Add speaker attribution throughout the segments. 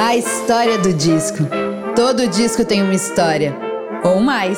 Speaker 1: A história do disco. Todo disco tem uma história, ou mais.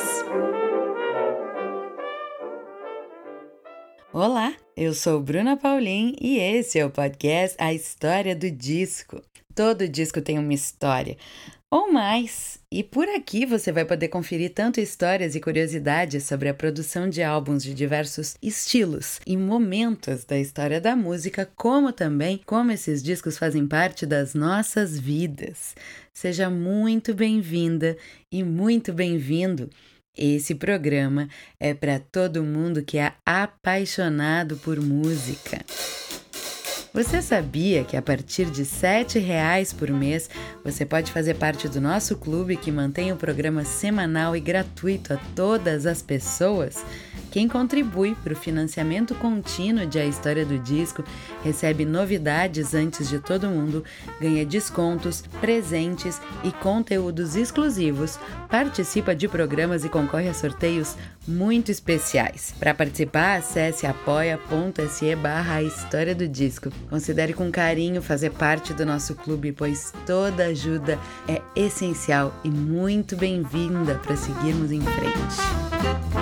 Speaker 1: Olá, eu sou Bruna Paulin e esse é o podcast A História do Disco. Todo disco tem uma história, ou mais. E por aqui você vai poder conferir tanto histórias e curiosidades sobre a produção de álbuns de diversos estilos e momentos da história da música, como também como esses discos fazem parte das nossas vidas. Seja muito bem-vinda e muito bem-vindo. Esse programa é para todo mundo que é apaixonado por música. Você sabia que a partir de R$ 7,00 por mês você pode fazer parte do nosso clube que mantém o programa semanal e gratuito a todas as pessoas? Quem contribui para o financiamento contínuo de A História do Disco recebe novidades antes de todo mundo, ganha descontos, presentes e conteúdos exclusivos, participa de programas e concorre a sorteios muito especiais. Para participar, acesse apoia.se/A História do Disco. Considere com carinho fazer parte do nosso clube, pois toda ajuda é essencial e muito bem-vinda para seguirmos em frente.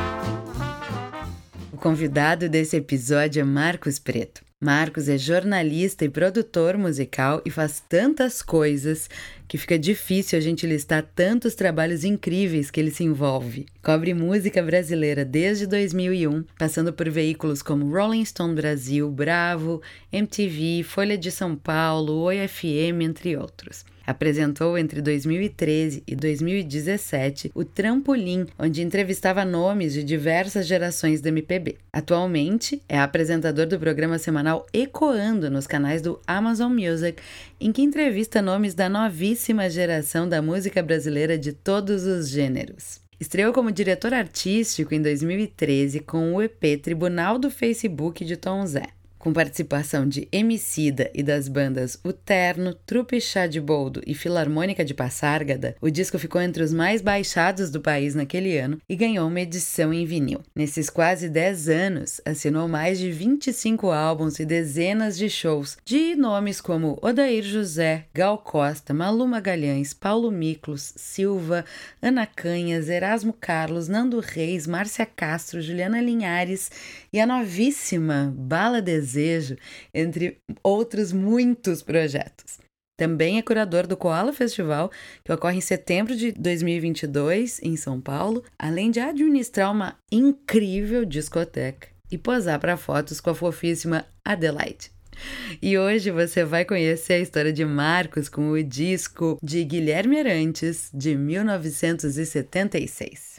Speaker 1: O convidado desse episódio é Marcos Preto. Marcos é jornalista e produtor musical e faz tantas coisas que fica difícil a gente listar tantos trabalhos incríveis que ele se envolve. Cobre música brasileira desde 2001, passando por veículos como Rolling Stone Brasil, Bravo, MTV, Folha de São Paulo, Oi FM, entre outros. Apresentou entre 2013 e 2017 o Trampolim, onde entrevistava nomes de diversas gerações do MPB. Atualmente, é apresentador do programa semanal Ecoando nos canais do Amazon Music, em que entrevista nomes da novíssima geração da música brasileira de todos os gêneros. Estreou como diretor artístico em 2013 com o EP Tribunal do Facebook de Tom Zé. Com participação de Emicida e das bandas O Terno, Trupe Chá de Boldo e Filarmônica de Passárgada, o disco ficou entre os mais baixados do país naquele ano e ganhou uma edição em vinil. Nesses quase 10 anos, assinou mais de 25 álbuns e dezenas de shows de nomes como Odair José, Gal Costa, Malu Magalhães, Paulo Miklos, Silva, Ana Canhas, Erasmo Carlos, Nando Reis, Márcia Castro, Juliana Linhares e a novíssima Bala Desejo, entre outros muitos projetos. Também é curador do Koala Festival, que ocorre em setembro de 2022 em São Paulo, além de administrar uma incrível discoteca e posar para fotos com a fofíssima Adelaide. E hoje você vai conhecer a história de Marcos com o disco de Guilherme Arantes, de 1976.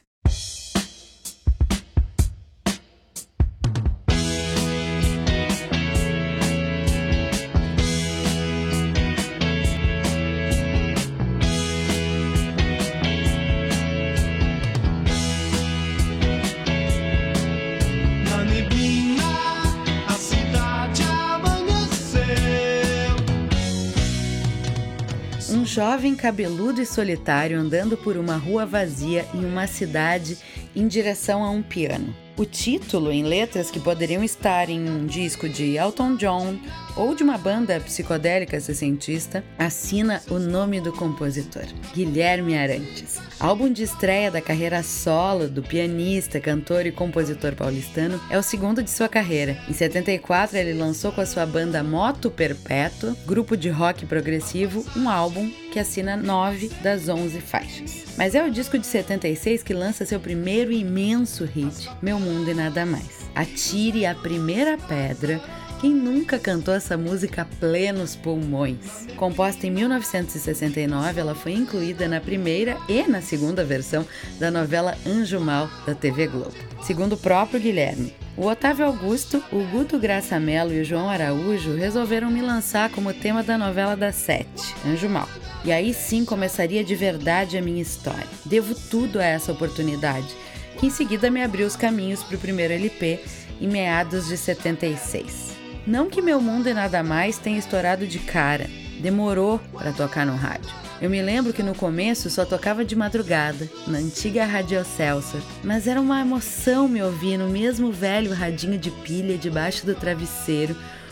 Speaker 1: Um jovem cabeludo e solitário andando por uma rua vazia em uma cidade em direção a um piano. O título, em letras que poderiam estar em um disco de Elton John ou de uma banda psicodélica sessentista, assina o nome do compositor, Guilherme Arantes. Álbum de estreia da carreira solo do pianista, cantor e compositor paulistano, é o segundo de sua carreira. Em 74, ele lançou com a sua banda Moto Perpétua, grupo de rock progressivo, um álbum que assina 9 das 11 faixas. Mas é o disco de 76 que lança seu primeiro imenso hit, Meu Mundo e Nada Mais. Atire a primeira pedra. Quem nunca cantou essa música a plenos pulmões? Composta em 1969, ela foi incluída na primeira e na segunda versão da novela Anjo Mal, da TV Globo. Segundo o próprio Guilherme, o Otávio Augusto, o Guto Graça Mello e o João Araújo resolveram me lançar como tema da novela das 7, Anjo Mal. E aí sim começaria de verdade a minha história. Devo tudo a essa oportunidade, que em seguida me abriu os caminhos para o primeiro LP em meados de 76. Não que Meu Mundo e Nada Mais tenha estourado de cara, demorou para tocar no rádio. Eu me lembro que no começo só tocava de madrugada, na antiga Rádio Excelsior, mas era uma emoção me ouvir no mesmo velho radinho de pilha debaixo do travesseiro,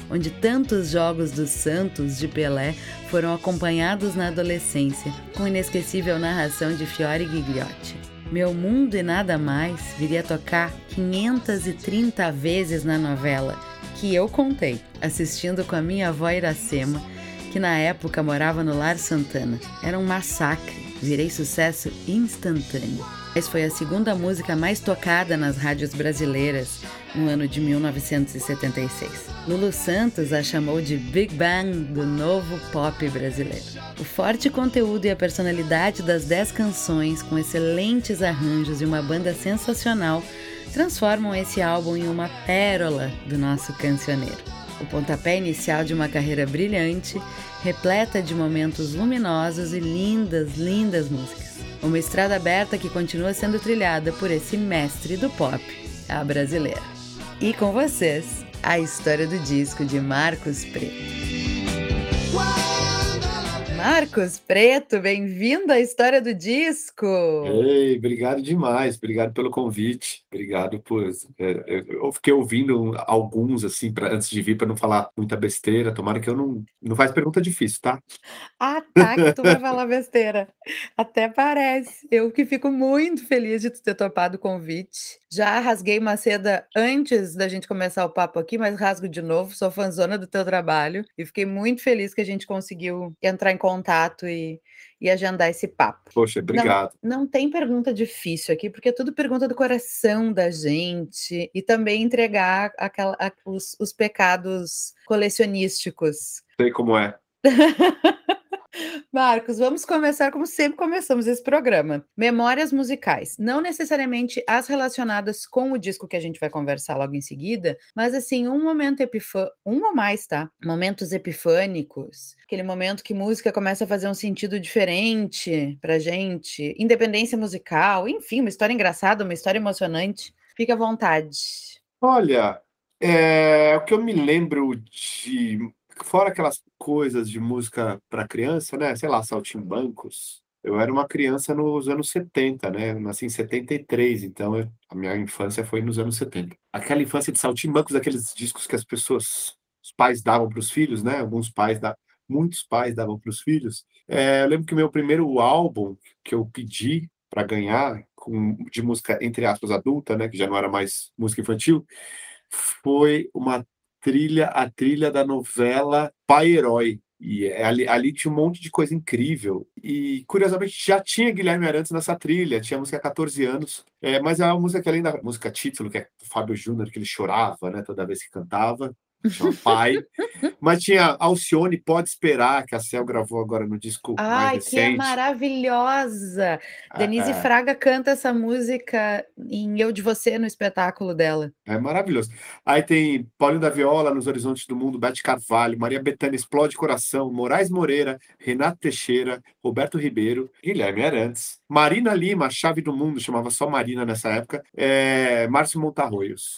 Speaker 1: onde tantos jogos do Santos de Pelé foram acompanhados na adolescência, com inesquecível narração de Fiore Gigliotti. Meu Mundo e Nada Mais viria a tocar 530 vezes na novela, que eu contei, assistindo com a minha avó Iracema, que na época morava no Lar Santana. Era um massacre, virei sucesso instantâneo. Essa foi a segunda música mais tocada nas rádios brasileiras no ano de 1976. Lulu Santos a chamou de Big Bang do novo pop brasileiro. O forte conteúdo e a personalidade das 10 canções, com excelentes arranjos e uma banda sensacional, transformam esse álbum em uma pérola do nosso cancioneiro. O pontapé inicial de uma carreira brilhante, repleta de momentos luminosos e lindas, lindas músicas. Uma estrada aberta que continua sendo trilhada por esse mestre do pop, a brasileira. E com vocês, a história do disco de Marcos Preto. Marcos Preto, bem-vindo à história do disco!
Speaker 2: Ei, obrigado demais, obrigado pelo convite, obrigado por... eu fiquei ouvindo alguns, assim, antes de vir, para não falar muita besteira, tomara que eu não faz pergunta difícil, tá?
Speaker 1: Ah, tá, que tu vai falar besteira. Até parece. Eu que fico muito feliz de tu ter topado o convite. Já rasguei uma seda antes da gente começar o papo aqui, mas rasgo de novo, sou fãzona do teu trabalho e fiquei muito feliz que a gente conseguiu entrar em contato e agendar esse papo.
Speaker 2: Poxa, obrigado.
Speaker 1: Não tem pergunta difícil aqui, porque é tudo pergunta do coração da gente e também entregar os pecados colecionísticos.
Speaker 2: Sei como é.
Speaker 1: Marcos, vamos começar como sempre começamos esse programa. Memórias musicais, não necessariamente as relacionadas com o disco que a gente vai conversar logo em seguida, mas assim, um momento um ou mais, tá? Momentos epifânicos, aquele momento que música começa a fazer um sentido diferente pra gente, independência musical, enfim, uma história engraçada, uma história emocionante. Fique à vontade.
Speaker 2: Olha, o que eu me lembro fora aquelas coisas de música para criança, né, sei lá, Saltimbancos, eu era uma criança nos anos 70, né, eu nasci em 73, então a minha infância foi nos anos 70. Aquela infância de Saltimbancos, aqueles discos que os pais davam para os filhos, né, muitos pais davam para os filhos. Eu lembro que o meu primeiro álbum que eu pedi para ganhar, de música, entre aspas, adulta, né, que já não era mais música infantil, foi a trilha da novela Pai Herói. E ali tinha um monte de coisa incrível. E, curiosamente, já tinha Guilherme Arantes nessa trilha, tinha a música há 14 anos. Mas é uma música que, além da música título, que é do Fábio Júnior, que ele chorava, né, toda vez que cantava, chama Pai. Mas tinha Alcione, Pode Esperar, que a Cel gravou agora no disco mais
Speaker 1: Ai, que é
Speaker 2: recente.
Speaker 1: maravilhosa! Denise
Speaker 2: É,
Speaker 1: Fraga canta essa música em Eu de Você, no espetáculo dela.
Speaker 2: é maravilhoso. Aí tem Paulinho da Viola, Nos Horizontes do Mundo, Bete Carvalho, Maria Bethânia, Explode Coração, Moraes Moreira, Renato Teixeira, Roberto Ribeiro, Guilherme Arantes, Marina Lima, a Chave do Mundo, chamava só Marina nessa época, Márcio Montarroios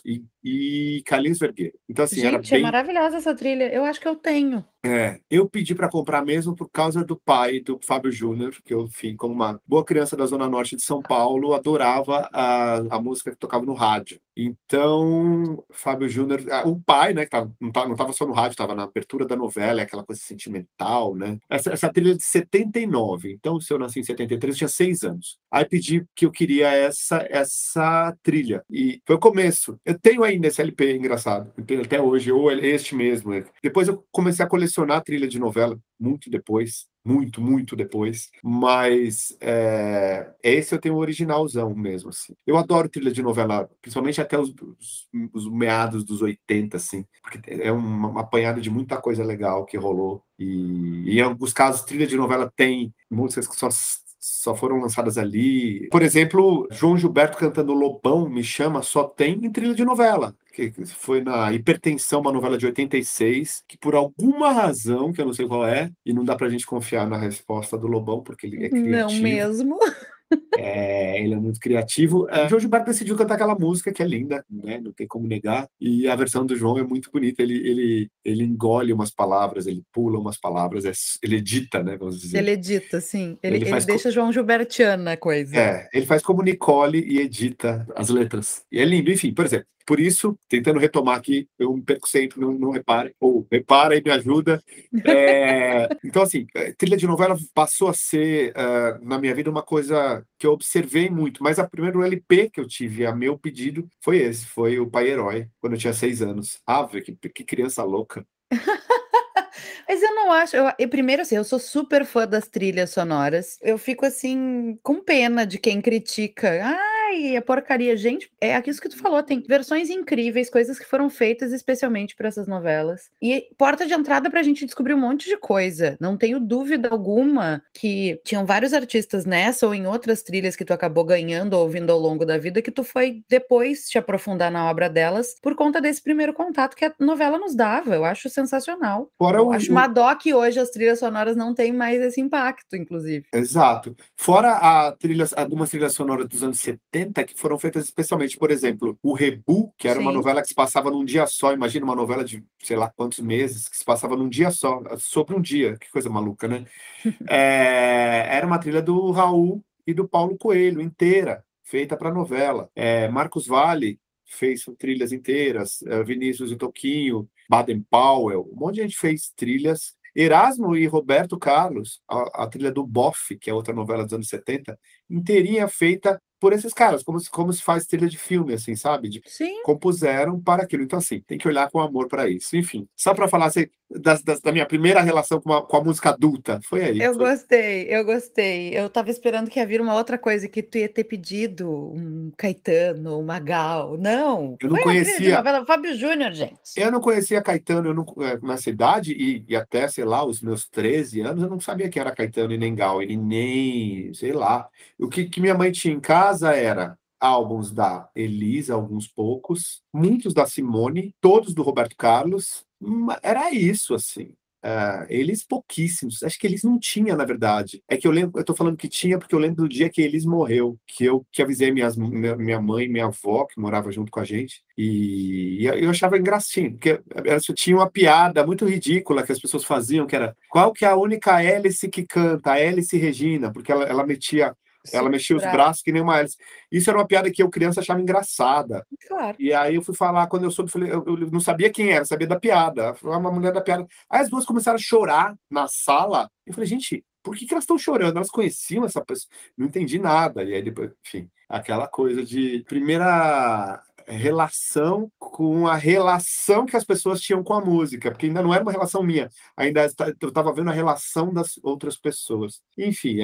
Speaker 2: e Carlinhos Vergueiro. Então, assim, era
Speaker 1: Gente, é
Speaker 2: bem...
Speaker 1: maravilhosa essa trilha. Eu acho que eu tenho.
Speaker 2: Eu pedi para comprar mesmo por causa do pai do Fábio Júnior, que eu, enfim, como uma boa criança da Zona Norte de São Paulo, adorava a música que tocava no rádio. Então, Fábio Júnior, o pai, né, que não estava só no rádio, estava na abertura da novela, aquela coisa sentimental, né? Essa trilha é de 79, então se eu nasci em 73, eu tinha 6 anos. Aí pedi que eu queria essa trilha, e foi o começo. Eu tenho ainda esse LP, engraçado, eu tenho até hoje, ou este mesmo. Depois eu comecei a colecionar a trilha de novela, muito depois, muito depois, mas esse eu tenho o originalzão mesmo, assim. Eu adoro trilha de novela, principalmente até os meados dos 80, assim, porque é uma apanhada de muita coisa legal que rolou, e em alguns casos trilha de novela tem músicas que só foram lançadas ali. Por exemplo, João Gilberto cantando Lobão Me Chama só tem em trilha de novela, que foi na Hipertensão, uma novela de 86, que por alguma razão, que eu não sei qual é, e não dá pra gente confiar na resposta do Lobão, porque ele é
Speaker 1: Não
Speaker 2: criativo,
Speaker 1: mesmo.
Speaker 2: ele é muito criativo. João Gilberto decidiu cantar aquela música que é linda, né? Não tem como negar. E a versão do João é muito bonita. Ele engole umas palavras, ele pula umas palavras, ele edita, né? Vamos dizer.
Speaker 1: Ele edita, sim. Ele,
Speaker 2: Ele
Speaker 1: ele
Speaker 2: faz,
Speaker 1: deixa João Gilbertiana a coisa.
Speaker 2: ele faz como Nicole e edita as letras. E é lindo. Enfim, por exemplo, Por isso, tentando retomar aqui, eu me perco sempre, não repare, ou repara e me ajuda. Então, assim, trilha de novela passou a ser, na minha vida, uma coisa que eu observei muito, mas o primeiro LP que eu tive a meu pedido foi esse, foi o Pai Herói, quando eu tinha 6 anos. Velho, que criança louca.
Speaker 1: Mas eu não acho. Primeiro, assim, eu sou super fã das trilhas sonoras. Eu fico assim, com pena de quem critica. Ai, é porcaria. Gente, é aquilo que tu falou, tem versões incríveis, coisas que foram feitas especialmente para essas novelas. E porta de entrada pra gente descobrir um monte de coisa. Não tenho dúvida alguma que tinham vários artistas nessa ou em outras trilhas que tu acabou ganhando ou ouvindo ao longo da vida, que tu foi depois te aprofundar na obra delas por conta desse primeiro contato que a novela nos dava. Eu acho sensacional.
Speaker 2: Fora
Speaker 1: Eu acho uma dó que hoje as trilhas sonoras não têm mais esse impacto, inclusive.
Speaker 2: Exato. Fora algumas trilhas sonoras dos anos 70 que foram feitas especialmente, por exemplo, o Rebu, que era uma
Speaker 1: Sim.
Speaker 2: novela que se passava num dia só. Imagina uma novela de sei lá quantos meses, que se passava num dia só, sobre um dia. Que coisa maluca, né? Era uma trilha do Raul e do Paulo Coelho, inteira, feita para novela. Marcos Valle fez trilhas inteiras, Vinícius e Toquinho, Baden Powell, um monte de gente fez trilhas. Erasmo e Roberto Carlos, a trilha do Boff, que é outra novela dos anos 70, inteirinha feita por esses caras, como se faz trilha de filme, assim, sabe?
Speaker 1: Sim.
Speaker 2: Compuseram para aquilo. Então, assim, tem que olhar com amor para isso. Enfim, só para falar assim, da minha primeira relação com a música adulta, foi aí.
Speaker 1: Eu gostei, eu gostei. Eu tava esperando que ia vir uma outra coisa, que tu ia ter pedido um Caetano, uma Gal. Não,
Speaker 2: Eu não
Speaker 1: foi a trilha de
Speaker 2: conhecia,
Speaker 1: novela do Fábio Júnior, gente.
Speaker 2: eu não conhecia Caetano, nessa idade, e até, sei lá, os meus 13 anos, eu não sabia que era Caetano e nem Gal, ele nem, sei lá. O que minha mãe tinha em casa era álbuns da Elisa, alguns poucos, muitos da Simone, todos do Roberto Carlos. Era isso, assim. Eles pouquíssimos. Acho que eles não tinha, na verdade. É que eu lembro, eu tô falando que tinha porque eu lembro do dia que eles morreu, que avisei minha mãe e minha avó, que morava junto com a gente, e eu achava engraçadinho, porque tinha uma piada muito ridícula que as pessoas faziam, que era: qual que é a única hélice que canta? A Hélice Regina, porque ela mexia os
Speaker 1: Super,
Speaker 2: braços que nem uma hélice. Isso era uma piada que eu, criança, achava engraçada.
Speaker 1: claro.
Speaker 2: E aí eu fui falar, quando eu soube, eu não sabia quem era, sabia da piada. Foi uma mulher da piada. Aí as duas começaram a chorar na sala. Eu falei, gente, por que elas estão chorando? Elas conheciam essa pessoa? Não entendi nada. E aí depois, enfim, aquela coisa de primeira relação com a relação que as pessoas tinham com a música, porque ainda não era uma relação minha, ainda eu estava vendo a relação das outras pessoas. Enfim,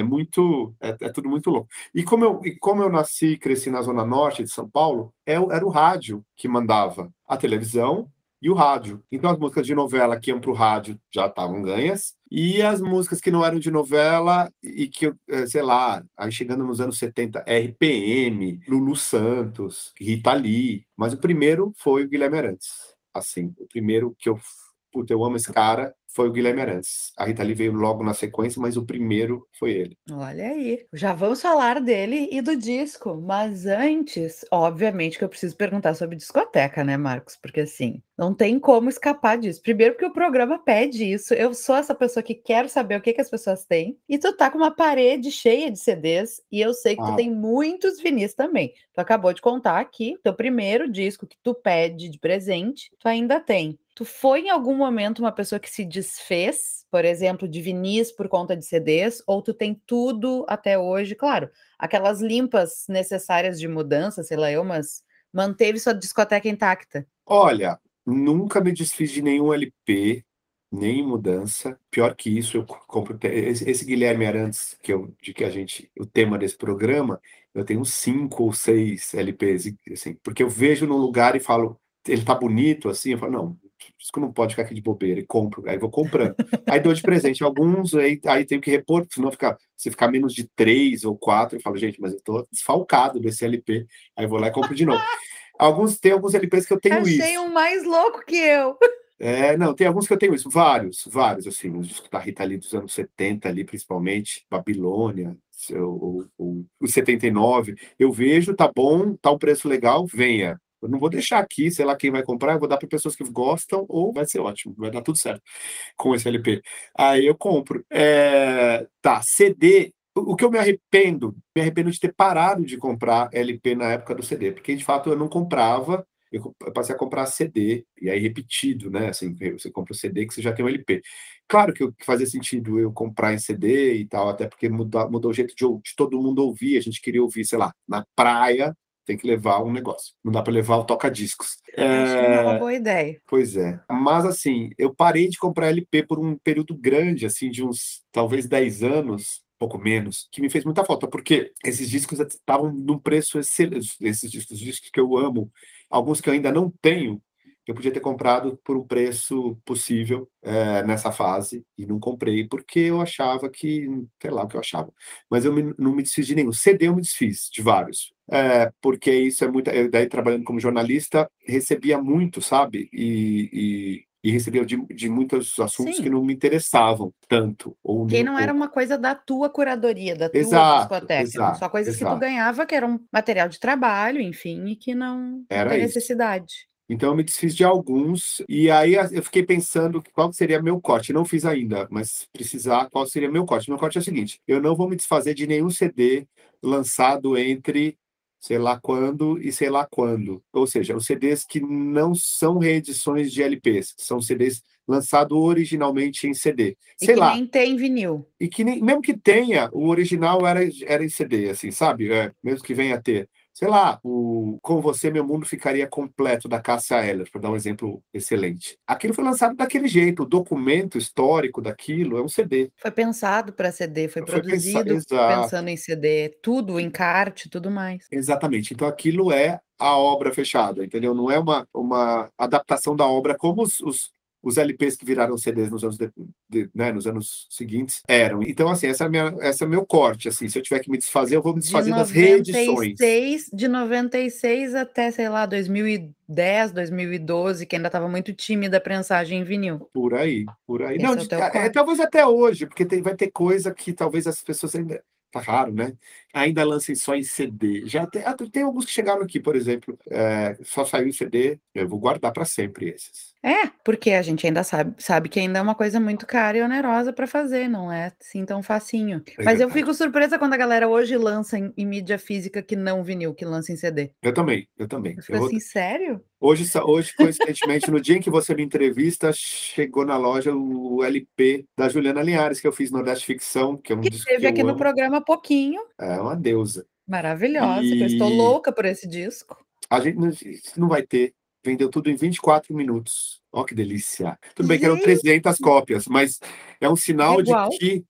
Speaker 2: é tudo muito louco. E como eu nasci e cresci na Zona Norte de São Paulo, era o rádio que mandava a televisão e o rádio. Então, as músicas de novela que iam para o rádio já estavam ganhas, e as músicas que não eram de novela e que, sei lá, aí chegando nos anos 70, RPM, Lulu Santos, Rita Lee, mas o primeiro foi o Guilherme Arantes. Assim, o primeiro que puta, eu amo esse cara, foi o Guilherme Arantes. A Rita Lee veio logo na sequência, mas o primeiro foi ele.
Speaker 1: Olha aí, já vamos falar dele e do disco, mas antes, obviamente que eu preciso perguntar sobre discoteca, né, Marcos? Porque assim, não tem como escapar disso. Primeiro porque o programa pede isso, eu sou essa pessoa que quero saber o que que as pessoas têm, e tu tá com uma parede cheia de CDs, e eu sei que tu
Speaker 2: Ah,
Speaker 1: tem muitos vinis também. Tu acabou de contar aqui, teu primeiro disco que tu pede de presente, tu ainda tem. Tu foi em algum momento uma pessoa que se desfez, por exemplo, de vinis por conta de CDs, ou tu tem tudo até hoje? Claro, aquelas limpas necessárias de mudança, sei lá eu, mas manteve sua discoteca intacta.
Speaker 2: olha, nunca me desfiz de nenhum LP, nem mudança. Pior que isso, eu compro esse Guilherme Arantes, de que a gente, o tema desse programa, eu tenho 5 ou 6 LPs, assim, porque eu vejo num lugar e falo, ele tá bonito, assim, eu falo, não, isso que não pode ficar aqui de bobeira, e compro, aí vou comprando. Aí dou de presente alguns, aí tenho que repor, porque senão se ficar menos de 3 ou 4, eu falo, gente, mas eu tô desfalcado desse LP, aí vou lá e compro de novo. Tem alguns LPs que eu tenho
Speaker 1: Achei
Speaker 2: isso.
Speaker 1: um mais louco que eu.
Speaker 2: Não, tem alguns que eu tenho isso, vários, assim, os discos da Rita Lee dos anos 70 ali, principalmente, Babilônia, o 79, eu vejo, tá bom, tá um preço legal, venha. Eu não vou deixar aqui, sei lá quem vai comprar, eu vou dar para pessoas que gostam, ou vai ser ótimo, vai dar tudo certo com esse LP. Aí eu compro. Tá, CD, o que eu me arrependo de ter parado de comprar LP na época do CD, porque de fato eu não comprava, eu passei a comprar CD, e aí repetido, né, assim, você compra o CD que você já tem o LP. Claro que fazia sentido eu comprar em CD e tal, até porque mudou o jeito de todo mundo ouvir, a gente queria ouvir, sei lá, na praia, tem que levar um negócio, não dá para levar o toca-discos.
Speaker 1: Acho que não é uma boa ideia.
Speaker 2: Pois é. Mas, assim, eu parei de comprar LP por um período grande, assim, de uns talvez 10 anos, pouco menos, que me fez muita falta, porque esses discos estavam num preço excelente, esses discos que eu amo, alguns que eu ainda não tenho, eu podia ter comprado por um preço possível nessa fase, e não comprei, porque eu achava que, sei lá o que eu achava, mas não me desfiz de nenhum. CD eu me desfiz de vários, porque isso é muito. Eu, daí, trabalhando como jornalista, recebia muito, sabe? E recebia de muitos assuntos que
Speaker 1: Sim,
Speaker 2: não me interessavam tanto, ou nem
Speaker 1: que
Speaker 2: um
Speaker 1: não era
Speaker 2: pouco.
Speaker 1: uma coisa da tua curadoria, da tua
Speaker 2: Exato,
Speaker 1: discoteca, eram
Speaker 2: exato,
Speaker 1: só coisas que tu
Speaker 2: exato.
Speaker 1: ganhava, que eram material de trabalho, enfim, e que não
Speaker 2: Era
Speaker 1: tem
Speaker 2: isso.
Speaker 1: necessidade.
Speaker 2: Então eu me desfiz de alguns, e aí eu fiquei pensando qual seria meu corte. Não fiz ainda, mas se precisar, qual seria meu corte? Meu corte é o seguinte: eu não vou me desfazer de nenhum CD lançado entre sei lá quando e sei lá quando. Ou seja, os CDs que não são reedições de LPs, são CDs lançados originalmente em CD.
Speaker 1: E
Speaker 2: Sei
Speaker 1: que
Speaker 2: lá,
Speaker 1: nem tem vinil.
Speaker 2: e que nem, mesmo que tenha, o original era em CD, assim, sabe? Mesmo que venha a ter. Sei lá, o Com Você Meu Mundo Ficaria Completo, da Cássia Eller, para dar um exemplo excelente. Aquilo foi lançado daquele jeito, o documento histórico daquilo é um CD.
Speaker 1: Foi pensado para CD, foi
Speaker 2: Foi pensar,
Speaker 1: produzido
Speaker 2: exato,
Speaker 1: pensando em CD, tudo, o encarte, tudo mais.
Speaker 2: exatamente. Então aquilo é a obra fechada, entendeu? Não é uma adaptação da obra como os LPs que viraram CDs nos anos, né, nos anos seguintes eram. Então, assim, essa é meu corte. Assim, se eu tiver que me desfazer, eu vou me
Speaker 1: De
Speaker 2: desfazer das
Speaker 1: noventa e
Speaker 2: reedições.
Speaker 1: seis, de 96 até, sei lá, 2010, 2012, que ainda estava muito tímida a prensagem em vinil.
Speaker 2: Por aí, por aí. Não,
Speaker 1: Esse é o teu
Speaker 2: talvez
Speaker 1: corte.
Speaker 2: até hoje, porque vai ter coisa que talvez as pessoas ainda. Tá raro, né? Ainda lancem só em CD. Já tem alguns que chegaram aqui, por exemplo, só saiu em CD, eu vou guardar para sempre esses.
Speaker 1: É, porque a gente ainda sabe que ainda é uma coisa muito cara e onerosa para fazer, não é assim tão facinho.
Speaker 2: É
Speaker 1: Mas eu
Speaker 2: verdade.
Speaker 1: fico surpresa quando a galera hoje lança em mídia física que não vinil, que lança em CD.
Speaker 2: Eu também, eu também.
Speaker 1: Eu fico assim: "Sério?"
Speaker 2: Hoje, coincidentemente, no dia em que você me entrevista, chegou na loja o LP da Juliana Linhares, que eu fiz Nordeste Ficção, que é um
Speaker 1: Que
Speaker 2: disco que
Speaker 1: teve
Speaker 2: eu
Speaker 1: aqui no
Speaker 2: amo.
Speaker 1: programa há pouquinho,
Speaker 2: É uma deusa.
Speaker 1: maravilhosa, que eu estou
Speaker 2: E
Speaker 1: louca por esse disco.
Speaker 2: a gente não vai ter. Vendeu tudo em 24 minutos. Ó, que delícia. Tudo bem que eram
Speaker 1: Gente,
Speaker 2: 300 cópias, mas é um
Speaker 1: é
Speaker 2: sinal de
Speaker 1: igual.
Speaker 2: que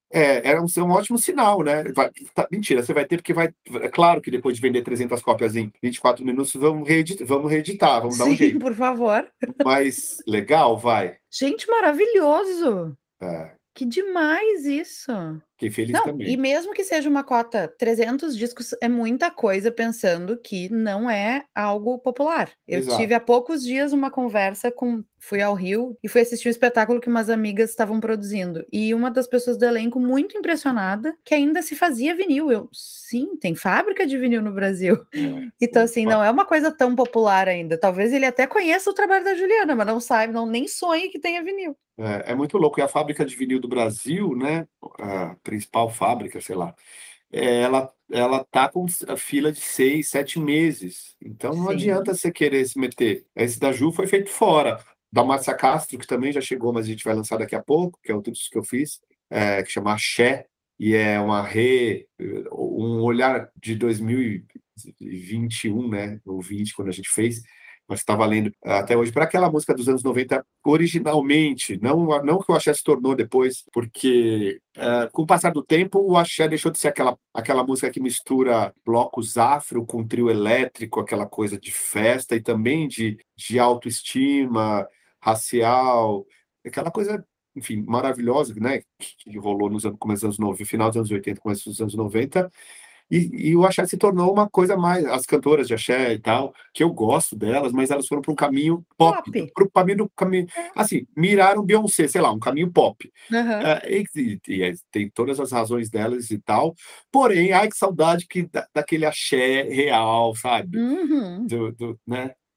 Speaker 2: um ótimo sinal, né? Mentira, você vai ter, porque vai. É claro que depois de vender 300 cópias em 24 minutos, vamos reeditar, vamos dar um
Speaker 1: Sim,
Speaker 2: jeito.
Speaker 1: por favor.
Speaker 2: Mas legal, vai.
Speaker 1: Gente, maravilhoso.
Speaker 2: É,
Speaker 1: Que demais isso.
Speaker 2: fiquei feliz
Speaker 1: Não, e
Speaker 2: também.
Speaker 1: mesmo que seja uma cota 300 discos é muita coisa pensando que não é algo popular. Eu tive
Speaker 2: Exato.
Speaker 1: há poucos dias uma conversa com fui ao Rio e fui assistir um espetáculo que umas amigas estavam produzindo, e uma das pessoas do elenco muito impressionada que ainda se fazia vinil. Eu: "Sim, tem fábrica de vinil no Brasil". Então, assim,
Speaker 2: Opa.
Speaker 1: não é uma coisa tão popular ainda. Talvez ele até conheça o trabalho da Juliana, mas não sabe, não nem sonhe que tenha vinil.
Speaker 2: É muito louco. E a fábrica de vinil do Brasil, né? A principal fábrica, sei lá. Ela tá com a fila de 6, 7 meses. Então não adianta
Speaker 1: Sim.
Speaker 2: você querer se meter. Esse da Ju foi feito fora. Da Márcia Castro, que também já chegou, mas a gente vai lançar daqui a pouco, que é outro disco que eu fiz, que chama Axé, e é um olhar de 2021, né? Ou 20, quando a gente fez, mas está valendo até hoje para aquela música dos anos 90 originalmente, não que o axé se tornou depois, porque com o passar do tempo o axé deixou de ser aquela música que mistura blocos afro com trio elétrico, aquela coisa de festa e também de autoestima racial, aquela coisa, enfim, maravilhosa, né, que rolou nos anos, começo dos anos 90, final dos anos 80, começo dos anos 90, e o axé se tornou uma coisa mais. As cantoras de axé e tal, que eu gosto delas, mas elas foram para um caminho pop,
Speaker 1: Pop.
Speaker 2: para o caminho.
Speaker 1: É.
Speaker 2: Assim, miraram Beyoncé, sei lá, um caminho pop.
Speaker 1: Aham.
Speaker 2: Tem todas as razões delas e tal, porém, ai que saudade daquele axé real, sabe?
Speaker 1: Uhum.
Speaker 2: Né?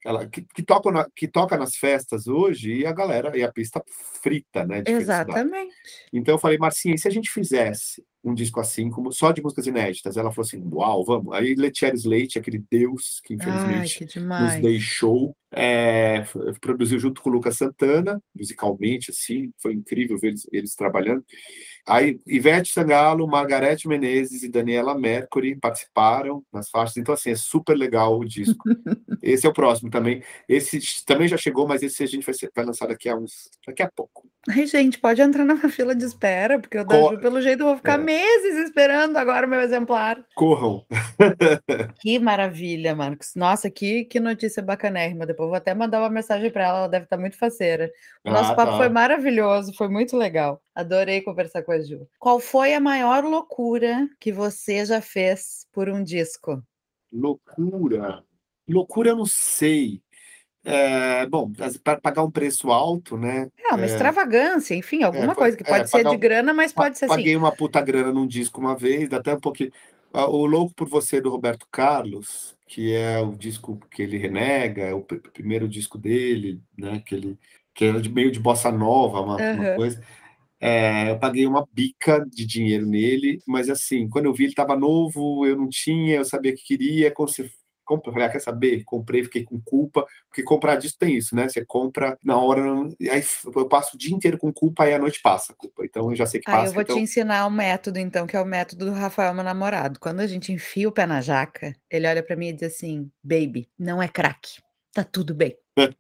Speaker 2: que toca nas festas hoje e a galera, e a pista frita, né, de felicidade.
Speaker 1: Exatamente.
Speaker 2: Então eu falei: "Marcinha, e se a gente fizesse um disco assim, como só de músicas inéditas?" Ela falou assim: "Uau, vamos." Aí Lettieri Slate, aquele deus que
Speaker 1: Ai,
Speaker 2: infelizmente
Speaker 1: que
Speaker 2: nos
Speaker 1: demais.
Speaker 2: deixou, produziu junto com o Lucas Santana, musicalmente, assim, foi incrível ver eles trabalhando. Aí Ivete Sangalo, Margareth Menezes e Daniela Mercury participaram nas faixas, então assim, é super legal o disco. Esse é o próximo também. Esse também já chegou, mas esse a gente vai lançar daqui a pouco.
Speaker 1: Ai, gente, pode entrar na fila de espera, porque o da
Speaker 2: Co
Speaker 1: Ju, pelo jeito, eu vou ficar
Speaker 2: é,
Speaker 1: meses esperando agora o meu exemplar.
Speaker 2: corram.
Speaker 1: Que maravilha, Marcos. Nossa, que notícia bacanérrima. Depois eu vou até mandar uma mensagem para ela, ela deve estar muito faceira. O nosso
Speaker 2: Ah,
Speaker 1: papo foi
Speaker 2: tá.
Speaker 1: maravilhoso, foi muito legal. Adorei conversar com a Ju. Qual foi a maior loucura que você já fez por um disco?
Speaker 2: Loucura. Loucura eu não sei. Bom, para pagar um preço alto, né,
Speaker 1: É, uma extravagância, enfim, alguma
Speaker 2: foi
Speaker 1: coisa que pode ser
Speaker 2: pagar
Speaker 1: de grana, mas pode ser assim.
Speaker 2: paguei uma puta grana num disco uma vez, dá até um pouquinho. O Louco por Você do Roberto Carlos, que é o disco que ele renega, é o primeiro disco dele, né, que é meio de bossa nova, uma
Speaker 1: Aham.
Speaker 2: coisa. Eu paguei uma bica de dinheiro nele, mas assim, quando eu vi ele estava novo, eu não tinha, eu sabia que queria, falei, quer saber? Comprei, fiquei com culpa, porque comprar disco tem isso, né? Você compra na hora, e aí eu passo o dia inteiro com culpa, aí a noite passa a culpa. Então eu já sei que
Speaker 1: Ah, eu
Speaker 2: passa,
Speaker 1: vou te
Speaker 2: então
Speaker 1: ensinar um método, então, que é o método do Rafael, meu namorado. Quando a gente enfia o pé na jaca, ele olha pra mim e diz assim: Baby, não é crack, tá tudo bem.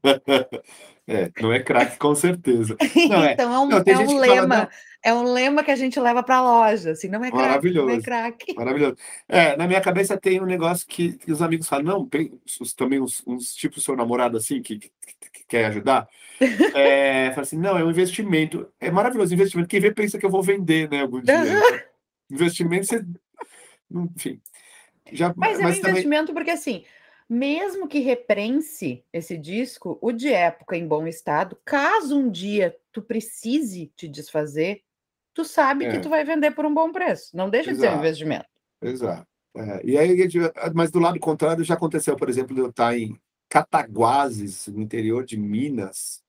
Speaker 2: não é craque com certeza. Não,
Speaker 1: Então
Speaker 2: não, tem
Speaker 1: é
Speaker 2: gente
Speaker 1: um
Speaker 2: que fala,
Speaker 1: lema,
Speaker 2: não,
Speaker 1: é um lema que a gente leva pra loja, assim, não é crack, não é
Speaker 2: maravilhoso,
Speaker 1: crack.
Speaker 2: maravilhoso. Na minha cabeça tem um negócio que os amigos falam, não, tem também uns tipos seu namorado assim que quer ajudar. Fala assim, não, é um investimento. É maravilhoso investimento. Quem vê pensa que eu vou vender, né, algum dia.
Speaker 1: Aham.
Speaker 2: Investimento, você, enfim, já,
Speaker 1: Mas é um
Speaker 2: mas também
Speaker 1: investimento porque, assim, mesmo que reprense esse disco, o de época em bom estado, caso um dia tu precise te desfazer, tu sabe que tu
Speaker 2: é,
Speaker 1: vai vender por um bom preço, não deixa de ser um
Speaker 2: exato,
Speaker 1: investimento.
Speaker 2: exato. E aí, mas do lado contrário já aconteceu, por exemplo, de eu estar em Cataguases, no interior de Minas,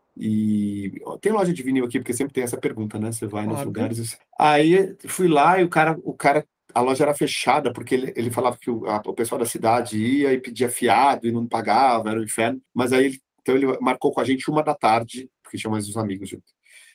Speaker 2: e ó, tem loja de vinil aqui, porque sempre tem essa pergunta, né? Você vai nos
Speaker 1: Óbvio.
Speaker 2: lugares. Aí fui lá e o cara, a loja era fechada, porque ele falava que o pessoal da cidade ia e pedia fiado e não pagava, era um inferno. Mas aí então ele marcou com a gente 1 da tarde, porque tinha mais uns amigos junto.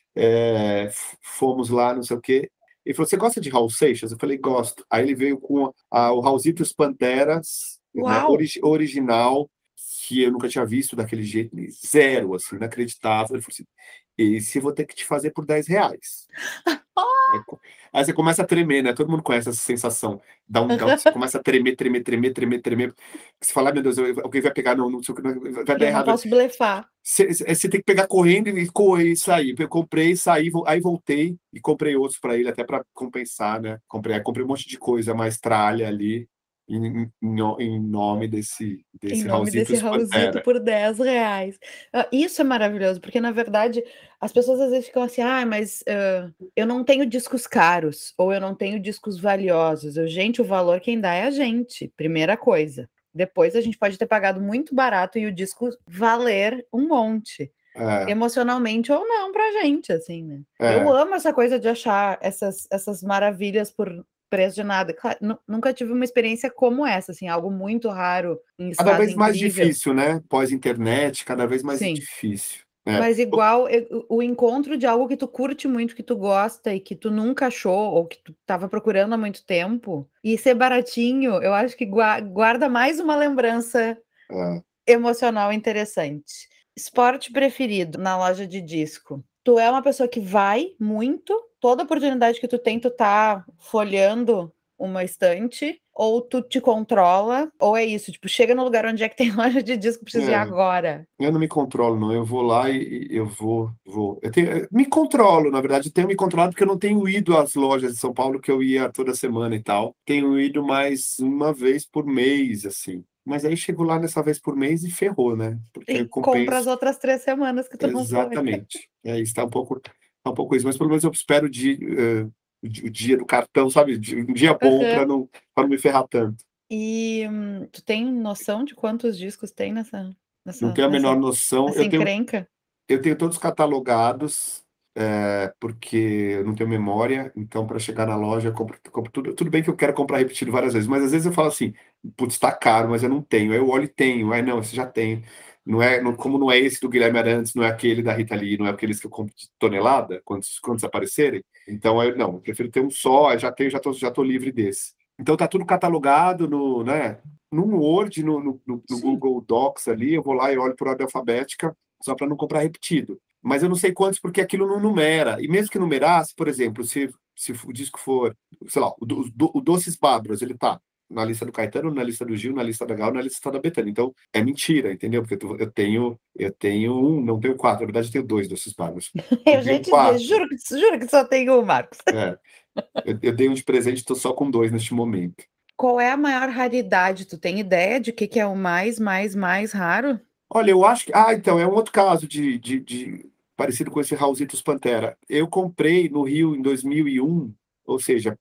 Speaker 2: Fomos lá, não sei o quê. Ele falou: Você gosta de Raul Seixas? Eu falei: Gosto. Aí ele veio com o Raulzito e os Panteras, né,
Speaker 1: Uau!
Speaker 2: original, que eu nunca tinha visto daquele jeito, zero, assim, inacreditável. Ele falou assim: Esse eu vou ter que te fazer por R$ 10. Aí, você começa a tremer, né? Todo mundo conhece essa sensação. Você começa a tremer, tremer, tremer, tremer, tremer. Você fala: Meu Deus, alguém vai pegar, não sei o que, vai
Speaker 1: E
Speaker 2: dar
Speaker 1: eu não
Speaker 2: errado.
Speaker 1: posso blefar.
Speaker 2: Você tem que pegar correndo e correr e sair. Eu comprei, saí, aí voltei e comprei outros para ele, até para compensar, né? Comprei um monte de coisa, mais tralha ali, em nome
Speaker 1: Em
Speaker 2: desse
Speaker 1: nome
Speaker 2: Raulzito e
Speaker 1: desse
Speaker 2: os
Speaker 1: Raulzito
Speaker 2: Pantera.
Speaker 1: por R$ 10. Isso é maravilhoso, porque na verdade as pessoas às vezes ficam assim, mas eu não tenho discos caros, ou eu não tenho discos valiosos. Gente, o valor quem dá é a gente, primeira coisa. Depois a gente pode ter pagado muito barato e o disco valer um monte,
Speaker 2: É,
Speaker 1: emocionalmente ou não pra gente, assim, né? Eu
Speaker 2: é.
Speaker 1: amo essa coisa de achar essas maravilhas por preço de nada. Claro, nunca tive uma experiência como essa, assim, algo muito raro, em
Speaker 2: Cada
Speaker 1: estado
Speaker 2: vez mais
Speaker 1: incrível.
Speaker 2: difícil, né? Pós-internet, cada vez mais
Speaker 1: Sim,
Speaker 2: difícil. É.
Speaker 1: mas igual o encontro de algo que tu curte muito, que tu gosta e que tu nunca achou ou que tu estava procurando há muito tempo, e ser baratinho, eu acho que guarda mais uma lembrança
Speaker 2: É.
Speaker 1: emocional interessante. Esporte preferido na loja de disco. Tu é uma pessoa que vai muito, toda oportunidade que tu tem, tu tá folhando uma estante, ou tu te controla, ou é isso, tipo, chega no lugar onde é que tem loja de disco, preciso ir
Speaker 2: É.
Speaker 1: agora.
Speaker 2: Eu não me controlo, não. Eu vou lá e eu vou. Me controlo, na verdade. Eu tenho me controlado porque eu não tenho ido às lojas de São Paulo que eu ia toda semana e tal. Tenho ido mais uma vez por mês, assim. Mas aí chego lá nessa vez por mês e ferrou, né? Porque aí eu
Speaker 1: E compra as
Speaker 2: compenso.
Speaker 1: outras 3 semanas que tu não foi.
Speaker 2: Exatamente. Está um pouco isso. Mas pelo menos eu espero o dia do cartão, sabe? Um dia bom
Speaker 1: Aham.
Speaker 2: para não me ferrar tanto.
Speaker 1: E tu tem noção de quantos discos tem nessa?
Speaker 2: Não
Speaker 1: Nessa,
Speaker 2: tenho a menor
Speaker 1: nessa,
Speaker 2: noção.
Speaker 1: nessa encrenca?
Speaker 2: Eu tenho todos catalogados, porque eu não tenho memória, então para chegar na loja eu compro tudo. Tudo bem que eu quero comprar repetido várias vezes, mas às vezes eu falo assim, putz, tá caro, mas eu não tenho. Aí eu olho e tenho. Aí não, esse já tenho. Como não é esse do Guilherme Arantes, não é aquele da Rita Lee, não é aqueles que eu compro de tonelada, quando aparecerem. Então, não, eu prefiro ter um só, aí já tenho, já tô livre desse. Então tá tudo catalogado no Word, no
Speaker 1: Sim.
Speaker 2: Google Docs ali, eu vou lá e olho por ordem alfabética, só para não comprar repetido. Mas eu não sei quantos, porque aquilo não numera. E mesmo que numerasse, por exemplo, se o disco for, sei lá, o Doces Bárbaros, ele tá na lista do Caetano, na lista do Gil, na lista da Gal, na lista da Bethânia. Então, é mentira, entendeu? Porque eu tenho um, não tenho quatro. Na verdade, eu tenho dois Doces Bárbaros. Eu
Speaker 1: Eu já
Speaker 2: tenho
Speaker 1: ia te dizer,
Speaker 2: quatro.
Speaker 1: juro que só tem um, Marcos.
Speaker 2: É, eu dei um de presente, estou só com dois neste momento.
Speaker 1: Qual é a maior raridade? Tu tem ideia de que é o mais raro?
Speaker 2: Olha, eu acho que. Ah, então, é um outro caso parecido com esse Raulzitos Pantera. Eu comprei no Rio em 2001, ou seja,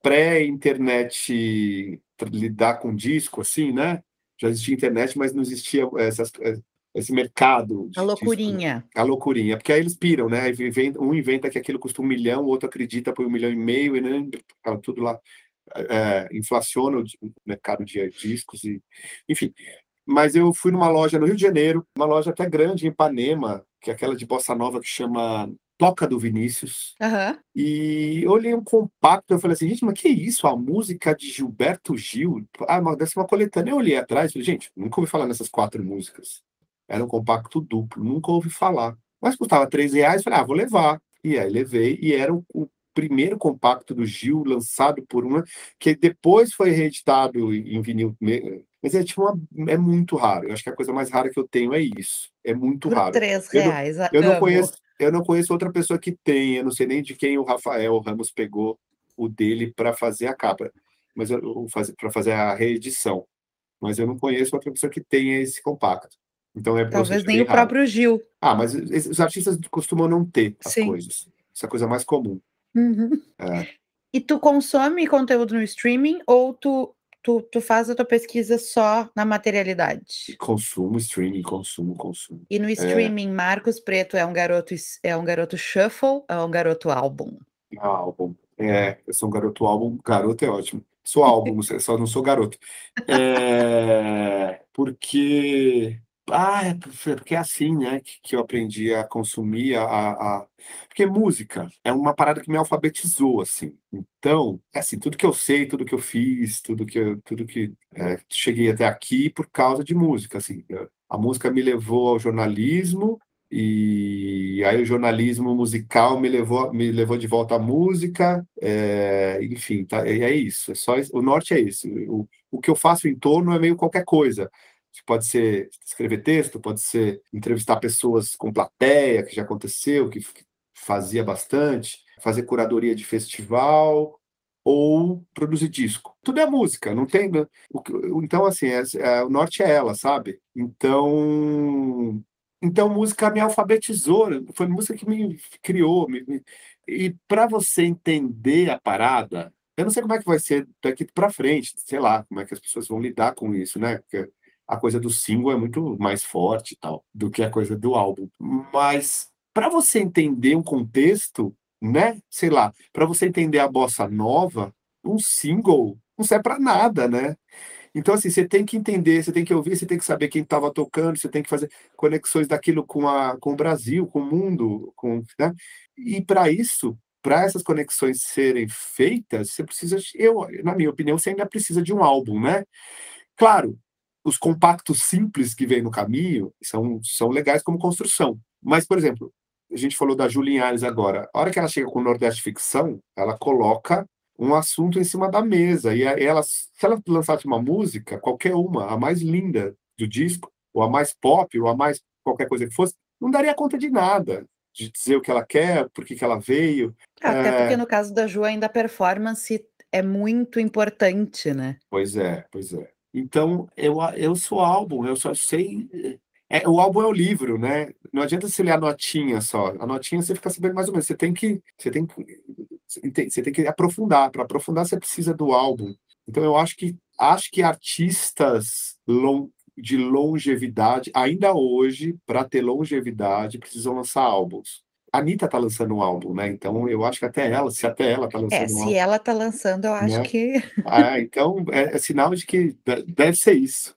Speaker 2: pré-internet lidar com disco, assim, né? Já existia internet, mas não existia esse mercado
Speaker 1: A
Speaker 2: de disco, né?
Speaker 1: loucurinha.
Speaker 2: A loucurinha. Porque aí eles piram, né? Aí um inventa que aquilo custa 1 milhão, o outro acredita por 1,5 milhão, e né? Tudo lá inflaciona o mercado de discos, enfim. Mas eu fui numa loja no Rio de Janeiro, uma loja até grande em Ipanema, que é aquela de bossa nova que chama Toca do Vinícius.
Speaker 1: Aham.
Speaker 2: E eu olhei um compacto, eu falei assim, gente, mas que isso? A música de Gilberto Gil? Ah, mas deve ser uma coletânea. Eu olhei atrás e falei, gente, nunca ouvi falar nessas 4 músicas. Era um compacto duplo, nunca ouvi falar. Mas custava R$ 3, falei, vou levar. E aí levei, e era o primeiro compacto do Gil lançado por uma, que depois foi reeditado em vinil. Mas é muito raro. Eu acho que a coisa mais rara que eu tenho é isso. É muito
Speaker 1: Por
Speaker 2: raro.
Speaker 1: três
Speaker 2: Eu não,
Speaker 1: reais.
Speaker 2: eu não
Speaker 1: Amo.
Speaker 2: conheço, eu não conheço outra pessoa que tem. Eu não sei nem de quem o Rafael Ramos pegou o dele para fazer a capa, mas para fazer a reedição. Mas eu não conheço outra pessoa que tenha esse compacto. Então, ou
Speaker 1: Talvez
Speaker 2: seja, é
Speaker 1: nem
Speaker 2: bem
Speaker 1: o
Speaker 2: raro.
Speaker 1: próprio Gil.
Speaker 2: Mas os artistas costumam não ter as
Speaker 1: Sim.
Speaker 2: coisas. Isso é a coisa mais comum.
Speaker 1: Uhum.
Speaker 2: É,
Speaker 1: E tu consome conteúdo no streaming ou tu faz a tua pesquisa só na materialidade?
Speaker 2: consumo, streaming, consumo.
Speaker 1: E no
Speaker 2: É,
Speaker 1: streaming, Marcos Preto é um garoto shuffle ou é um garoto álbum?
Speaker 2: álbum. Eu sou um garoto álbum. Garoto é ótimo. Sou álbum, só não sou garoto. Porque. Porque é assim, né, que eu aprendi a consumir Porque música é uma parada que me alfabetizou, assim. Então, é assim, tudo que eu sei, tudo que eu fiz, tudo que cheguei até aqui por causa de música, assim. A música me levou ao jornalismo, e aí o jornalismo musical me levou de volta à música, enfim, tá, é isso. O norte é isso. O que eu faço em torno é meio qualquer coisa. Pode ser escrever texto, pode ser entrevistar pessoas com plateia, que já aconteceu, que fazia bastante, fazer curadoria de festival ou produzir disco. Tudo é música, não tem. Então, assim, o norte é ela, sabe? Então, música me alfabetizou, foi música que me criou. E para você entender a parada, eu não sei como é que vai ser daqui para frente, sei lá, como é que as pessoas vão lidar com isso, né? Porque a coisa do single é muito mais forte e tal do que a coisa do álbum. Mas para você entender um contexto, né? Sei lá, para você entender a bossa nova, um single não serve para nada, né? Então, assim, você tem que entender, você tem que ouvir, você tem que saber quem estava tocando, você tem que fazer conexões daquilo com o Brasil, com o mundo, né? E para isso, para essas conexões serem feitas, você precisa, na minha opinião, você ainda precisa de um álbum, né? Claro, os compactos simples que vêm no caminho são legais como construção. Mas, por exemplo, a gente falou da Júlia Linhares agora. A hora que ela chega com o Nordeste Ficção, ela coloca um assunto em cima da mesa. E se ela lançasse uma música, qualquer uma, a mais linda do disco, ou a mais pop, ou a mais qualquer coisa que fosse, não daria conta de nada, de dizer o que ela quer, por que que ela veio.
Speaker 1: Até porque no caso da Ju ainda a performance é muito importante, né.
Speaker 2: Pois é, pois é. Então, eu sou álbum, eu só sei. O álbum é o livro, né? Não adianta você ler a notinha só. A notinha você fica sabendo mais ou menos. Você tem que aprofundar. Para aprofundar, você precisa do álbum. Então, eu acho que artistas de longevidade. Ainda hoje, para ter longevidade, precisam lançar álbuns. A Anitta tá lançando um álbum, né? Então eu acho que até ela, se até ela tá
Speaker 1: É,
Speaker 2: lançando um
Speaker 1: se
Speaker 2: álbum,
Speaker 1: ela tá lançando, eu acho
Speaker 2: né?
Speaker 1: que.
Speaker 2: Ah, então é sinal de que deve ser isso.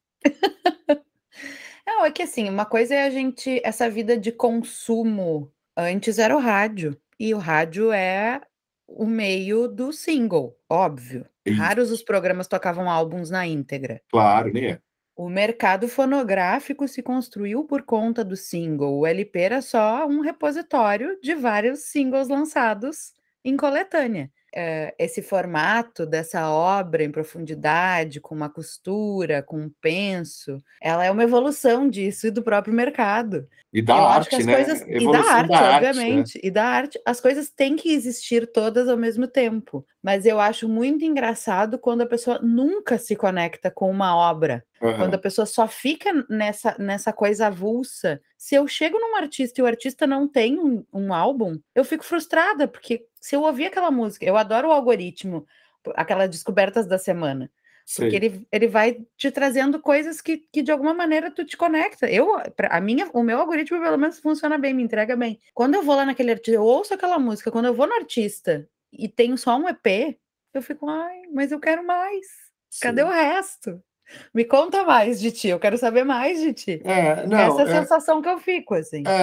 Speaker 1: Não, é que assim, uma coisa é a gente. Essa vida de consumo. Antes era o rádio. E o rádio é o meio do single, óbvio. Raros os
Speaker 2: Isso,
Speaker 1: programas tocavam álbuns na íntegra.
Speaker 2: claro, né?
Speaker 1: O mercado fonográfico se construiu por conta do single. O LP era só um repositório de vários singles lançados em coletânea. Esse formato dessa obra em profundidade, com uma costura, com um penso, ela é uma evolução disso e do próprio mercado.
Speaker 2: E da
Speaker 1: Eu acho que
Speaker 2: arte,
Speaker 1: as
Speaker 2: né?
Speaker 1: coisas. E da
Speaker 2: Evolução da
Speaker 1: arte,
Speaker 2: arte, né?
Speaker 1: obviamente. E da arte, as coisas têm que existir todas ao mesmo tempo. Mas eu acho muito engraçado quando a pessoa nunca se conecta com uma obra. Quando a
Speaker 2: Aham.
Speaker 1: pessoa só fica nessa coisa avulsa. Se eu chego num artista e o artista não tem um álbum, eu fico frustrada, porque se eu ouvir aquela música, eu adoro o algoritmo, aquelas descobertas da semana. Porque
Speaker 2: Sei.
Speaker 1: ele vai te trazendo coisas que de alguma maneira tu te conecta. O meu algoritmo pelo menos funciona bem, me entrega bem. Quando eu vou lá naquele artista, eu ouço aquela música, quando eu vou no artista e tenho só um EP, eu fico, ai, mas eu quero mais. Cadê o
Speaker 2: Sei.
Speaker 1: resto? Me conta mais de ti, eu quero saber mais de ti. Essa é
Speaker 2: Não,
Speaker 1: a sensação que eu fico, assim.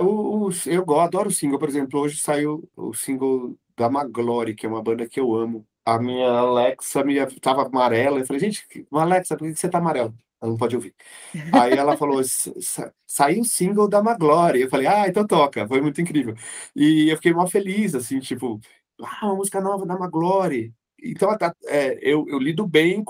Speaker 2: eu adoro o single, por exemplo, hoje saiu o single da Maglore, que é uma banda que eu amo. A minha Alexa tava amarela, eu falei, gente, Alexa, por que você tá amarela? Ela não pode ouvir. Aí ela falou, saiu o single da Maglore. Eu falei, ah, então toca, foi muito incrível. E eu fiquei mó feliz, assim, tipo, uma música nova da Maglore. Então, eu lido bem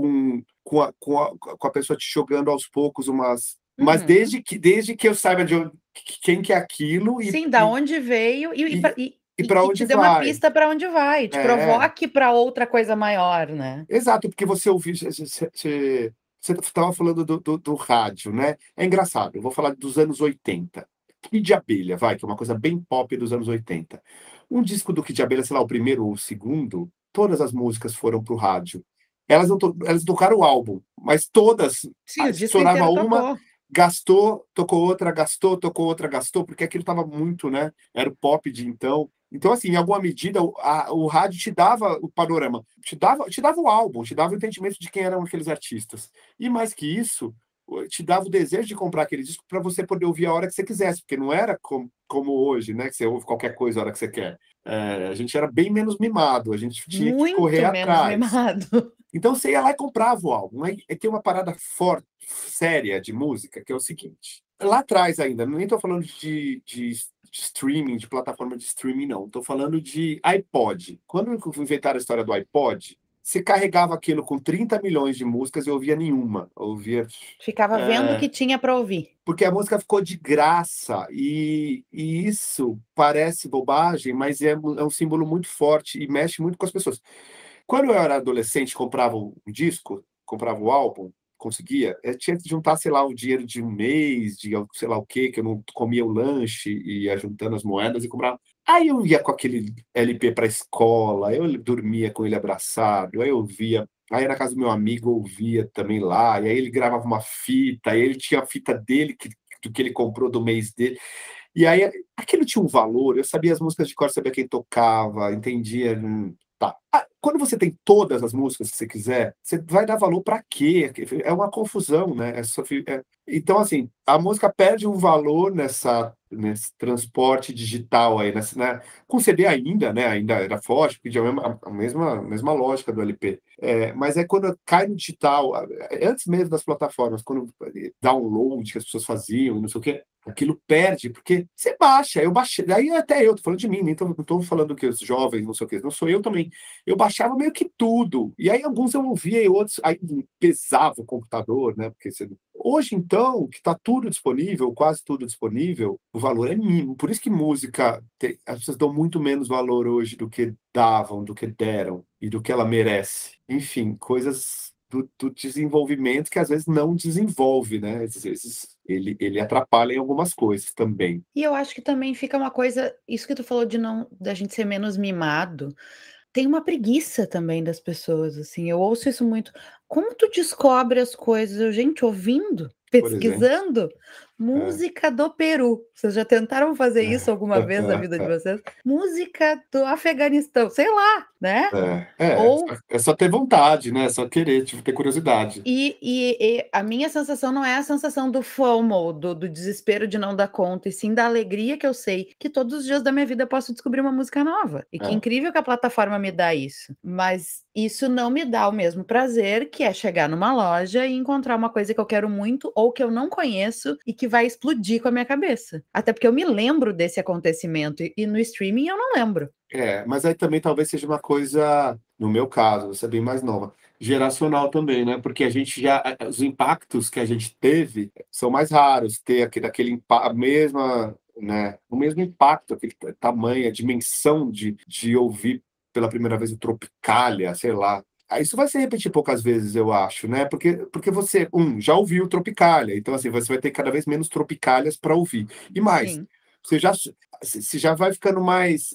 Speaker 2: com a pessoa te jogando aos poucos umas. Mas
Speaker 1: Uhum.
Speaker 2: desde que eu saiba quem que é aquilo
Speaker 1: Sim, da onde veio
Speaker 2: e, e
Speaker 1: e
Speaker 2: para
Speaker 1: que te
Speaker 2: onde
Speaker 1: dê uma
Speaker 2: vai.
Speaker 1: pista para onde vai, te
Speaker 2: É,
Speaker 1: provoque para outra coisa maior, né?
Speaker 2: exato, porque você ouviu. Você estava falando do rádio, né? É engraçado, eu vou falar dos anos 80. Kid de Abelha, vai, que é uma coisa bem pop dos anos 80. Um disco do Kid de Abelha, sei lá, o primeiro ou o segundo, todas as músicas foram pro rádio. Elas tocaram o álbum, mas todas,
Speaker 1: Sim, o disco
Speaker 2: estourava
Speaker 1: inteiro
Speaker 2: uma,
Speaker 1: tocou.
Speaker 2: gastou, tocou outra, gastou, tocou outra, gastou, porque aquilo estava muito, né? Era o pop de então. Então, assim, em alguma medida, o rádio te dava o panorama, te dava o álbum, te dava o entendimento de quem eram aqueles artistas. E mais que isso, te dava o desejo de comprar aquele disco para você poder ouvir a hora que você quisesse, porque não era como hoje, né? Que você ouve qualquer coisa a hora que você quer. A gente era bem menos mimado, a gente tinha que correr
Speaker 1: Muito menos
Speaker 2: atrás.
Speaker 1: mimado.
Speaker 2: Então você ia lá e comprava o álbum. Aí tem uma parada forte, séria de música, que é o seguinte. Lá atrás ainda, nem estou falando de streaming, de plataforma de streaming, não. Estou falando de iPod. Quando inventaram a história do iPod, você carregava aquilo com 30 milhões de músicas e ouvia nenhuma. Ouvia.
Speaker 1: Ficava vendo o
Speaker 2: é,
Speaker 1: que tinha para ouvir.
Speaker 2: Porque a música ficou de graça. E isso parece bobagem, mas é um símbolo muito forte e mexe muito com as pessoas. Quando eu era adolescente, comprava um disco, comprava o álbum, conseguia, eu tinha que juntar, sei lá, o dinheiro de um mês, de sei lá o quê, que eu não comia o lanche, e ia juntando as moedas e comprava. Aí eu ia com aquele LP para a escola, eu dormia com ele abraçado, aí eu via. Aí na casa do meu amigo eu ouvia também lá, e aí ele gravava uma fita, aí ele tinha a fita dele, do que ele comprou do mês dele. E aí aquilo tinha um valor, eu sabia as músicas de cor, sabia quem tocava, entendia. Tá. Quando você tem todas as músicas que você quiser, você vai dar valor para quê? É uma confusão, né? Então, assim, a música perde um valor nesse transporte digital aí, né? Com CD ainda, né? Ainda era forte, porque tinha a mesma lógica do LP. Mas é quando cai no digital, antes mesmo das plataformas, quando download que as pessoas faziam, e não sei o quê, aquilo perde, porque você baixa, eu baixei, daí até eu, tô falando de mim, nem não tô falando que os jovens, não sei o quê, não sou eu também. Eu baixava meio que tudo, e aí alguns eu ouvia e outros, aí pesava o computador, né, porque hoje então, que tá tudo disponível, quase tudo disponível, o valor é mínimo, por isso que música, as pessoas dão muito menos valor hoje do que davam, do que deram, e do que ela merece. Enfim, coisas do desenvolvimento que às vezes não desenvolve, né? Às vezes ele atrapalha em algumas coisas também.
Speaker 1: E eu acho que também fica uma coisa, isso que tu falou de não da gente ser menos mimado. Tem uma preguiça também das pessoas, assim, eu ouço isso muito. Como tu descobre as coisas? Eu: "Gente, ouvindo,
Speaker 2: Por exemplo.
Speaker 1: pesquisando".
Speaker 2: É.
Speaker 1: Música do Peru. Vocês já tentaram fazer isso alguma vez na vida de vocês? Música do Afeganistão, sei lá, né. Ou
Speaker 2: É só ter vontade, né, é só querer, tipo, ter curiosidade.
Speaker 1: e a minha sensação não é a sensação do FOMO, do desespero de não dar conta, e sim da alegria que eu sei que todos os dias da minha vida eu posso descobrir uma música nova, e que
Speaker 2: É,
Speaker 1: incrível que a plataforma me dá isso. Mas isso não me dá o mesmo prazer que é chegar numa loja e encontrar uma coisa que eu quero muito ou que eu não conheço e que vai explodir com a minha cabeça. Até porque eu me lembro desse acontecimento e no streaming eu não lembro.
Speaker 2: mas aí também talvez seja uma coisa, no meu caso, você é bem mais nova, geracional também, né, porque a gente já os impactos que a gente teve são mais raros, ter aquele impa a mesma, né, o mesmo impacto, aquele tamanho, a dimensão de ouvir pela primeira vez o Tropicália, sei lá. Isso vai se repetir poucas vezes, eu acho, né, porque você, já ouviu o Tropicália, então, assim, você vai ter cada vez menos Tropicálias para ouvir. E mais,
Speaker 1: Sim,
Speaker 2: você já você já vai ficando mais,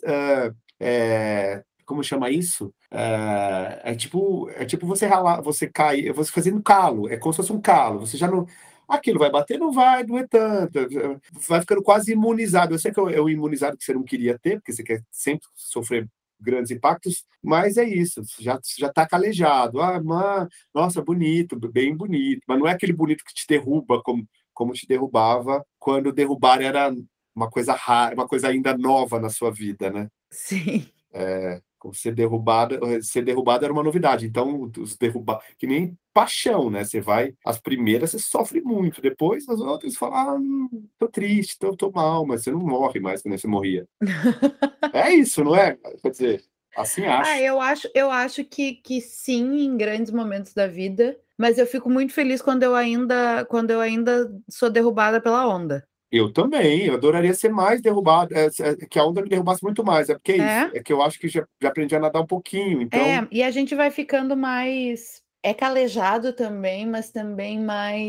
Speaker 2: como chama isso? É tipo você ralar, você cair, você fazendo calo, é como se fosse um calo, você já não, aquilo vai bater, não vai doer tanto, vai ficando quase imunizado. Eu sei que é o imunizado que você não queria ter, porque você quer sempre sofrer grandes impactos, mas é isso, você já tá calejado. Nossa, bonito, bem bonito, mas não é aquele bonito que te derruba como te derrubava quando derrubar era uma coisa rara, uma coisa ainda nova na sua vida, né.
Speaker 1: sim.
Speaker 2: Como ser derrubado era uma novidade, então os derruba que nem paixão, né, você vai, as primeiras você sofre muito, depois as outras você fala: "Ah, tô triste, tô mal", mas você não morre mais que nem você morria. É isso, não é? Quer dizer, assim
Speaker 1: Ah,
Speaker 2: acho.
Speaker 1: eu acho que sim, em grandes momentos da vida, mas eu fico muito feliz quando eu ainda sou derrubada pela onda.
Speaker 2: Eu também, eu adoraria ser mais derrubado, que a onda me derrubasse muito mais, é porque é isso,
Speaker 1: É,
Speaker 2: é que eu acho que já aprendi a nadar um pouquinho, então
Speaker 1: e a gente vai ficando mais calejado também, mas também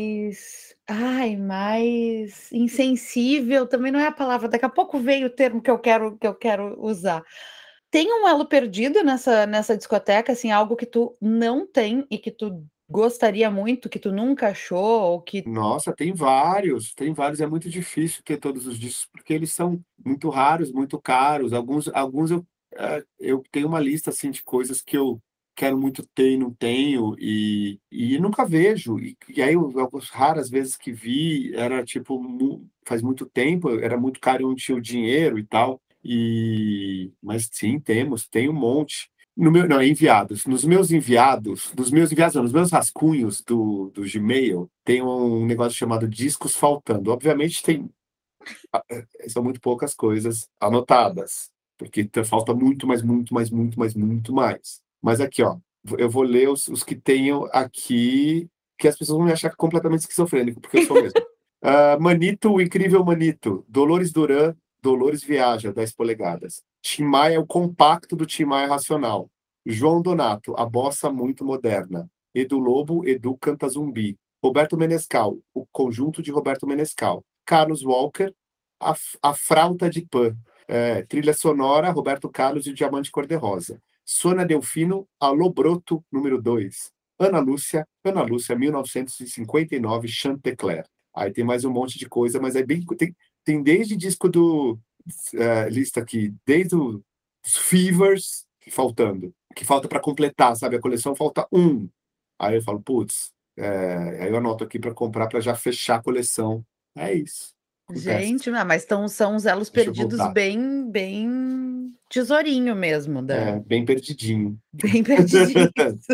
Speaker 1: mais insensível, também não é a palavra, daqui a pouco veio o termo que eu quero usar. Tem um elo perdido nessa discoteca, assim, algo que tu não tem e que tu gostaria muito, que tu nunca achou ou que
Speaker 2: nossa, tem vários, é muito difícil ter todos os discos, porque eles são muito raros, muito caros, alguns eu tenho uma lista, assim, de coisas que eu quero muito ter e não tenho, e nunca vejo, e aí as raras vezes que vi, era tipo faz muito tempo, era muito caro e eu não tinha o dinheiro e tal, mas sim, tem um monte. No meu, não, enviados. Nos meus enviados, não, nos meus rascunhos do Gmail, tem um negócio chamado discos faltando. Obviamente são muito poucas coisas anotadas, porque falta muito, mas muito, mas muito, mas muito mais. Mas aqui, ó, eu vou ler os que tenho aqui, que as pessoas vão me achar completamente esquizofrênico, porque eu sou mesmo. Manito, o incrível Manito. Dolores Duran, Dolores Viaja, 10 polegadas. Tim Maia, o compacto do Tim Maia Racional. João Donato, a bossa muito moderna. Edu Lobo, Edu Canta Zumbi. Roberto Menescal, o conjunto de Roberto Menescal. Carlos Walker, a Frauta de Pan. Trilha sonora, Roberto Carlos e o Diamante Cor-de-Rosa. Sônia Delfino, Alô Broto, número 2. Ana Lúcia, 1959, Chantecler. Aí tem mais um monte de coisa, mas é bem. Tem desde disco lista aqui, desde os Fevers, que falta para completar, sabe? A coleção falta um. Aí eu falo, putz, aí eu anoto aqui para comprar, para já fechar a coleção. É isso. Acontece.
Speaker 1: gente, mas são os elos
Speaker 2: Deixa eu
Speaker 1: perdidos
Speaker 2: voltar.
Speaker 1: bem bem tesourinho mesmo da
Speaker 2: Bem perdidinho.
Speaker 1: bem perdidinho.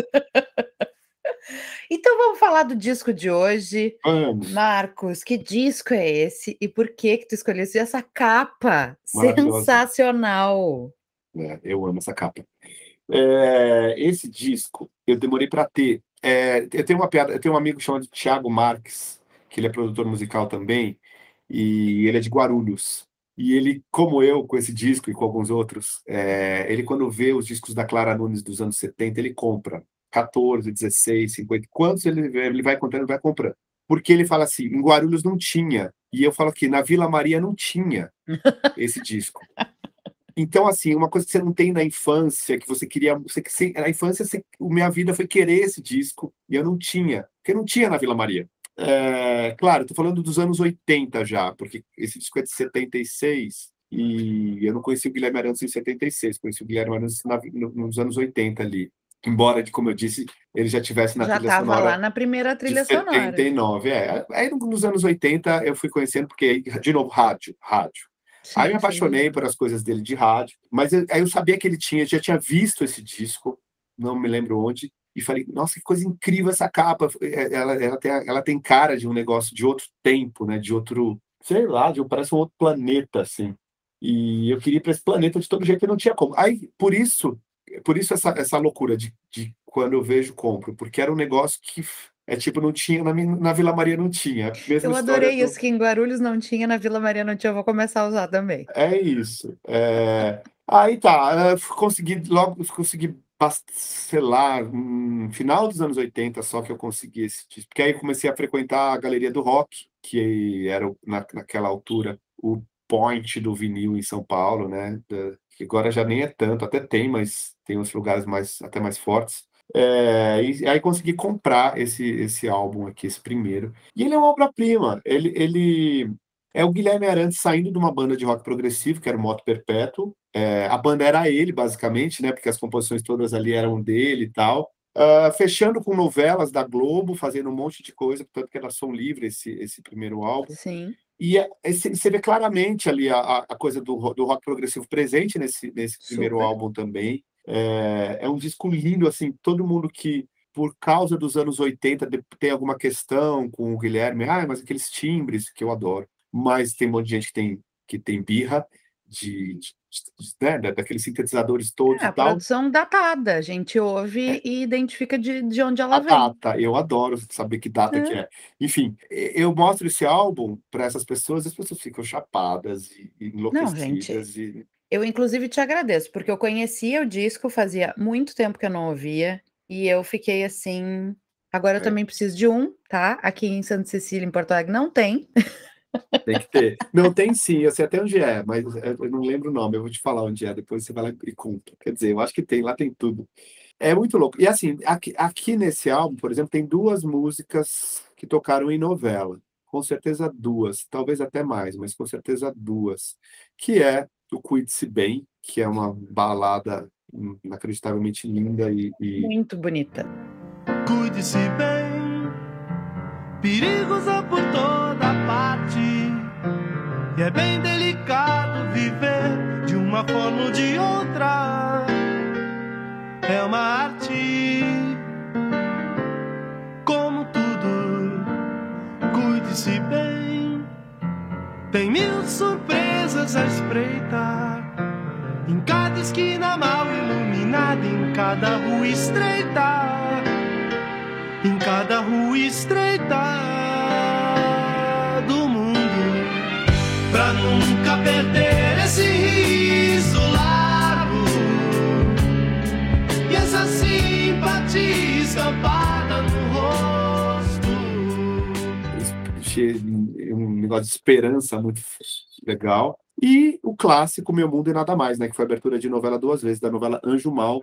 Speaker 1: Então vamos falar do disco de hoje.
Speaker 2: Vamos.
Speaker 1: Marcos, que disco é esse e por que que tu escolhesse essa capa
Speaker 2: Maravilhosa.
Speaker 1: sensacional?
Speaker 2: Eu amo essa capa. Esse disco eu demorei para ter. Eu tenho uma piada, eu tenho um amigo chamado Thiago Marques, que ele é produtor musical também, e ele é de Guarulhos. E ele, como eu, com esse disco e com alguns outros, ele quando vê os discos da Clara Nunes dos anos 70, ele compra 14, 16, 50. Quantos ele vai comprando, ele vai comprando. Porque ele fala assim, em Guarulhos não tinha. E eu falo aqui, na Vila Maria não tinha esse disco. Então, assim, uma coisa que você não tem na infância, que você queria. Na infância, minha vida foi querer esse disco, e eu não tinha, porque não tinha na Vila Maria. Claro, estou falando dos anos 80 já, porque esse disco é de 76, e eu não conheci o Guilherme Arantes em 76, conheci o Guilherme Arantes nos anos 80 ali. Embora, como eu disse, ele já tivesse na
Speaker 1: Já
Speaker 2: trilha
Speaker 1: estava lá
Speaker 2: sonora
Speaker 1: na primeira
Speaker 2: de
Speaker 1: trilha sonora.
Speaker 2: 79. Aí nos anos 80 eu fui conhecendo, porque, de novo, rádio. Aí me
Speaker 1: Sim, sem
Speaker 2: apaixonei
Speaker 1: dúvida.
Speaker 2: por as coisas dele de rádio, mas aí eu sabia que ele já tinha visto esse disco, não me lembro onde, e falei, nossa, que coisa incrível essa capa. Ela tem cara de um negócio de outro tempo, né? De outro, sei lá, parece um outro planeta, assim. E eu queria ir para esse planeta de todo jeito e não tinha como. Aí, por isso essa loucura de quando eu vejo, compro, porque era um negócio que tipo, não tinha, na Vila Maria não tinha. A mesma
Speaker 1: Eu
Speaker 2: história
Speaker 1: adorei
Speaker 2: do.
Speaker 1: isso, que em Guarulhos não tinha, na Vila Maria não tinha, eu vou começar a usar também.
Speaker 2: É isso. Aí tá, consegui, sei lá, final dos anos 80 só que eu consegui esse disco. Porque aí eu comecei a frequentar a Galeria do Rock, que era, naquela altura, o point do vinil em São Paulo, né? Que agora já nem é tanto, até tem, mas tem uns lugares até mais fortes. E aí consegui comprar esse álbum aqui, esse primeiro. E ele é uma obra-prima. Ele é o Guilherme Arantes saindo de uma banda de rock progressivo, que era o Moto Perpétuo. A banda era ele, basicamente, né? Porque as composições todas ali eram dele e tal. Fechando com novelas da Globo, fazendo um monte de coisa, portanto que era som livre esse primeiro álbum.
Speaker 1: Sim,
Speaker 2: E você vê claramente ali a coisa do rock progressivo presente nesse primeiro
Speaker 1: super.
Speaker 2: álbum também. É um disco lindo, assim, todo mundo que, por causa dos anos 80, tem alguma questão com o Guilherme, mas aqueles timbres que eu adoro. Mas tem um monte de gente que tem birra né, daqueles sintetizadores todos
Speaker 1: É,
Speaker 2: e
Speaker 1: a
Speaker 2: tal.
Speaker 1: produção datada, a gente ouve e identifica de onde ela
Speaker 2: A
Speaker 1: vem.
Speaker 2: data, eu adoro saber que data que
Speaker 1: É.
Speaker 2: é. Enfim, eu mostro esse álbum para essas pessoas, e as pessoas ficam chapadas e
Speaker 1: Não, gente,
Speaker 2: enlouquecidas.
Speaker 1: eu inclusive te agradeço, porque eu conhecia o disco, fazia muito tempo que eu não ouvia, e eu fiquei assim, agora eu
Speaker 2: É,
Speaker 1: também preciso de um, tá? Aqui em Santa Cecília, em Porto Alegre, não tem.
Speaker 2: tem que ter. Não, tem sim, eu sei até onde é, mas eu não lembro o nome, eu vou te falar onde é, depois você vai lá e conta. Quer dizer, eu acho que tem, lá tem tudo. É muito louco. E assim, aqui nesse álbum, por exemplo, tem duas músicas que tocaram em novela. Com certeza duas, talvez até mais, mas com certeza duas. Que é o Cuide-se Bem, que é uma balada inacreditavelmente linda
Speaker 1: Muito bonita.
Speaker 3: Cuide-se bem, perigos há por toda parte. E é bem delicado viver de uma forma ou de outra. É uma arte, como tudo. Cuide-se bem, tem mil surpresas à espreita. Em cada esquina mal iluminada, em cada rua estreita. Em cada rua estreita do mundo, pra nunca perder esse riso largo e essa simpatia estampada no rosto.
Speaker 2: um negócio de esperança muito legal. E o clássico Meu Mundo e Nada Mais, né? Que foi abertura de novela duas vezes, da novela Anjo Mal.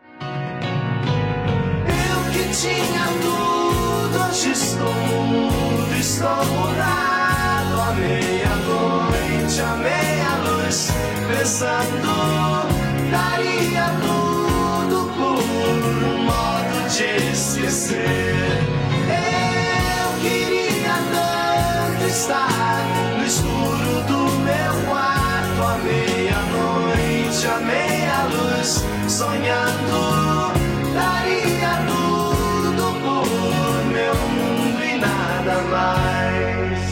Speaker 3: Eu que tinha tudo, hoje estou mudado. À meia-noite, à meia-luz, pensando, daria tudo por um modo de esquecer. Eu queria tanto estar no escuro do meu quarto, à meia-noite, à meia-luz, sonhando, daria tudo por meu mundo e nada mais.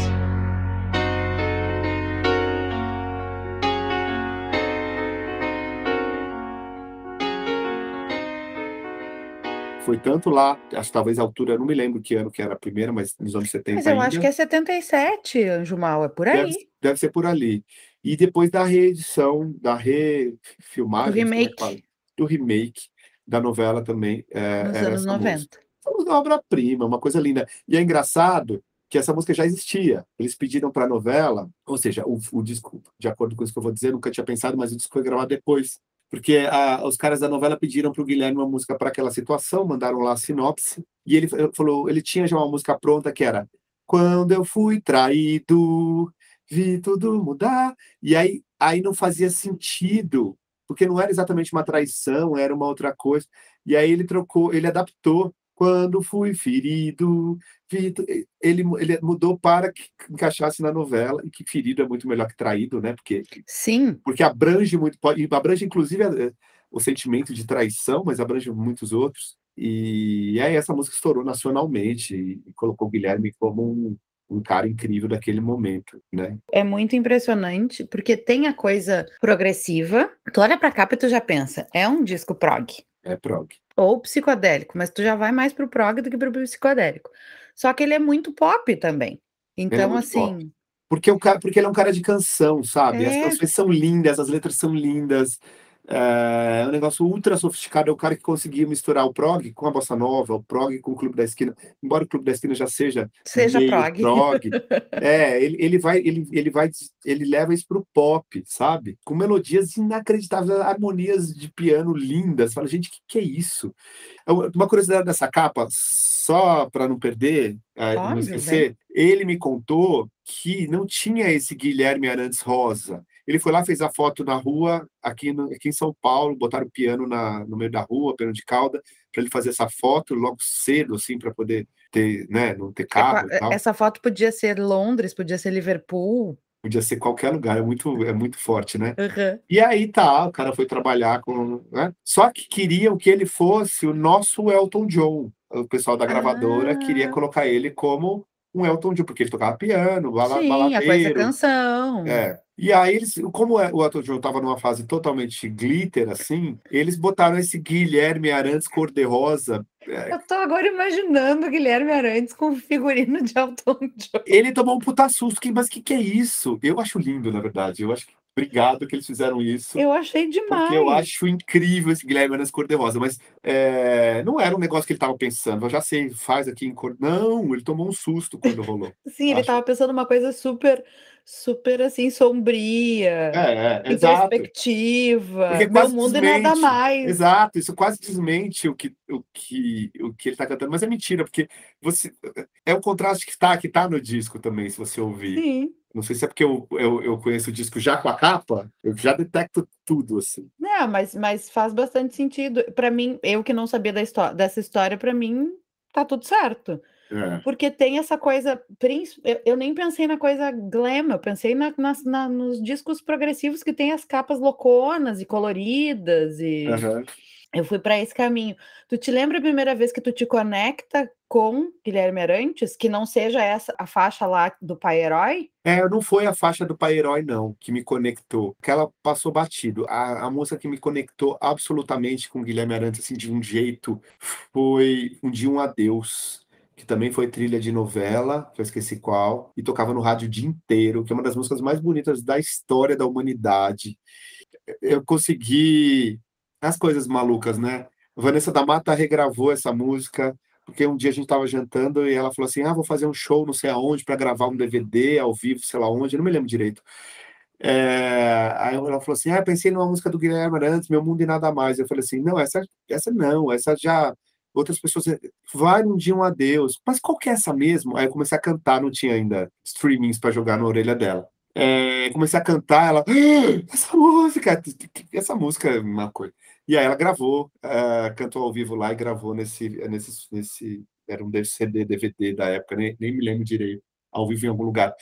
Speaker 2: Foi tanto lá, acho que talvez a altura, não me lembro que ano que era a primeira, mas nos anos
Speaker 1: Mas
Speaker 2: 70
Speaker 1: eu acho que
Speaker 2: ainda,
Speaker 1: é 77, Anjo Mal, é por
Speaker 2: deve,
Speaker 1: aí.
Speaker 2: deve ser por ali. E depois da reedição, da
Speaker 1: Do
Speaker 2: refilmagem, não sei como é que fala,
Speaker 1: remake,
Speaker 2: do remake da novela também,
Speaker 1: nos
Speaker 2: era
Speaker 1: anos
Speaker 2: essa música.
Speaker 1: 90.
Speaker 2: É uma obra-prima, uma coisa linda. E é engraçado que essa música já existia. Eles pediram para a novela, ou seja, o disco, de acordo com isso que eu vou dizer, nunca tinha pensado, mas o disco foi gravado depois. Porque os caras da novela pediram para o Guilherme uma música para aquela situação, mandaram lá a sinopse, e ele falou, ele tinha já uma música pronta que era Quando eu fui traído, vi tudo mudar. E aí não fazia sentido, porque não era exatamente uma traição, era uma outra coisa. E aí ele trocou, ele adaptou. Quando fui ferido, ele mudou para que encaixasse na novela, e que ferido é muito melhor que traído, né?
Speaker 1: Sim,
Speaker 2: Porque abrange muito, abrange inclusive o sentimento de traição, mas abrange muitos outros. E aí essa música estourou nacionalmente e colocou o Guilherme como um cara incrível daquele momento, né?
Speaker 1: é muito impressionante, porque tem a coisa progressiva. Tu olha pra capa e tu já pensa, é um disco prog.
Speaker 2: É prog.
Speaker 1: Ou psicodélico, mas tu já vai mais pro prog do que pro psicodélico. Só que ele é muito pop também.
Speaker 2: Ele é
Speaker 1: Então,
Speaker 2: muito pop.
Speaker 1: assim,
Speaker 2: Porque ele é um cara de canção, sabe? As
Speaker 1: é,
Speaker 2: canções são lindas, as letras são lindas. É um negócio ultra sofisticado. É o cara que conseguiu misturar o prog com a bossa nova, o prog com o Clube da Esquina. Embora o Clube da Esquina já seja
Speaker 1: seja
Speaker 2: meio
Speaker 1: prog.
Speaker 2: prog, ele leva isso pro pop, sabe? Com melodias inacreditáveis, harmonias de piano lindas. Você fala, gente, o que é isso? Uma curiosidade dessa capa, só para não perder, não
Speaker 1: Óbvio, vem.
Speaker 2: esquecer, ele me contou que não tinha esse Guilherme Arantes Rosa. Ele foi lá, fez a foto na rua, aqui em São Paulo, botaram o piano no meio da rua, piano de cauda, para ele fazer essa foto logo cedo, assim, para poder ter, né, não ter carro e tal.
Speaker 1: Essa foto podia ser Londres, podia ser Liverpool.
Speaker 2: Podia ser qualquer lugar, é muito forte, né?
Speaker 1: Aham.
Speaker 2: E aí tá, o cara foi trabalhar com, né? Só que queriam que ele fosse o nosso Elton John. O pessoal da gravadora queria
Speaker 1: Ah,
Speaker 2: colocar ele como um Elton John, porque ele tocava piano,
Speaker 1: sim, a coisa
Speaker 2: baladeiro.
Speaker 1: canção.
Speaker 2: É. E aí eles, como o Elton John estava numa fase totalmente glitter, assim, eles botaram esse Guilherme Arantes cor-de-rosa.
Speaker 1: Eu tô agora imaginando o Guilherme Arantes com o figurino de Elton John.
Speaker 2: Ele tomou um puta susto, mas que é isso? Eu acho lindo, na verdade. Eu acho que obrigado que eles fizeram isso.
Speaker 1: Eu achei
Speaker 2: Porque eu
Speaker 1: demais.
Speaker 2: acho incrível esse Guilherme Arantes cor-de-rosa, mas não era um negócio que ele estava pensando. Eu já sei, faz aqui em cor. Não, ele tomou um susto quando rolou.
Speaker 1: Sim, ele
Speaker 2: Acho.
Speaker 1: estava pensando uma coisa super, super assim, sombria,
Speaker 2: Exato.
Speaker 1: introspectiva.
Speaker 2: Porque
Speaker 1: Meu
Speaker 2: quase
Speaker 1: mundo e nada
Speaker 2: desmente.
Speaker 1: mais.
Speaker 2: Exato, isso quase desmente o que ele está cantando, mas é mentira, porque você é o contraste que tá no disco também, se você ouvir.
Speaker 1: Sim.
Speaker 2: Não sei se é porque eu conheço o disco já com a capa, eu já detecto tudo, assim.
Speaker 1: Não, mas faz bastante sentido. Para mim, eu que não sabia dessa história, para mim tá tudo certo.
Speaker 2: É.
Speaker 1: Porque tem essa coisa, eu nem pensei na coisa glam, eu pensei nos discos progressivos que tem as capas louconas e coloridas, e
Speaker 2: Aham.
Speaker 1: eu fui para esse caminho. Tu te lembra a primeira vez que tu te conecta com Guilherme Arantes, que não seja essa a faixa lá do Pai Herói?
Speaker 2: Não foi a faixa do Pai Herói, não, que me conectou, que ela passou batido. A música que me conectou absolutamente com Guilherme Arantes, assim, de um jeito, foi Um Dia Um Adeus, que também foi trilha de novela, que eu esqueci qual, e tocava no rádio o dia inteiro, que é uma das músicas mais bonitas da história da humanidade. Eu consegui as coisas malucas, né? Vanessa da Mata regravou essa música, porque um dia a gente estava jantando e ela falou assim: vou fazer um show não sei aonde para gravar um DVD ao vivo, sei lá onde, eu não me lembro direito. Aí ela falou assim: pensei numa música do Guilherme Arantes, Meu Mundo e Nada Mais. Eu falei assim: não, essa não, essa já. Outras pessoas, vai num dia um adeus. Mas qual que é essa mesmo? Aí eu comecei a cantar, não tinha ainda streamings para jogar na orelha dela. Comecei a cantar, ela, essa música é uma coisa. E aí ela gravou, cantou ao vivo lá e gravou era um CD, DVD da época, nem me lembro direito, ao vivo em algum lugar.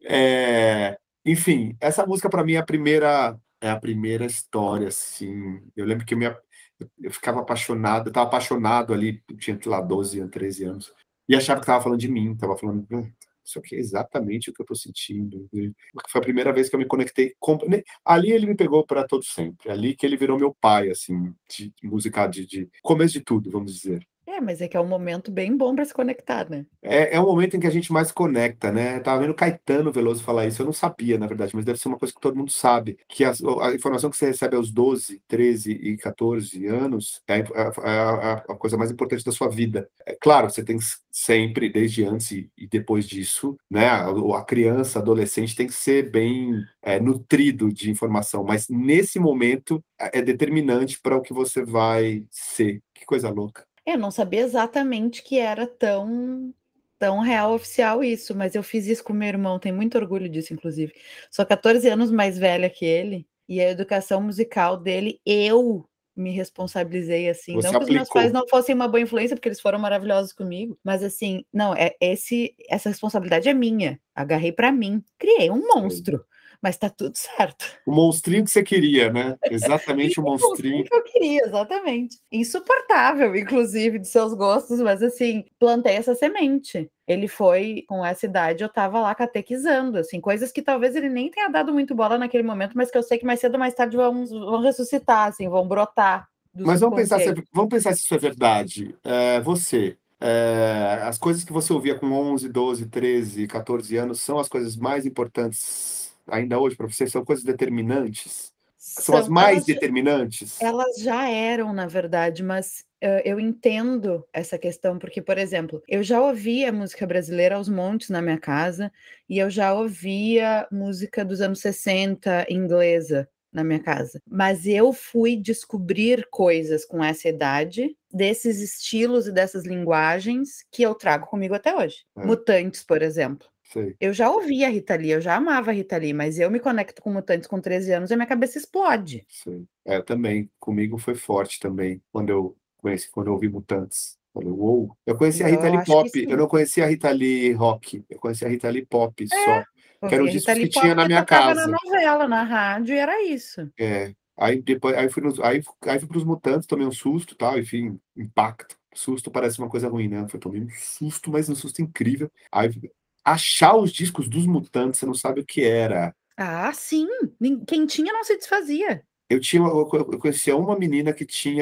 Speaker 2: Enfim, essa música para mim é a primeira história, assim. Eu lembro que eu ficava apaixonado, eu estava apaixonado ali, eu tinha, sei lá, 12 anos, 13 anos, e achava que estava falando de mim, estava falando, isso aqui é exatamente o que eu estou sentindo. Porque foi a primeira vez que eu me conectei. Ali ele me pegou para todo sempre. Ali que ele virou meu pai, assim, de música, de começo de tudo, vamos dizer.
Speaker 1: Mas é que é um momento bem bom para se conectar, né?
Speaker 2: É um momento em que a gente mais conecta, né? Eu tava vendo Caetano Veloso falar isso, eu não sabia, na verdade, mas deve ser uma coisa que todo mundo sabe, que a informação que você recebe aos 12, 13 e 14 anos é a coisa mais importante da sua vida. É claro, você tem que sempre, desde antes e depois disso, né? A criança, adolescente tem que ser bem nutrido de informação, mas nesse momento é determinante para o que você vai ser. Que coisa louca.
Speaker 1: Eu não sabia exatamente que era tão real oficial isso, mas eu fiz isso com meu irmão, tenho muito orgulho disso, inclusive. Sou 14 anos mais velha que ele, e a educação musical dele, eu me responsabilizei assim.
Speaker 2: Você
Speaker 1: Não que os meus pais
Speaker 2: aplicou.
Speaker 1: não fossem uma boa influência, porque eles foram maravilhosos comigo, mas assim, não, essa responsabilidade é minha. Agarrei pra mim, criei um monstro, mas tá tudo certo.
Speaker 2: O monstrinho que você queria, né?
Speaker 1: E
Speaker 2: Exatamente o
Speaker 1: o monstrinho
Speaker 2: monstrinho.
Speaker 1: que eu queria, exatamente. Insuportável, inclusive, de seus gostos, mas assim, plantei essa semente. Ele foi, com essa idade, eu tava lá catequizando, assim, coisas que talvez ele nem tenha dado muito bola naquele momento, mas que eu sei que mais cedo ou mais tarde vão ressuscitar, assim, vão brotar do
Speaker 2: Mas
Speaker 1: subconsciente.
Speaker 2: vamos pensar se isso é verdade. As coisas que você ouvia com 11, 12, 13, 14 anos são as coisas mais importantes ainda hoje para você? São coisas determinantes? São as
Speaker 1: São,
Speaker 2: mais determinantes?
Speaker 1: elas já eram, na verdade, mas eu entendo essa questão, porque, por exemplo, eu já ouvia música brasileira aos montes na minha casa, e eu já ouvia música dos anos 60 inglesa na minha casa. Mas eu fui descobrir coisas com essa idade, desses estilos e dessas linguagens que eu trago comigo até hoje.
Speaker 2: É,
Speaker 1: Mutantes, por exemplo.
Speaker 2: sei,
Speaker 1: Eu já ouvia a Rita Lee, eu já amava a Rita Lee, mas eu me conecto com Mutantes com 13 anos e a minha cabeça explode.
Speaker 2: sei. Também, comigo foi forte também, quando eu ouvi Mutantes. Falei, uou. Eu conheci a
Speaker 1: Então,
Speaker 2: Rita
Speaker 1: eu
Speaker 2: Lee
Speaker 1: acho que
Speaker 2: Pop, eu
Speaker 1: sim.
Speaker 2: não conhecia a Rita Lee Rock, eu conhecia a Rita Lee Pop só, que eram
Speaker 1: Ouvia Rita
Speaker 2: discos
Speaker 1: Lee
Speaker 2: que tinha
Speaker 1: Pop
Speaker 2: na
Speaker 1: que
Speaker 2: minha
Speaker 1: tocava na
Speaker 2: casa.
Speaker 1: novela, na rádio, e era isso.
Speaker 2: Aí depois, aí fui pros Mutantes, tomei um susto, tal, enfim, impacto. Susto parece uma coisa ruim, né? Foi tomei um susto, mas um susto incrível. Aí achar os discos dos Mutantes, você não sabe o que era.
Speaker 1: Ah, sim. Quem tinha não se desfazia.
Speaker 2: Eu conhecia uma menina que tinha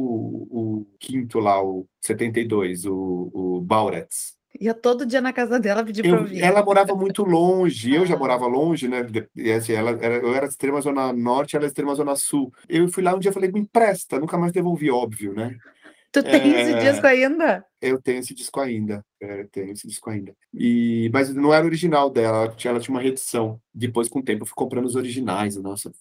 Speaker 2: o quinto lá, o 72, o Bauretz.
Speaker 1: Ia todo dia na casa dela pedir pra ouvir.
Speaker 2: Ela morava muito longe, eu já
Speaker 1: Ah,
Speaker 2: morava longe, né? E, assim, eu era extrema zona norte, ela era extrema zona sul. Eu fui lá um dia e falei, me empresta, nunca mais devolvi, óbvio, né?
Speaker 1: tu tem esse disco
Speaker 2: É,
Speaker 1: ainda?
Speaker 2: eu tenho esse disco ainda. Eu tenho esse disco ainda. Mas não era original dela, ela tinha uma reedição. Depois, com o tempo, eu fui comprando os originais. Nossa,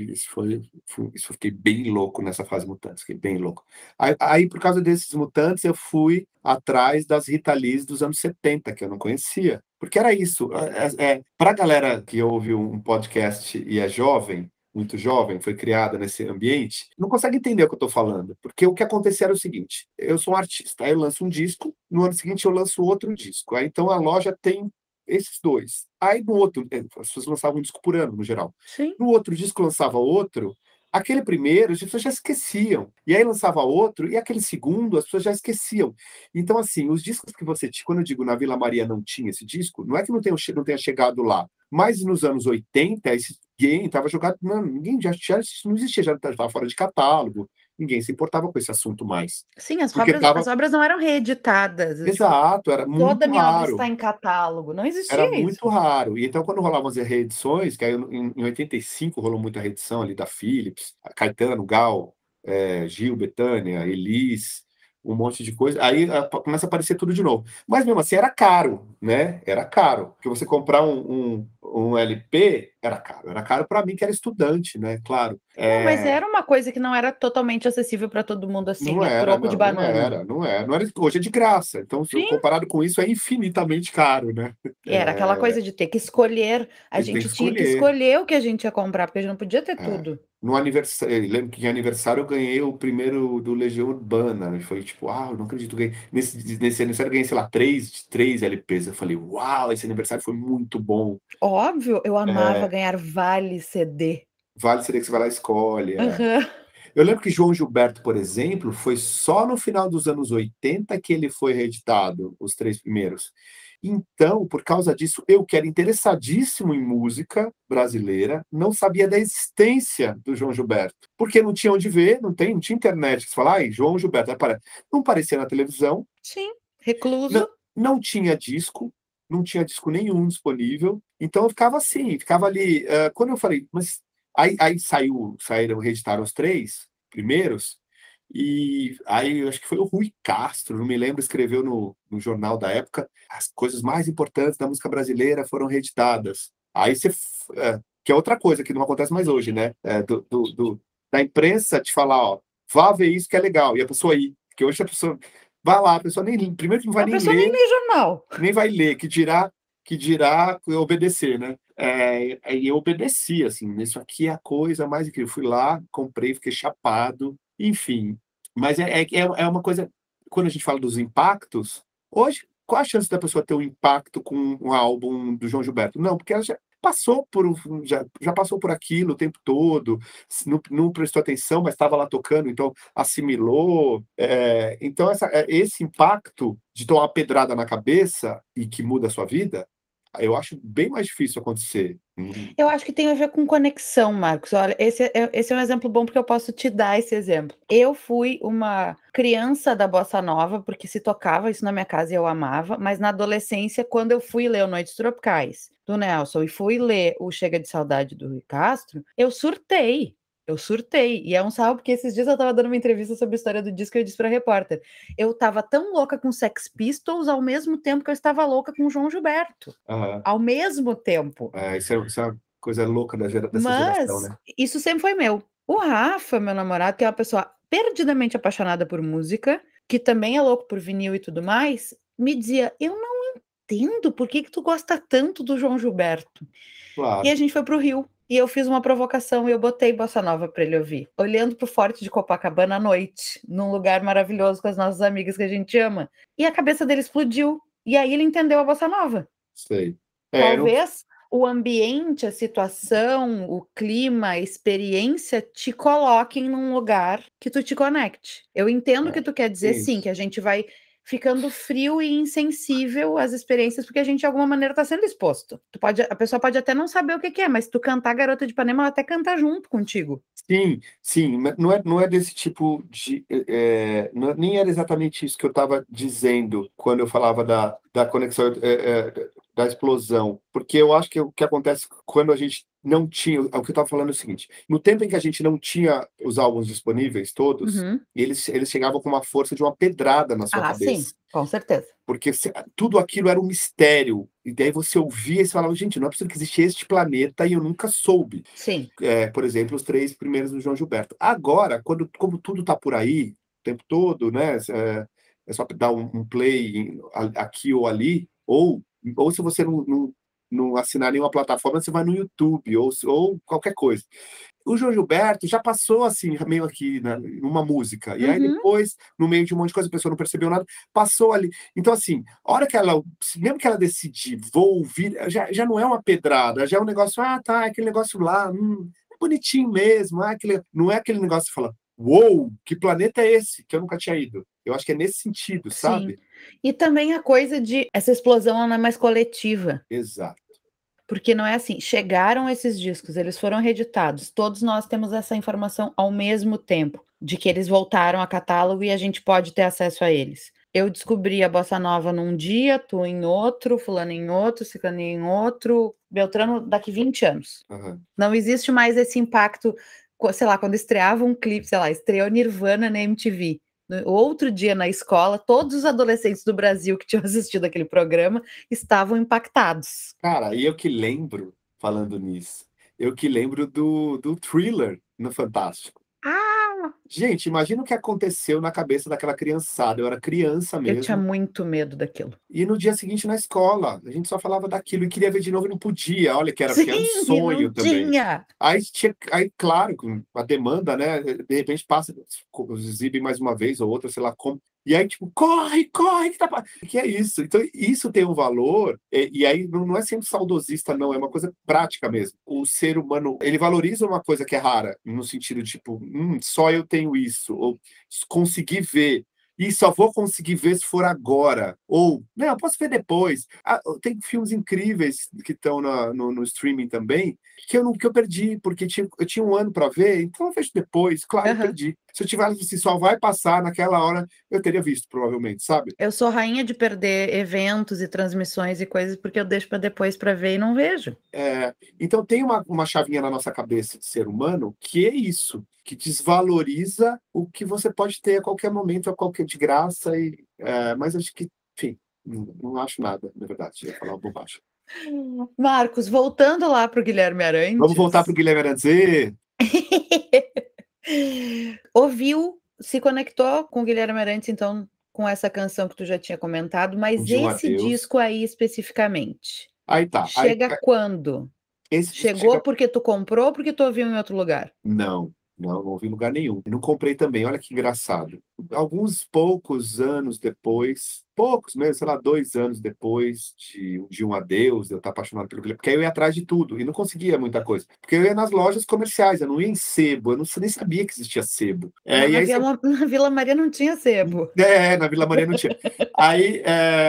Speaker 2: isso eu fiquei bem louco nessa fase Mutantes, fiquei bem louco. Aí, por causa desses Mutantes, eu fui atrás das Rita Lees dos anos 70, que eu não conhecia. Porque era isso. Para a galera que ouve um podcast e é jovem, muito jovem, foi criada nesse ambiente, não consegue entender o que eu estou falando. Porque o que acontecia era o seguinte: eu sou um artista, aí eu lanço um disco, no ano seguinte eu lanço outro disco. Aí então a loja tem esses dois. Aí no outro, as pessoas lançavam um disco por ano, no geral.
Speaker 1: Sim.
Speaker 2: No outro disco lançava outro, aquele primeiro as pessoas já esqueciam. E aí lançava outro, e aquele segundo as pessoas já esqueciam. Então, assim, os discos que você tinha, quando eu digo na Vila Maria não tinha esse disco, não é que não tenha chegado lá, mas nos anos 80, esse game estava jogado. Não, ninguém já não existia, já estava fora de catálogo, ninguém se importava com esse assunto mais.
Speaker 1: Sim, as
Speaker 2: Porque
Speaker 1: obras, as
Speaker 2: estava.
Speaker 1: obras não eram reeditadas. Tipo,
Speaker 2: Exato, era
Speaker 1: toda
Speaker 2: muito
Speaker 1: minha obra
Speaker 2: raro.
Speaker 1: está em catálogo. Não
Speaker 2: Era
Speaker 1: existia
Speaker 2: muito
Speaker 1: isso.
Speaker 2: raro. E então, quando rolavam as reedições, que aí em 85 rolou muita reedição ali da Philips, a Caetano, Gal, Gil, Bethânia, Elis, um monte de coisa. Aí começa a aparecer tudo de novo. Mas mesmo assim era caro, né? Era caro. Porque você comprar um LP era caro. Era caro para mim, que era estudante, né? Claro.
Speaker 1: Não, mas era uma coisa que não era totalmente acessível para todo mundo
Speaker 2: Não
Speaker 1: assim, a
Speaker 2: era,
Speaker 1: troco de
Speaker 2: não, não
Speaker 1: banana.
Speaker 2: era, não era. Não era, hoje é de graça. Então,
Speaker 1: Sim.
Speaker 2: comparado com isso, é infinitamente caro, né?
Speaker 1: Era aquela coisa de ter que escolher. A
Speaker 2: Você tem que
Speaker 1: gente tinha que
Speaker 2: escolher.
Speaker 1: escolher o que a gente ia comprar, porque a gente não podia ter
Speaker 2: É.
Speaker 1: tudo.
Speaker 2: No aniversário, eu lembro que em aniversário eu ganhei o primeiro do Legião Urbana. E foi tipo, eu não acredito. Nesse aniversário eu ganhei, sei lá, três LPs. Eu falei, uau, esse aniversário foi muito bom.
Speaker 1: Óbvio, eu amava
Speaker 2: É,
Speaker 1: ganhar vale CD.
Speaker 2: vale ser que você vai lá e escolhe.
Speaker 1: Aham.
Speaker 2: Eu lembro que João Gilberto, por exemplo, foi só no final dos anos 80 que ele foi reeditado, os três primeiros. Então, por causa disso, eu que era interessadíssimo em música brasileira, não sabia da existência do João Gilberto, porque não tinha onde ver, não tinha internet que você fala, ai, João Gilberto, não aparecia na televisão,
Speaker 1: Sim, recluso.
Speaker 2: não, não tinha disco, não tinha disco nenhum disponível, então eu ficava assim, ficava ali, quando eu falei, mas aí saíram, reeditaram os 3 primeiros, e aí eu acho que foi o Rui Castro, não me lembro, escreveu no jornal da época, as coisas mais importantes da música brasileira foram reeditadas. Aí que é outra coisa que não acontece mais hoje, né? Da imprensa te falar, ó, vá ver isso que é legal, e a pessoa ir, porque hoje a pessoa vai lá, a pessoa nem, primeiro que não vai
Speaker 1: A
Speaker 2: nem
Speaker 1: pessoa nem
Speaker 2: ler,
Speaker 1: lê jornal.
Speaker 2: nem vai ler, que dirá obedecer, né? E eu obedeci, assim, isso aqui é a coisa mais incrível. Fui lá, comprei, fiquei chapado, enfim. Mas é uma coisa, quando a gente fala dos impactos, hoje, qual a chance da pessoa ter um impacto com um álbum do João Gilberto? Não, porque ela já passou por aquilo o tempo todo, não prestou atenção, mas estava lá tocando, então assimilou. Então, esse impacto de tomar uma pedrada na cabeça e que muda a sua vida, eu acho bem mais difícil acontecer.
Speaker 1: Eu acho que tem a ver com conexão, Marcos. Olha, esse é um exemplo bom porque eu posso te dar esse exemplo. Eu fui uma criança da bossa nova, porque se tocava isso na minha casa e eu amava, mas na adolescência, quando eu fui ler o Noites Tropicais do Nelson e fui ler o Chega de Saudade do Rui Castro, eu surtei. Eu surtei. E é um sarro porque esses dias eu tava dando uma entrevista sobre a história do disco e eu disse pra repórter: eu tava tão louca com Sex Pistols ao mesmo tempo que eu estava louca com João Gilberto.
Speaker 2: Aham.
Speaker 1: Ao mesmo tempo.
Speaker 2: Isso é uma coisa louca dessa geração,
Speaker 1: Mas
Speaker 2: né?
Speaker 1: isso sempre foi meu. O Rafa, meu namorado, que é uma pessoa perdidamente apaixonada por música, que também é louco por vinil e tudo mais, me dizia: eu não entendo por que tu gosta tanto do João Gilberto. E
Speaker 2: Claro.
Speaker 1: a gente foi pro Rio. E eu fiz uma provocação e eu botei bossa nova para ele ouvir, olhando pro Forte de Copacabana à noite, num lugar maravilhoso com as nossas amigas que a gente ama. E a cabeça dele explodiu. E aí ele entendeu a bossa nova.
Speaker 2: Sei. Não,
Speaker 1: Talvez o ambiente, a situação, o clima, a experiência te coloquem num lugar que tu te conecte. Eu entendo o que tu quer dizer, sim,
Speaker 2: isso.
Speaker 1: que a gente vai ficando frio e insensível às experiências, porque a gente de alguma maneira está sendo exposto. A pessoa pode até não saber o que que é, mas se tu cantar Garota de Ipanema, ela até canta junto contigo.
Speaker 2: Sim, sim, mas não é desse tipo de. Nem era exatamente isso que eu estava dizendo quando eu falava da conexão, da explosão. Porque eu acho que o que acontece quando a gente não tinha. O que eu estava falando é o seguinte: no tempo em que a gente não tinha os álbuns disponíveis, todos,
Speaker 1: Uhum.
Speaker 2: eles chegavam com uma força de uma pedrada na sua
Speaker 1: Ah, sim,
Speaker 2: cabeça.
Speaker 1: com certeza.
Speaker 2: Porque tudo aquilo era um mistério. E daí você ouvia e você falava, gente, não é possível que existe este planeta e eu nunca soube.
Speaker 1: Sim.
Speaker 2: Por exemplo, os 3 primeiros do João Gilberto. Agora, como tudo está por aí, o tempo todo, né? É só dar um play aqui ou ali, ou se você não assinar nenhuma plataforma, você vai no YouTube ou qualquer coisa. O João Gilberto já passou assim, meio aqui, né, numa música, e aí
Speaker 1: Uhum.
Speaker 2: depois, no meio de um monte de coisa, a pessoa não percebeu nada, passou ali. Então, assim, a hora que mesmo que ela decidir, vou ouvir, já não é uma pedrada, já é um negócio, tá, é aquele negócio lá, é bonitinho mesmo, não é aquele negócio que você fala, uou, que planeta é esse? Que eu nunca tinha ido. Eu acho que é nesse sentido,
Speaker 1: Sim.
Speaker 2: sabe?
Speaker 1: E também a coisa de essa explosão ela não é mais coletiva.
Speaker 2: Exato.
Speaker 1: Porque não é assim, chegaram esses discos, eles foram reeditados, todos nós temos essa informação ao mesmo tempo, de que eles voltaram a catálogo e a gente pode ter acesso a eles. Eu descobri a bossa nova num dia, tu em outro, fulano em outro, ciclano em outro, Beltrano daqui 20 anos.
Speaker 2: Uhum.
Speaker 1: Não existe mais esse impacto, sei lá, quando estreava um clipe, sei lá, estreou Nirvana na MTV. No outro dia na escola, todos os adolescentes do Brasil que tinham assistido aquele programa estavam impactados.
Speaker 2: Cara, e eu que lembro, falando nisso, eu que lembro do Thriller no Fantástico.
Speaker 1: Ah!
Speaker 2: Gente, imagina o que aconteceu na cabeça daquela criançada. Eu era criança
Speaker 1: Eu tinha
Speaker 2: mesmo.
Speaker 1: muito medo daquilo.
Speaker 2: E no dia seguinte na escola, a gente só falava daquilo e queria ver de novo e não podia. Olha que era,
Speaker 1: Sim,
Speaker 2: porque era um
Speaker 1: e não
Speaker 2: sonho também.
Speaker 1: tinha.
Speaker 2: Aí, claro, com a demanda, né? De repente passa, exibe mais uma vez ou outra, sei lá como. E aí, tipo, corre, corre, que é isso? Então, isso tem um valor, e aí não é sempre saudosista, não, é uma coisa prática mesmo. O ser humano, ele valoriza uma coisa que é rara, no sentido, tipo, só eu tenho isso, ou conseguir ver. e só vou conseguir ver se for agora. Ou, não, eu posso ver depois. Tem filmes incríveis que estão no streaming também, que eu perdi, porque eu tinha um ano para ver, então eu vejo depois. Claro, eu perdi. Se eu tivesse assim, só vai passar naquela hora, eu teria visto, provavelmente, sabe?
Speaker 1: Eu sou rainha de perder eventos e transmissões e coisas, porque eu deixo para depois para ver e não vejo.
Speaker 2: Então tem uma chavinha na nossa cabeça de ser humano que é isso, que desvaloriza o que você pode ter a qualquer momento, a qualquer de graça, mas acho que, enfim, não acho nada, na verdade, ia falar uma bobagem.
Speaker 1: Marcos, voltando lá para o Guilherme Arantes.
Speaker 2: Vamos voltar para o Guilherme Arantes.
Speaker 1: Ouviu, se conectou com o Guilherme Arantes, então, com essa canção que tu já tinha comentado, mas esse disco aí especificamente,
Speaker 2: aí tá.
Speaker 1: Chega quando? Chegou porque tu comprou ou porque tu ouviu em outro lugar?
Speaker 2: Não ouvi em lugar nenhum. Eu não comprei também, olha que engraçado. Alguns poucos anos depois, poucos mesmo, sei lá, 2 anos depois de Um Adeus, de eu estar apaixonado pelo Guilherme, porque aí eu ia atrás de tudo e não conseguia muita coisa. Porque eu ia nas lojas comerciais, eu não ia em sebo, eu nem sabia que existia sebo.
Speaker 1: Na Vila Maria não tinha sebo.
Speaker 2: Na Vila Maria não tinha. Aí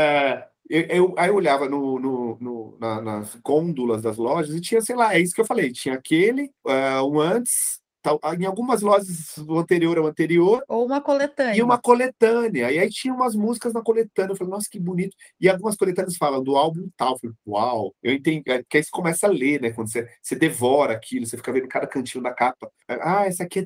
Speaker 2: eu olhava nas gôndolas das lojas e tinha, sei lá, é isso que eu falei, tinha aquele, um antes, tal, em algumas lojas o anterior ao anterior.
Speaker 1: Ou uma coletânea.
Speaker 2: E uma coletânea. E aí tinha umas músicas na coletânea. Eu falei, nossa, que bonito. E algumas coletâneas falam do álbum tal. Eu falei, uau. Eu entendi. Porque aí você começa a ler, né? Quando você devora aquilo, você fica vendo cada cantinho da capa. Essa aqui é de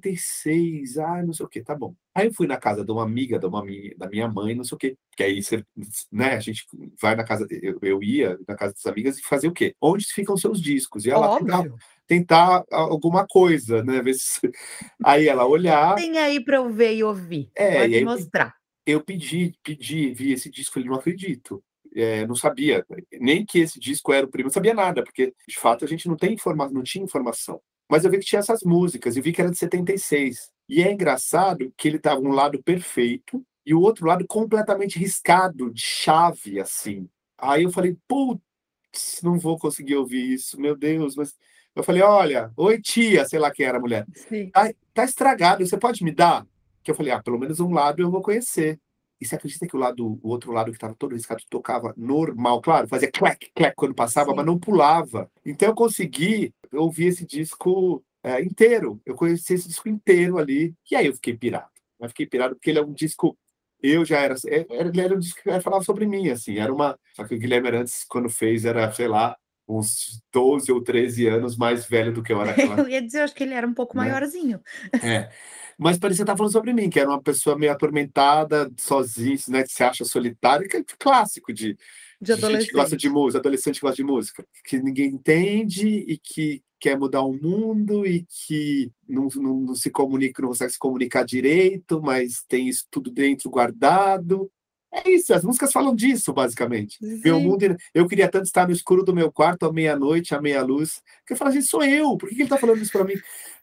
Speaker 2: 76. Não sei o quê. Tá bom. Aí eu fui na casa de uma amiga da minha mãe, não sei o quê. Porque aí você, né, a gente vai na casa, eu ia na casa das amigas e fazia o quê? Onde ficam seus discos? E ela tentar alguma coisa, né? Ver se... Aí ela olhar.
Speaker 1: Tem aí para eu ver e ouvir. Pode mostrar.
Speaker 2: Eu pedi, vi esse disco, ele não acredito. Não sabia, nem que esse disco era o primeiro, não sabia nada, porque de fato a gente não tinha informação. Mas eu vi que tinha essas músicas, eu vi que era de 76. E é engraçado que ele tava um lado perfeito e o outro lado completamente riscado, de chave, assim. Aí eu falei, putz, não vou conseguir ouvir isso, meu Deus. Mas eu falei, olha, oi tia, sei lá quem era a mulher.
Speaker 1: Sim.
Speaker 2: Tá estragado, você pode me dar? Que eu falei, pelo menos um lado eu vou conhecer. E você acredita que o outro lado que estava todo riscado tocava normal? Claro, fazia clac, clac quando passava, mas não pulava. Então eu consegui ouvir esse disco inteiro. Eu conheci esse disco inteiro ali. E aí eu fiquei pirado. Eu fiquei pirado porque ele é um disco... Eu já era... Ele era um disco que falava sobre mim, assim. Só que o Guilherme Arantes, quando fez, era, sei lá, uns 12 ou 13 anos mais velho do que eu era.
Speaker 1: Eu ia dizer, acho que ele era um pouco maiorzinho.
Speaker 2: Mas parecia estar falando sobre mim, que era uma pessoa meio atormentada, sozinha, né, que se acha solitária, que é clássico de gente que gosta de música, adolescente que gosta de música, que ninguém entende e que quer mudar o mundo e que não se comunica, não consegue se comunicar direito, mas tem isso tudo dentro guardado. É isso, as músicas falam disso, basicamente. Meu mundo, eu queria tanto estar no escuro do meu quarto à meia-noite, à meia-luz. Porque eu falo, gente, sou eu, por que ele está falando isso para mim?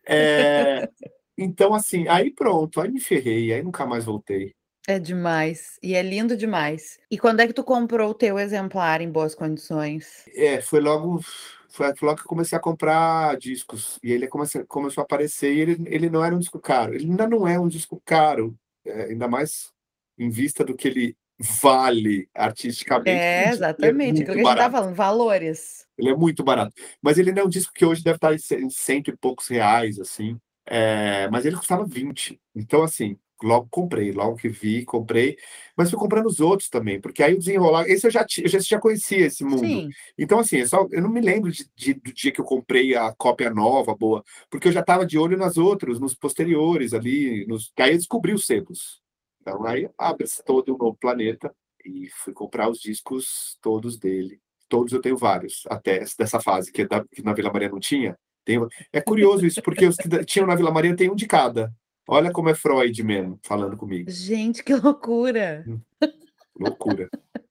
Speaker 2: Então, assim, aí pronto, aí me ferrei, aí nunca mais voltei.
Speaker 1: É demais, e é lindo demais. E quando é que tu comprou o teu exemplar em boas condições?
Speaker 2: Foi logo que eu comecei a comprar discos, e ele começou a aparecer, e ele não era um disco caro, ele ainda não é um disco caro, ainda mais em vista do que ele vale artisticamente.
Speaker 1: Exatamente, aquilo que a gente tá falando, valores.
Speaker 2: Ele é muito barato, mas ele não é um disco que hoje deve estar em 100 e poucos reais, assim. Mas ele custava 20. Então, assim, logo comprei, logo que vi, comprei. Mas fui comprando os outros também, porque aí o desenrolar... Esse eu já conhecia esse mundo.
Speaker 1: Sim.
Speaker 2: Então, assim, eu não me lembro do dia que eu comprei a cópia nova, boa, porque eu já estava de olho nas outras, nos posteriores ali, aí eu descobri os sebos. Então, aí abre-se todo um novo planeta e fui comprar os discos todos dele. Todos eu tenho vários, até dessa fase, que na Vila Maria não tinha. É curioso isso, porque os que tinham na Vila Maria tem um de cada. Olha como é Freud mesmo, falando comigo.
Speaker 1: Gente, que loucura!
Speaker 2: Loucura.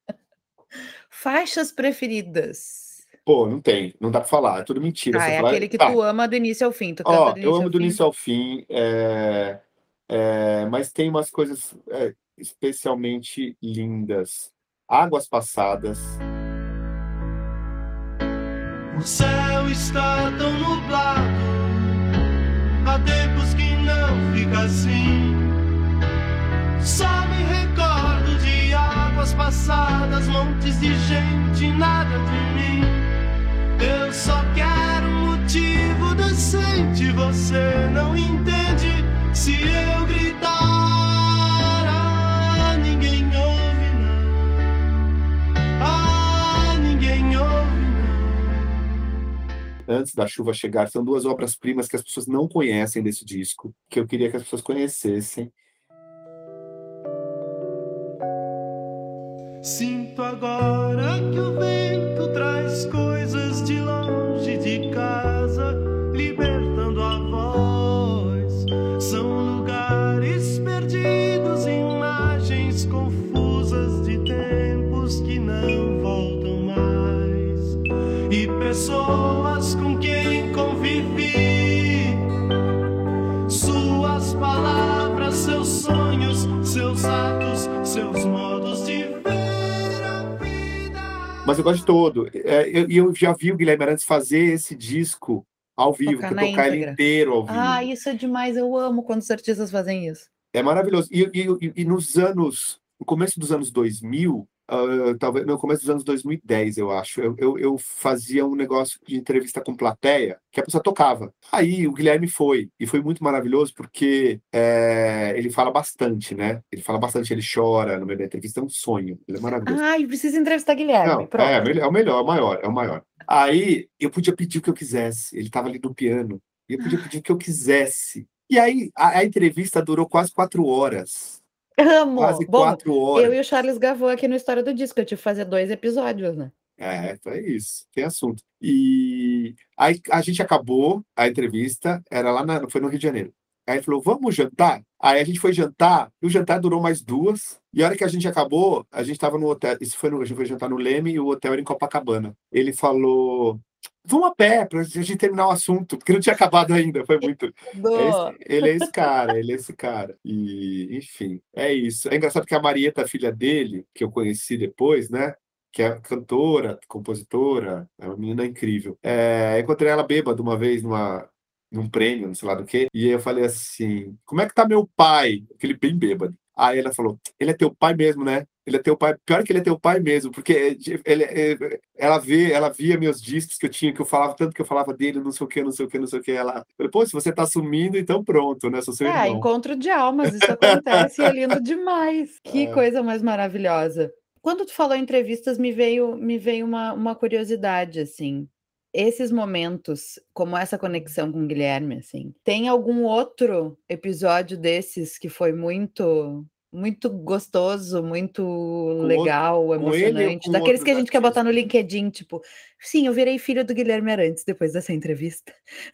Speaker 1: Faixas preferidas?
Speaker 2: Pô, não tem, não dá pra falar, é tudo mentira.
Speaker 1: É aquele que tu ama do início ao fim, tu canta do início
Speaker 2: eu amo
Speaker 1: ao
Speaker 2: do
Speaker 1: fim.
Speaker 2: início ao fim, mas tem umas coisas especialmente lindas. Águas Passadas.
Speaker 3: O céu está tão nublado, há tempos que não fica assim. Só me recordo de águas passadas, montes de gente, nada de mim. Eu só quero um motivo decente, você não entende. Se eu gritar, ninguém ouve não. Ninguém ouve não.
Speaker 2: Antes da Chuva Chegar, são duas obras-primas que as pessoas não conhecem desse disco, que eu queria que as pessoas conhecessem.
Speaker 3: Sinto agora que o vento traz coisas de longe de casa, libertando a voz. São lugares perdidos, imagens confusas de tempos que não voltam mais. E pessoas com quem convivi, suas palavras, seus sonhos, seus atos, seus modos de ver.
Speaker 2: Mas eu gosto de todo. Eu já vi o Guilherme Arantes fazer esse disco ao vivo, tocar ele inteiro ao vivo.
Speaker 1: Isso é demais, eu amo quando os artistas fazem isso.
Speaker 2: É maravilhoso. E no começo dos anos 2000, talvez no começo dos anos 2010, eu acho, eu fazia um negócio de entrevista com plateia, que a pessoa tocava. Aí o Guilherme foi muito maravilhoso, porque ele fala bastante, né? Ele fala bastante, ele chora no meio da entrevista, é um sonho, ele é maravilhoso.
Speaker 1: Precisa entrevistar Guilherme,
Speaker 2: Não,
Speaker 1: pronto.
Speaker 2: é o melhor, é o maior. Aí eu podia pedir o que eu quisesse, ele estava ali no piano, e eu podia pedir o que eu quisesse. E aí a entrevista durou quase 4 horas.
Speaker 1: Amo!
Speaker 2: Quase
Speaker 1: Bom,
Speaker 2: 4 horas.
Speaker 1: eu e o Charles Gavot aqui no História do Disco, eu tive que fazer 2 episódios, né?
Speaker 2: É isso, tem assunto. E aí a gente acabou a entrevista, era foi no Rio de Janeiro. Aí ele falou, vamos jantar? Aí a gente foi jantar, e o jantar durou mais 2, e a hora que a gente acabou, a gente estava no hotel, a gente foi jantar no Leme, e o hotel era em Copacabana. Ele falou, vamos a pé, pra gente terminar o assunto, porque não tinha acabado ainda, foi muito... Ele é esse cara. E, enfim, é isso. É engraçado que a Marieta, filha dele, que eu conheci depois, né? Que é cantora, compositora, é uma menina incrível. Eu encontrei ela bêbada uma vez num prêmio, não sei lá do quê, e eu falei assim, como é que tá meu pai? Aquele bem bêbado. Aí ela falou, ele é teu pai mesmo, né? Ele é teu pai, pior que ele é teu pai mesmo, porque ela via meus discos que eu tinha, que eu falava tanto que eu falava dele, não sei o que, não sei o que, não sei o que. Ela falou, pô, se você tá sumindo, então pronto, né? Sou seu irmão.
Speaker 1: Encontro de almas, isso acontece e é lindo demais. Que coisa mais maravilhosa. Quando tu falou em entrevistas, me veio uma curiosidade, assim. Esses momentos, como essa conexão com o Guilherme, assim, tem algum outro episódio desses que foi muito, muito gostoso, muito legal,
Speaker 2: com ele ou
Speaker 1: emocionante?
Speaker 2: com
Speaker 1: Daqueles
Speaker 2: outros
Speaker 1: que a gente quer botar no
Speaker 2: artistas?
Speaker 1: LinkedIn, tipo, sim, eu virei filho do Guilherme Arantes depois dessa entrevista.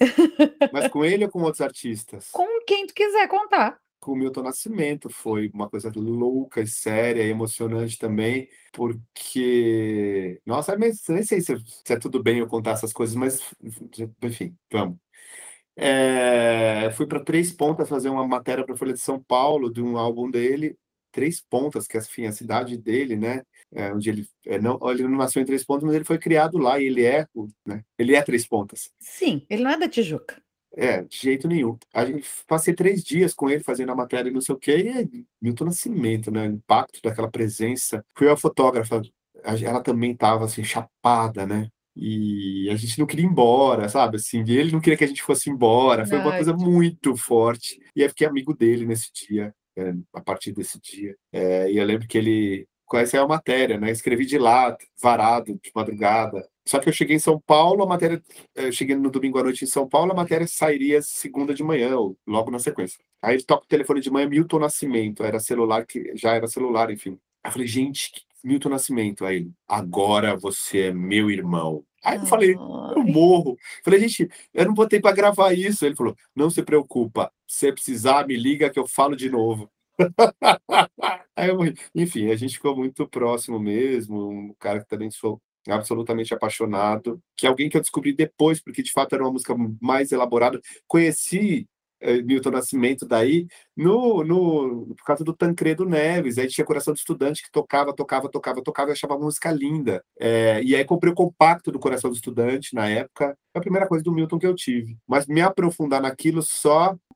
Speaker 2: Mas com ele ou com outros artistas?
Speaker 1: Com quem tu quiser contar.
Speaker 2: Com o Milton Nascimento foi uma coisa louca e séria e emocionante também, porque... Nossa, mas nem sei se é tudo bem eu contar essas coisas, mas, enfim, vamos. Fui para Três Pontas fazer uma matéria para a Folha de São Paulo, de um álbum dele, Três Pontas, que é, enfim, a cidade dele, né? Onde ele não nasceu em Três Pontas, mas ele foi criado lá, e ele é Três Pontas.
Speaker 1: Sim, ele não é da Tijuca.
Speaker 2: De jeito nenhum. A gente passei 3 dias com ele fazendo a matéria e não sei o quê, e é Milton Nascimento, né? O impacto daquela presença. Fui a fotógrafa, ela também estava assim, chapada, né? E a gente não queria ir embora, sabe? Assim, e ele não queria que a gente fosse embora. Foi uma coisa muito forte. E aí fiquei amigo dele nesse dia, a partir desse dia. E eu lembro que ele conhece a matéria, né? Escrevi de lá, varado, de madrugada. Só que eu cheguei em São Paulo, eu cheguei no domingo à noite em São Paulo, a matéria sairia segunda de manhã, ou logo na sequência. Aí ele toca o telefone de manhã, Milton Nascimento, era celular, que já era celular, enfim. Aí eu falei, gente, Milton Nascimento. Aí ele, agora você é meu irmão. Aí eu falei, eu morro. Falei, gente, eu não botei para gravar isso. Ele falou, não se preocupa, se precisar, me liga que eu falo de novo. Aí eu morri. Enfim, a gente ficou muito próximo mesmo, um cara que também sou absolutamente apaixonado, que é alguém que eu descobri depois, porque de fato era uma música mais elaborada. Conheci Milton Nascimento daí por causa do Tancredo Neves. Aí tinha Coração de Estudante que tocava, eu achava a música linda. E aí comprei o compacto do Coração do Estudante na época. Foi a primeira coisa do Milton que eu tive. Mas me aprofundar naquilo só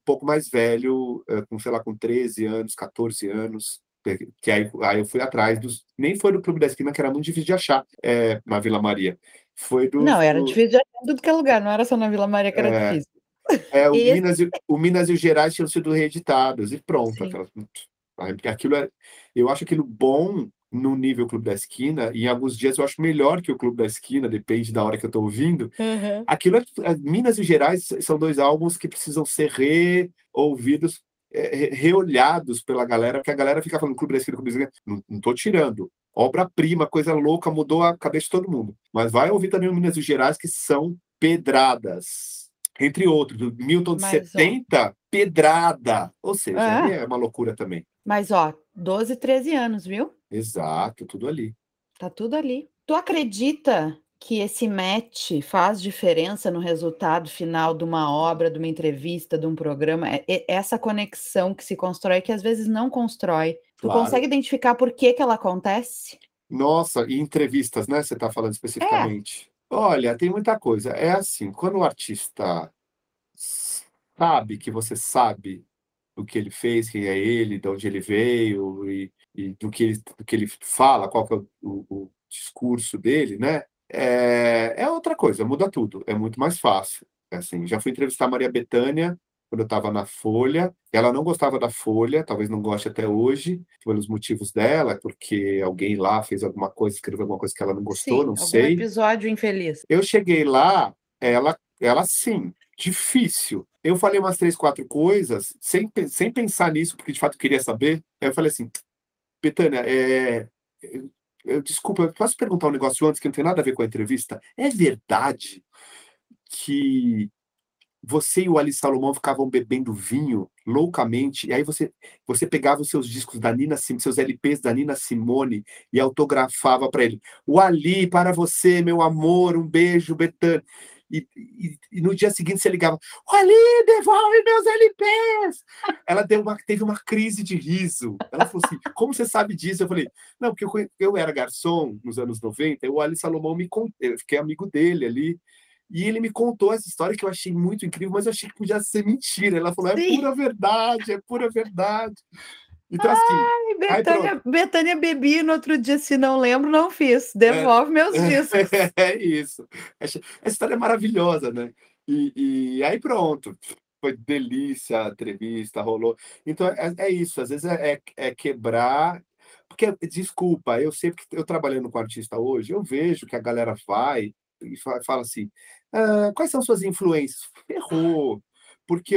Speaker 2: pouco mais velho, com, sei lá, com 13 anos, 14 anos, que aí eu fui atrás dos. Nem foi do Clube da Esquina, que era muito difícil de achar na Vila Maria. Foi
Speaker 1: Não, era difícil de achar em tudo que é lugar, não era só na Vila Maria que era difícil. Esse,
Speaker 2: o Minas e o Gerais tinham sido reeditados, e pronto.
Speaker 1: sim.
Speaker 2: Aquilo eu acho aquilo bom no nível Clube da Esquina, e em alguns dias eu acho melhor que o Clube da Esquina, depende da hora que eu estou ouvindo.
Speaker 1: Uhum.
Speaker 2: Aquilo Minas e Gerais são dois álbuns que precisam ser reouvidos, reolhados pela galera, porque a galera fica falando Clube da Esquina, Clube da Esquina. Não tô tirando. Obra-prima, coisa louca, mudou a cabeça de todo mundo. Mas vai ouvir também o Minas e Gerais, que são pedradas. Entre outros, o Milton de
Speaker 1: Mas,
Speaker 2: 70, pedrada. Ou seja, aí
Speaker 1: é,
Speaker 2: é uma loucura também.
Speaker 1: mas 12, 13 anos, viu?
Speaker 2: Exato, tudo ali.
Speaker 1: Tá tudo ali. Tu acredita que esse match faz diferença no resultado final de uma obra, de uma entrevista, de um programa? Essa conexão que se constrói, que às vezes não constrói. Tu
Speaker 2: Claro.
Speaker 1: consegue identificar por que ela acontece?
Speaker 2: Nossa, e entrevistas, né? Você está falando especificamente. Olha, tem muita coisa. É assim, quando o artista sabe que você sabe o que ele fez, quem é ele, de onde ele veio e do que ele fala, qual que é o discurso dele, né? É outra coisa, muda tudo, é muito mais fácil. É assim, já fui entrevistar a Maria Bethânia quando eu estava na Folha. Ela não gostava da Folha, talvez não goste até hoje, pelos motivos dela, porque alguém lá fez alguma coisa, escreveu alguma coisa que ela não gostou,
Speaker 1: Sim,
Speaker 2: não
Speaker 1: algum
Speaker 2: sei.
Speaker 1: episódio infeliz.
Speaker 2: Eu cheguei lá, ela sim, difícil. Eu falei umas 3, 4 coisas, sem pensar nisso, porque de fato eu queria saber. Aí eu falei assim, Betânia, desculpa, eu posso perguntar um negócio antes que não tem nada a ver com a entrevista? É verdade que você e o Ali Salomão ficavam bebendo vinho loucamente, e aí você pegava os seus discos da Nina Simone, seus LPs da Nina Simone, e autografava para ele. O Ali, para você, meu amor, um beijo, Betânia. E no dia seguinte você ligava, o Ali, devolve meus LPs! Ela teve uma crise de riso. Ela falou assim, como você sabe disso? Eu falei, não, porque eu era garçom nos anos 90, e o Ali Salomão eu fiquei amigo dele ali. E ele me contou essa história que eu achei muito incrível, mas eu achei que podia ser mentira. Ela falou, é
Speaker 1: Sim.
Speaker 2: pura verdade, é pura verdade. Então, assim, aí pronto.
Speaker 1: Betânia bebi no outro dia, se não lembro, não fiz. Devolve meus discos.
Speaker 2: É isso. Essa história é maravilhosa, né? E aí pronto. Foi delícia a entrevista, rolou. Então, é isso. Às vezes é quebrar. Porque, desculpa, eu sempre que eu trabalhando com artista hoje, eu vejo que a galera vai e fala assim, quais são suas influências? Ferrou. Porque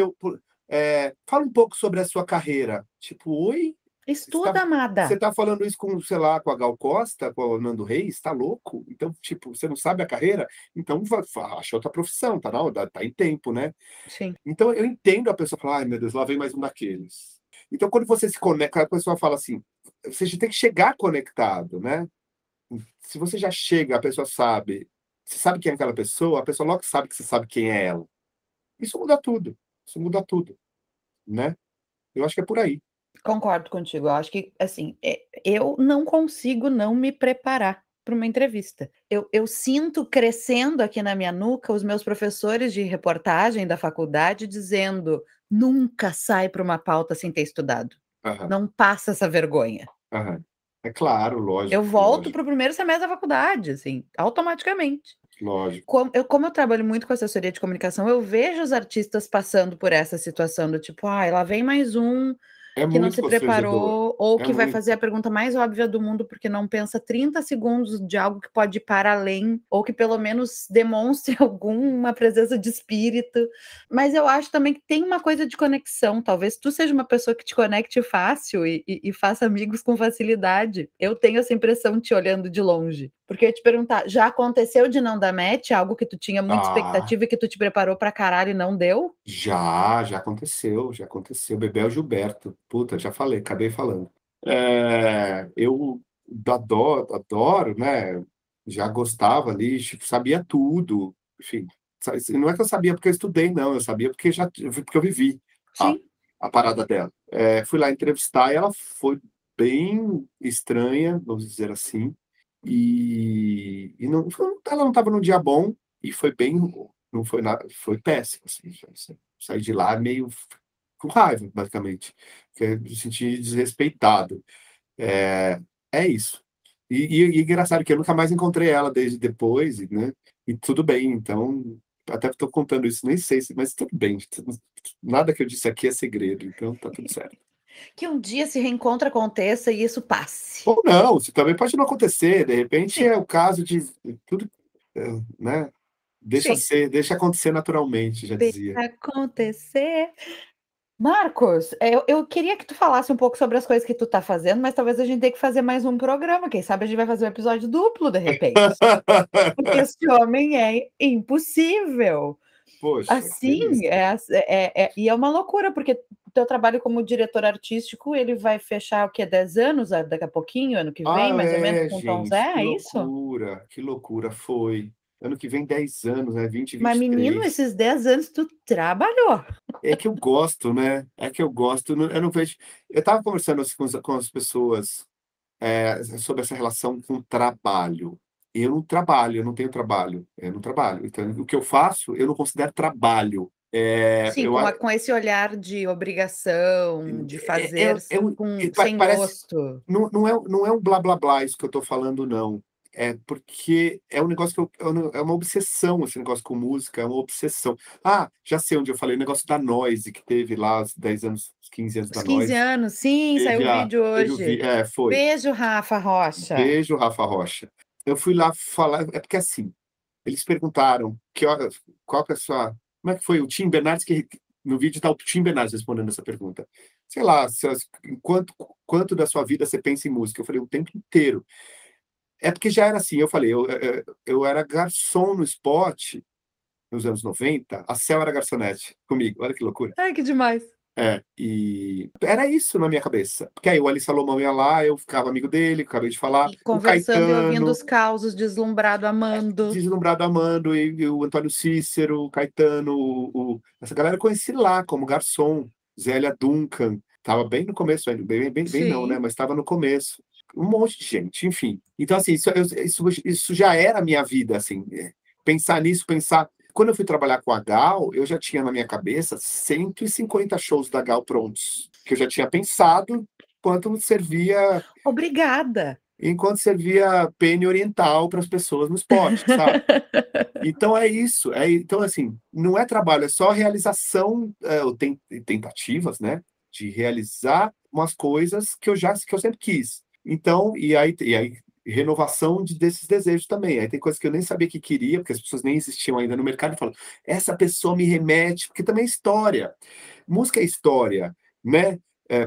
Speaker 2: fala um pouco sobre a sua carreira. Tipo, oi?
Speaker 1: Estuda, amada.
Speaker 2: Você tá falando isso com, sei lá, com a Gal Costa, com o Nando Reis? Tá louco? Então, tipo, você não sabe a carreira? Então, acha outra profissão, tá em tempo, né?
Speaker 1: Sim.
Speaker 2: Então, eu entendo a pessoa falar, ai, meu Deus, lá vem mais um daqueles. Então, quando você se conecta, a pessoa fala assim, você já tem que chegar conectado, né? Se você já chega, a pessoa sabe, você sabe quem é aquela pessoa, a pessoa logo sabe que você sabe quem é ela. Isso muda tudo. Isso muda tudo, né? Eu acho que é por aí.
Speaker 1: Concordo contigo. Eu acho que, assim, eu não consigo não me preparar para uma entrevista. Eu sinto crescendo aqui na minha nuca os meus professores de reportagem da faculdade dizendo: nunca sai para uma pauta sem ter estudado.
Speaker 2: Aham,
Speaker 1: Não passa essa vergonha.
Speaker 2: aham. É claro,
Speaker 1: Eu
Speaker 2: lógico,
Speaker 1: volto
Speaker 2: lógico,
Speaker 1: para o primeiro semestre da faculdade, assim, automaticamente.
Speaker 2: lógico.
Speaker 1: Como eu trabalho muito com assessoria de comunicação, eu vejo os artistas passando por essa situação do tipo, ai, lá vem mais um
Speaker 2: É
Speaker 1: que não
Speaker 2: muito
Speaker 1: se
Speaker 2: constrangedor.
Speaker 1: preparou, ou
Speaker 2: É
Speaker 1: que vai
Speaker 2: muito.
Speaker 1: fazer a pergunta mais óbvia do mundo porque não pensa 30 segundos de algo que pode ir para além, ou que pelo menos demonstre alguma presença de espírito. Mas eu acho também que tem uma coisa de conexão. Talvez tu seja uma pessoa que te conecte fácil e faça amigos com facilidade. Eu tenho essa impressão te olhando de longe. Porque eu ia te perguntar, já aconteceu de não dar match, algo que tu tinha muita
Speaker 2: Ah,
Speaker 1: expectativa e que tu te preparou pra caralho e não deu?
Speaker 2: já aconteceu, já aconteceu. Bebel Gilberto. Puta, já falei, acabei falando. Eu adoro, né? Já gostava ali, tipo, sabia tudo. Enfim, não é que eu sabia porque eu estudei, não. Eu sabia porque eu vivi a,
Speaker 1: Sim.
Speaker 2: a parada dela. Fui lá entrevistar e ela foi bem estranha, vamos dizer assim. E ela não estava num dia bom e foi bem, não foi nada, foi péssimo, assim, saí de lá meio com raiva, basicamente, porque eu me senti desrespeitado. É, é isso. E engraçado que eu nunca mais encontrei ela desde depois, né? E tudo bem, então, até estou contando isso, nem sei, mas tudo bem. Nada que eu disse aqui é segredo, então tá tudo certo.
Speaker 1: Que um dia esse reencontro aconteça e isso passe.
Speaker 2: Ou não, isso também pode não acontecer, de repente
Speaker 1: Sim,
Speaker 2: é o caso de tudo, né?
Speaker 1: sim.
Speaker 2: Deixa acontecer naturalmente, já
Speaker 1: Deixa
Speaker 2: dizia.
Speaker 1: acontecer. Marcos, eu queria que tu falasse um pouco sobre as coisas que tu tá fazendo, mas talvez a gente tenha que fazer mais um programa, quem sabe a gente vai fazer um episódio duplo de repente, porque esse homem é impossível.
Speaker 2: Poxa,
Speaker 1: Assim,
Speaker 2: beleza.
Speaker 1: e é uma loucura, porque o teu trabalho como diretor artístico, ele vai fechar o quê? 10 anos, daqui a pouquinho, ano que vem, mais ou menos, com o Tom
Speaker 2: Gente,
Speaker 1: Zé, é isso?
Speaker 2: que loucura foi. Ano que vem 10 anos, né?
Speaker 1: Mas menino,
Speaker 2: 2023.
Speaker 1: esses 10 anos tu trabalhou.
Speaker 2: É que eu gosto, né? É que eu gosto, eu não vejo. Eu estava conversando assim, com as pessoas sobre essa relação com o trabalho. Eu não trabalho, eu não tenho trabalho, eu não trabalho. Então, o que eu faço, eu não considero trabalho.
Speaker 1: Sim, com esse olhar de obrigação, de fazer sem
Speaker 2: Parece.
Speaker 1: gosto.
Speaker 2: Não é um blá blá blá isso que eu estou falando, não. É porque é um negócio é uma obsessão esse negócio com música, é uma obsessão. Ah, já sei onde eu falei, o negócio da Noise, que teve lá os 10 anos, os 15 anos
Speaker 1: Os
Speaker 2: da
Speaker 1: 15
Speaker 2: Noise.
Speaker 1: anos, sim, saiu o vídeo
Speaker 2: Teve o
Speaker 1: hoje.
Speaker 2: foi.
Speaker 1: Beijo, Rafa Rocha.
Speaker 2: Beijo, Rafa Rocha. Eu fui lá falar, é porque assim, eles perguntaram qual que é a sua. Como é que foi? O Tim Bernardes, que no vídeo está o Tim Bernardes respondendo essa pergunta. Sei lá, quanto da sua vida você pensa em música? Eu falei, o tempo inteiro. É porque já era assim, eu falei, eu era garçom no Spot, nos anos 90, a Cel era garçonete comigo, olha que loucura.
Speaker 1: Ai, que demais.
Speaker 2: E era isso na minha cabeça. Porque aí o Ali Salomão ia lá, eu ficava amigo dele, acabei de falar,
Speaker 1: E
Speaker 2: o
Speaker 1: conversando e ouvindo
Speaker 2: Caetano,
Speaker 1: os causos, deslumbrado, amando.
Speaker 2: Deslumbrado Amando, e o Antônio Cícero, o Caetano, essa galera eu conheci lá como garçom, Zélia Duncan, estava bem no começo ainda, bem não, né?
Speaker 1: Sim.
Speaker 2: Mas estava no começo. Um monte de gente, enfim. Então, assim, isso já era a minha vida, assim. Pensar nisso, pensar. Quando eu fui trabalhar com a Gal, eu já tinha na minha cabeça 150 shows da Gal prontos, que eu já tinha pensado
Speaker 1: Obrigada.
Speaker 2: enquanto servia pene oriental para as pessoas no Spot, sabe? Então é isso. Então, assim, não é trabalho, é só realização, tentativas, né? De realizar umas coisas que eu sempre quis. Então, e aí renovação desses desejos também. Aí tem coisas que eu nem sabia que queria, porque as pessoas nem existiam ainda no mercado, e falam, essa pessoa me remete, porque também é história. Música é história, né?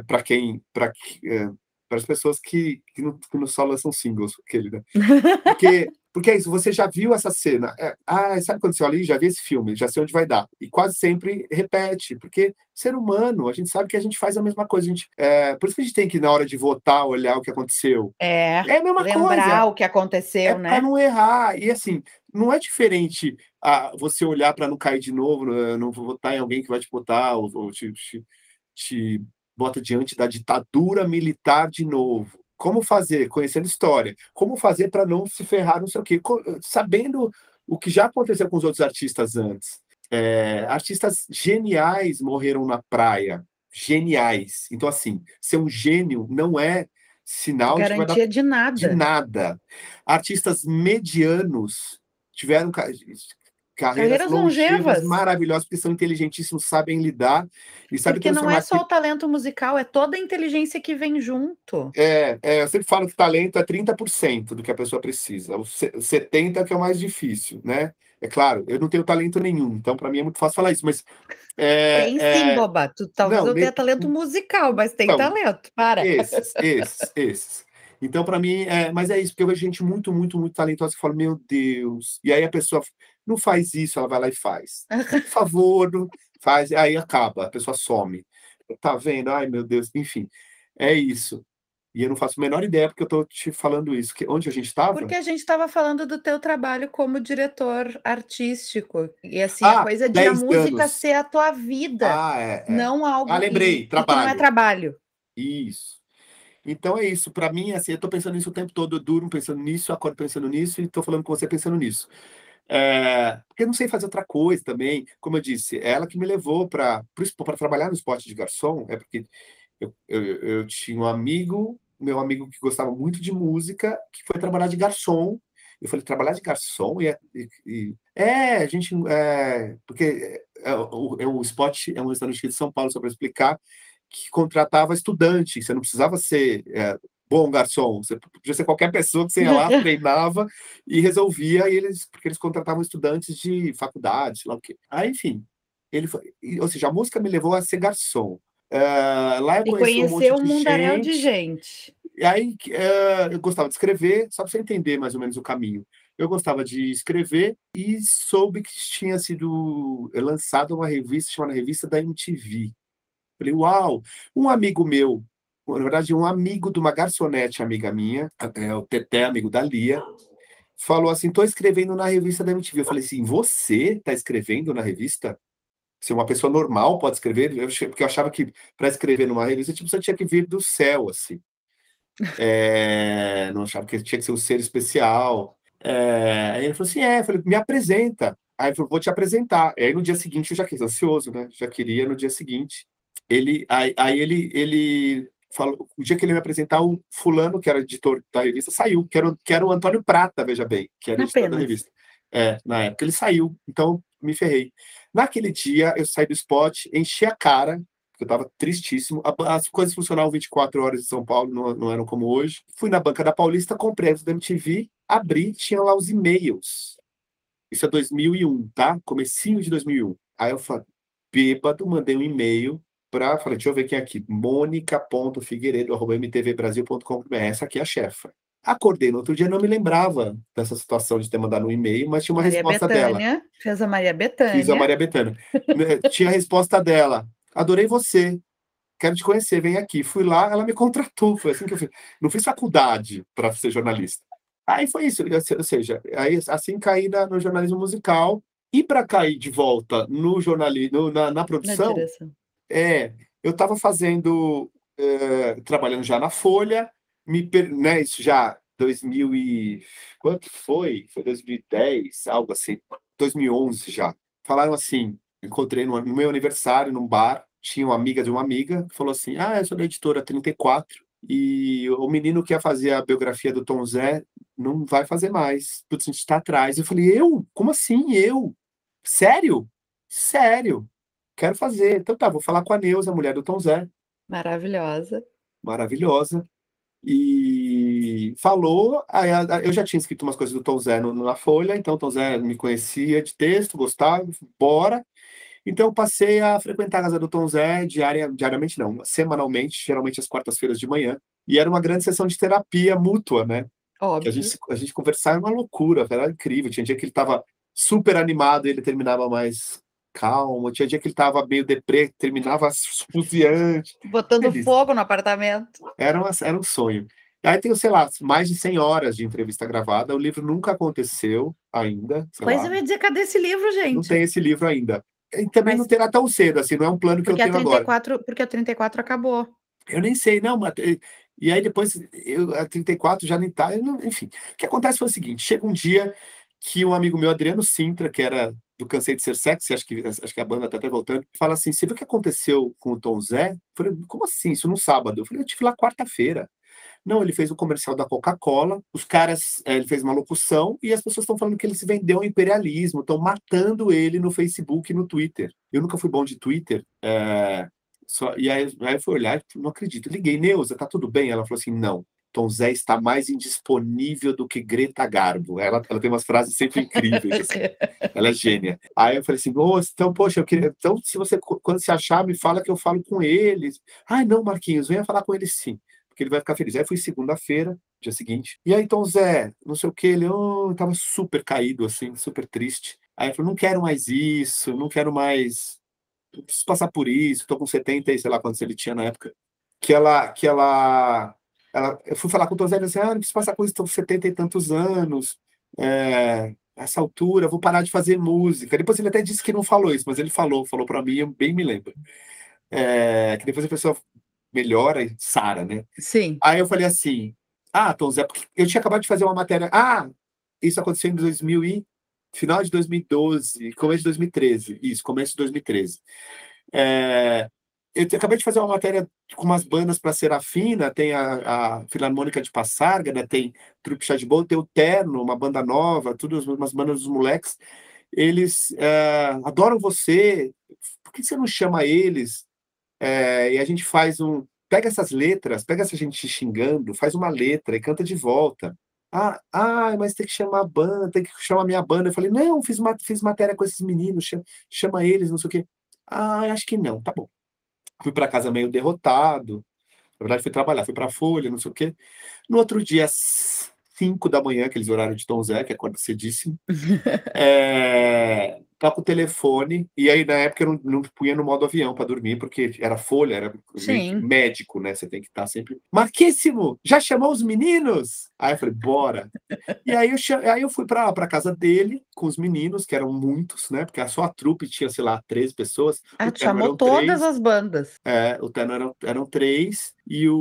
Speaker 2: Para as pessoas que não só lançam singles, aquele, né? Porque é isso, você já viu essa cena. Sabe quando você olha e já vi esse filme, já sei onde vai dar. E quase sempre repete, porque ser humano, a gente sabe que a gente faz a mesma coisa. Por isso que a gente tem que, na hora de votar, olhar o que aconteceu. É a mesma coisa,
Speaker 1: Lembrar o que
Speaker 2: é
Speaker 1: aconteceu,
Speaker 2: para
Speaker 1: né?
Speaker 2: não errar. E assim, não é diferente você olhar para não cair de novo, não votar em alguém que vai te botar, ou te bota diante da ditadura militar de novo. Como fazer? Conhecendo história. Como fazer para não se ferrar, não sei o quê. Sabendo o que já aconteceu com os outros artistas antes. Artistas geniais morreram na praia. Geniais. Então, assim, ser um gênio não é sinal de que vai dar
Speaker 1: Garantia de
Speaker 2: de
Speaker 1: nada.
Speaker 2: nada. Artistas medianos tiveram carreiras
Speaker 1: Carreiras
Speaker 2: longevas,
Speaker 1: longevas.
Speaker 2: maravilhosas, porque são inteligentíssimos, sabem lidar e sabem
Speaker 1: Porque não é
Speaker 2: transformar
Speaker 1: só
Speaker 2: aquilo.
Speaker 1: o talento musical, é toda a inteligência que vem junto.
Speaker 2: Eu sempre falo que talento é 30% do que a pessoa precisa, o 70% que é o mais difícil, né? É claro, eu não tenho talento nenhum, então para mim é muito fácil falar isso, mas é,
Speaker 1: Tem sim,
Speaker 2: é,
Speaker 1: boba. Tu talvez
Speaker 2: não,
Speaker 1: não tenha talento musical, mas tem
Speaker 2: então,
Speaker 1: talento. Para.
Speaker 2: esses. Então, para mim, mas é isso, porque eu vejo gente muito, muito, muito talentosa que fala, meu Deus. E aí a pessoa não faz isso, ela vai lá e faz. Por favor, não faz. Aí acaba, a pessoa some. Tá vendo? Ai, meu Deus. Enfim, é isso. E eu não faço a menor ideia porque eu tô te falando isso. Onde a gente estava?
Speaker 1: Porque a gente estava falando do teu trabalho como diretor artístico. E assim, a coisa de a
Speaker 2: 10
Speaker 1: música
Speaker 2: anos.
Speaker 1: ser a tua vida, não algo.
Speaker 2: Lembrei,
Speaker 1: E que não é
Speaker 2: trabalho.
Speaker 1: trabalho.
Speaker 2: Isso. Então é isso, para mim, assim, eu tô pensando nisso o tempo todo, eu durmo pensando nisso, acordo pensando nisso e tô falando com você pensando nisso. Porque eu não sei fazer outra coisa também. Como eu disse, ela que me levou para trabalhar no esporte de garçom, é porque eu tinha um amigo, meu amigo que gostava muito de música, que foi trabalhar de garçom. Eu falei, trabalhar de garçom? A gente. Porque o Spot é um restaurante aqui de São Paulo, só para explicar, que contratava estudante. Você não precisava ser bom garçom, você podia ser qualquer pessoa que você ia lá, treinava e resolvia, porque eles contratavam estudantes de faculdade, sei lá o quê. Aí, enfim, ou seja, a música me levou a ser garçom. Lá eu
Speaker 1: E
Speaker 2: conheci um monte
Speaker 1: conheceu um
Speaker 2: de
Speaker 1: mundaréu de
Speaker 2: gente.
Speaker 1: gente.
Speaker 2: E aí, eu gostava de escrever, só para você entender mais ou menos o caminho. Eu gostava de escrever e soube que tinha sido lançada uma revista chamada Revista da MTV. Falei, uau! Um amigo meu, na verdade, um amigo de uma garçonete amiga minha, o Teté, amigo da Lia, falou assim: estou escrevendo na revista da MTV. Eu falei assim: você está escrevendo na revista? Se uma pessoa normal pode escrever? Porque eu achava que para escrever numa revista, tipo, você tinha que vir do céu, assim. Não achava que tinha que ser um ser especial. Aí ele falou assim: eu falei, me apresenta. Aí ele falou, vou te apresentar. Aí no dia seguinte eu já quis, ansioso, né? Já queria no dia seguinte. Ele falou, o dia que ele me apresentar, o fulano, que era editor da revista, saiu, que era o Antônio Prata, veja bem, que era editor da
Speaker 1: Apenas.
Speaker 2: revista. Na época ele saiu, então me ferrei. Naquele dia eu saí do spot, enchi a cara, eu estava tristíssimo. As coisas funcionavam 24 horas em São Paulo, não eram como hoje. Fui na banca da Paulista, comprei antes da MTV, abri, tinha lá os e-mails. Isso é 2001, tá? Comecinho de 2001. Aí eu falei, bêbado, mandei um e-mail falei, deixa eu ver quem é aqui, monica.figueiredo@mtvbrasil.com.br. Essa aqui é a chefa. Acordei no outro dia, não me lembrava dessa situação de ter mandado um e-mail, mas tinha uma
Speaker 1: Maria
Speaker 2: resposta dela.
Speaker 1: Bethânia, fez a Maria
Speaker 2: Fiz a
Speaker 1: Bethânia.
Speaker 2: Maria Bethânia. Tinha a resposta dela. Adorei você. Quero te conhecer, vem aqui. Fui lá, ela me contratou. Foi assim que eu fiz. Não fiz faculdade para ser jornalista. Aí foi isso. Ou seja, aí, assim caí no jornalismo musical. E para cair de volta no jornalismo, na
Speaker 1: Na
Speaker 2: produção,
Speaker 1: direção.
Speaker 2: eu estava fazendo, trabalhando já na Folha, né, isso já 2000 e... Quanto foi? Foi 2010, algo assim. 2011 já. Falaram assim, encontrei no meu aniversário, num bar, tinha uma amiga de uma amiga, que falou assim, eu sou da editora 34, e o menino que ia fazer a biografia do Tom Zé não vai fazer mais. Putz, a gente está atrás. Eu falei, eu? Como assim, eu? Sério? Sério? Quero fazer. Então tá, vou falar com a Neuza, a mulher do Tom Zé,
Speaker 1: Maravilhosa.
Speaker 2: maravilhosa. E falou, eu já tinha escrito umas coisas do Tom Zé na Folha, então o Tom Zé me conhecia de texto, gostava, bora. Então eu passei a frequentar a casa do Tom Zé diariamente não, semanalmente, geralmente às quartas-feiras de manhã. E era uma grande sessão de terapia mútua, né? Que
Speaker 1: Óbvio.
Speaker 2: a gente conversava, era uma loucura, era incrível. Tinha dia que ele estava super animado e ele terminava mais calmo. Tinha dia que ele estava meio deprê, terminava esfuziante.
Speaker 1: Botando
Speaker 2: Delícia.
Speaker 1: fogo no apartamento.
Speaker 2: Era um sonho. Aí tenho, sei lá, mais de 100 horas de entrevista gravada. O livro nunca aconteceu ainda, sei
Speaker 1: Pois
Speaker 2: lá.
Speaker 1: eu ia dizer, cadê esse livro,
Speaker 2: Não
Speaker 1: gente?
Speaker 2: tem esse livro ainda. E também não terá tão cedo, assim, não é um plano que eu tenho agora.
Speaker 1: Porque a 34 acabou.
Speaker 2: Eu nem sei, não, mas... E aí depois, a 34 já nem tá, enfim. O que acontece foi o seguinte, chega um dia que um amigo meu, Adriano Sintra, que era do Cansei de Ser Sexy, acho que a banda tá até voltando, fala assim, você viu o que aconteceu com o Tom Zé? Eu falei, como assim? Isso no sábado? Eu falei, eu tive lá quarta-feira. Não, ele fez o comercial da Coca-Cola, os caras, ele fez uma locução e as pessoas estão falando que ele se vendeu ao imperialismo, estão matando ele no Facebook e no Twitter. Eu nunca fui bom de Twitter, e aí eu fui olhar e não acredito. Liguei, Neuza, tá tudo bem? Ela falou assim, não, Tom Zé está mais indisponível do que Greta Garbo. Ela tem umas frases sempre incríveis, assim. Ela é gênia. Aí eu falei assim, então, poxa, eu queria... Então, se você, quando se achar, me fala que eu falo com eles. Ai, não, Marquinhos, venha falar com eles sim, porque ele vai ficar feliz. Aí fui segunda-feira, dia seguinte. E aí, Tom Zé, não sei o que, ele tava super caído, assim, super triste. Aí ele falou, não quero mais isso, não quero mais... Não preciso passar por isso, tô com 70 e sei lá quantos ele tinha na época. Eu fui falar com o Tom Zé e disse assim, não preciso passar por isso, tô com 70 e tantos anos, essa altura, eu vou parar de fazer música. Depois ele até disse que não falou isso, mas ele falou para mim, eu bem me lembro. Que depois a pessoa melhora e sara, né?
Speaker 1: Sim.
Speaker 2: Aí eu falei assim, Tom Zé, porque eu tinha acabado de fazer uma matéria, isso aconteceu em 2000 final de 2012, começo de 2013. Isso, começo de 2013. É, acabei de fazer uma matéria com umas bandas para Serafina, tem a Filarmônica de Passarga, né? Tem Trupe Chá de Bolo, tem o Terno, uma banda nova, tudo umas bandas dos moleques. Eles adoram você, por que você não chama eles? E a gente faz pega essas letras, pega essa gente te xingando, faz uma letra e canta de volta. Mas tem que chamar a banda, tem que chamar a minha banda. Eu falei, não, fiz matéria com esses meninos, chama eles, não sei o quê. Acho que não, tá bom. Fui para casa meio derrotado. Na verdade, fui trabalhar, fui para a Folha, não sei o quê. No outro dia, às 5 da manhã, aqueles horários de Tom Zé, que acorda cedíssimo, toca o telefone, e aí na época eu não punha no modo avião para dormir, porque era Folha, era meio que
Speaker 1: Sim.
Speaker 2: médico, né? Você tem que estar sempre. Marquíssimo, já chamou os meninos? Aí eu falei, bora. E aí eu fui para casa dele com os meninos, que eram muitos, né? Porque só a trupe tinha, sei lá, 13 pessoas. O
Speaker 1: Tu
Speaker 2: Terno
Speaker 1: chamou
Speaker 2: eram
Speaker 1: todas
Speaker 2: 3.
Speaker 1: as bandas.
Speaker 2: O Terno eram 3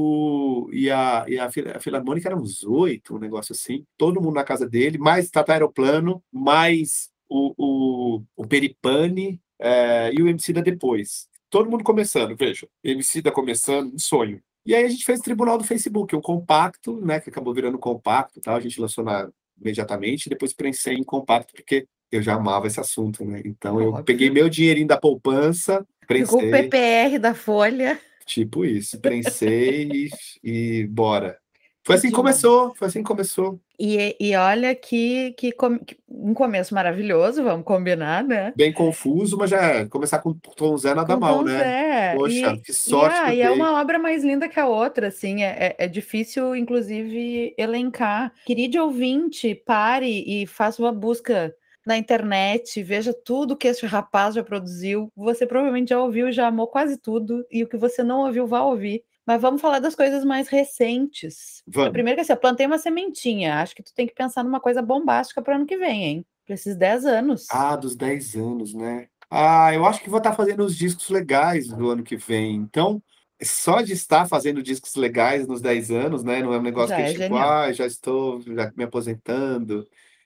Speaker 2: a Filarmônica eram uns 8, um negócio assim. Todo mundo na casa dele, mais Tata Aeroplano, mais o Peripane e o Emicida depois. Todo mundo começando, veja. Emicida começando, um sonho. E aí a gente fez Tribunal do Facebook, um compacto, né, que acabou virando compacto, tal. A gente lançou imediatamente, e depois prensei em compacto, porque eu já amava esse assunto, né? Então eu
Speaker 1: Óbvio.
Speaker 2: peguei meu dinheirinho da poupança,
Speaker 1: Ficou o
Speaker 2: prensei,
Speaker 1: PPR da Folha.
Speaker 2: tipo isso, prensei e bora. Foi assim que
Speaker 1: demais.
Speaker 2: começou.
Speaker 1: E olha que um começo maravilhoso, vamos combinar, né?
Speaker 2: Bem confuso, mas já começar com Tom Zé nada
Speaker 1: Com
Speaker 2: mal,
Speaker 1: Tom
Speaker 2: né?
Speaker 1: Zé.
Speaker 2: Poxa, que sorte que eu
Speaker 1: E é
Speaker 2: dei.
Speaker 1: uma obra mais linda que a outra, assim, é difícil, inclusive, elencar. Querido ouvinte, pare e faça uma busca na internet, veja tudo que esse rapaz já produziu. Você provavelmente já ouviu, já amou quase tudo, e o que você não ouviu, vá ouvir. Mas vamos falar das coisas mais recentes.
Speaker 2: Vamos.
Speaker 1: Primeiro que assim, eu plantei uma sementinha. Acho que tu tem que pensar numa coisa bombástica para o ano que vem, hein? Para esses 10 anos.
Speaker 2: Dos 10 anos, né? Eu acho que vou estar fazendo os discos legais do ano que vem. Então, só de estar fazendo discos legais nos 10 anos, né? Não é um negócio
Speaker 1: Já
Speaker 2: que
Speaker 1: é
Speaker 2: tipo,
Speaker 1: genial.
Speaker 2: já estou me aposentando.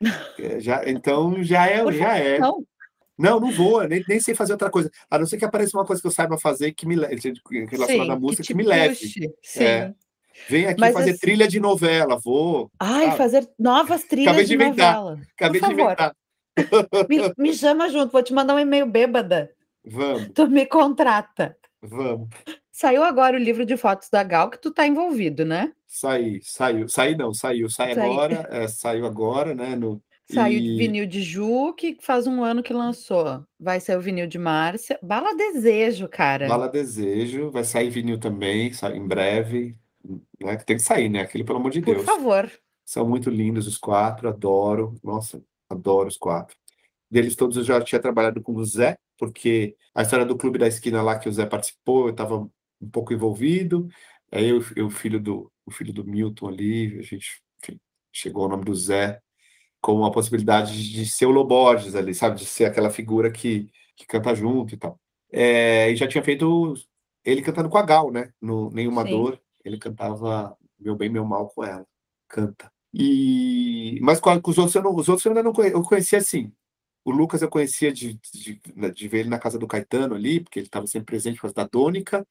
Speaker 2: Então já
Speaker 1: Por favor,
Speaker 2: é.
Speaker 1: não.
Speaker 2: Não vou, nem sei fazer outra coisa. A não ser que apareça uma coisa que eu saiba fazer que me leve, relacionada à
Speaker 1: Sim, que
Speaker 2: música, que
Speaker 1: te
Speaker 2: me leve.
Speaker 1: puxe.
Speaker 2: É,
Speaker 1: Sim.
Speaker 2: vem aqui
Speaker 1: Mas
Speaker 2: fazer
Speaker 1: assim,
Speaker 2: trilha de novela, vou. Sabe?
Speaker 1: fazer novas
Speaker 2: Acabei
Speaker 1: trilhas
Speaker 2: de
Speaker 1: de
Speaker 2: inventar.
Speaker 1: novela. Por
Speaker 2: Acabei de
Speaker 1: favor,
Speaker 2: inventar.
Speaker 1: me chama junto, vou te mandar um e-mail bêbada.
Speaker 2: Vamos,
Speaker 1: Tu me contrata.
Speaker 2: vamos.
Speaker 1: Saiu agora o livro de fotos da Gal, que tu tá envolvido, né?
Speaker 2: Saiu.
Speaker 1: Sai-
Speaker 2: Saiu agora, né?
Speaker 1: Saiu o vinil de Ju, que faz um ano que lançou. Vai sair o vinil de Márcia. Bala Desejo, cara.
Speaker 2: Bala Desejo, vai sair vinil também, sai em breve. Né? Que tem que sair, né? Aquele, pelo amor de
Speaker 1: Por
Speaker 2: Deus.
Speaker 1: favor.
Speaker 2: São muito lindos os 4, adoro. Nossa, adoro os 4. Deles todos eu já tinha trabalhado com o Zé, porque a história do Clube da Esquina lá que o Zé participou, eu estava um pouco envolvido. Aí o filho do Milton ali, a gente, enfim, chegou ao nome do Zé como uma possibilidade de ser o Loborges ali, sabe? De ser aquela figura que canta junto e tal. E já tinha feito ele cantando com a Gal, né? No Nenhuma
Speaker 1: Sim.
Speaker 2: Dor, ele cantava Meu Bem, Meu Mal com ela. Canta. Mas com os outros os outros eu ainda não conhecia. Eu conhecia assim. O Lucas eu conhecia de ver ele na casa do Caetano ali, porque ele estava sempre presente por causa da Dônica.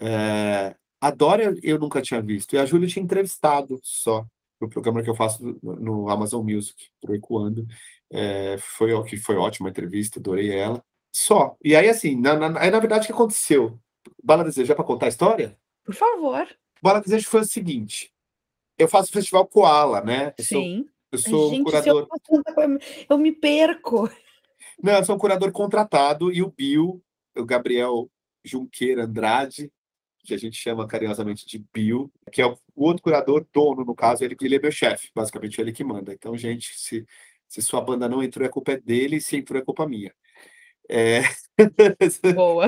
Speaker 2: A Dória eu nunca tinha visto. E a Júlia eu tinha entrevistado só no programa que eu faço no Amazon Music, pro Ecoando. Foi ótima a entrevista, adorei ela. Só. E aí, assim, na verdade, o que aconteceu? Bala Desejo, já para contar a história?
Speaker 1: Por favor.
Speaker 2: Bala Desejo foi o seguinte: eu faço o Festival Koala, né?
Speaker 1: Sim.
Speaker 2: Eu sou um
Speaker 1: Gente, se eu
Speaker 2: curador.
Speaker 1: faço tanta coisa, eu me perco.
Speaker 2: Não, eu sou um curador contratado e o Bill, o Gabriel Junqueira Andrade, que a gente chama carinhosamente de Bill, que é o outro curador, dono, no caso, ele é meu chefe, basicamente ele que manda. Então, gente, se sua banda não entrou, a culpa é dele, se entrou, é culpa minha. É...
Speaker 1: Boa.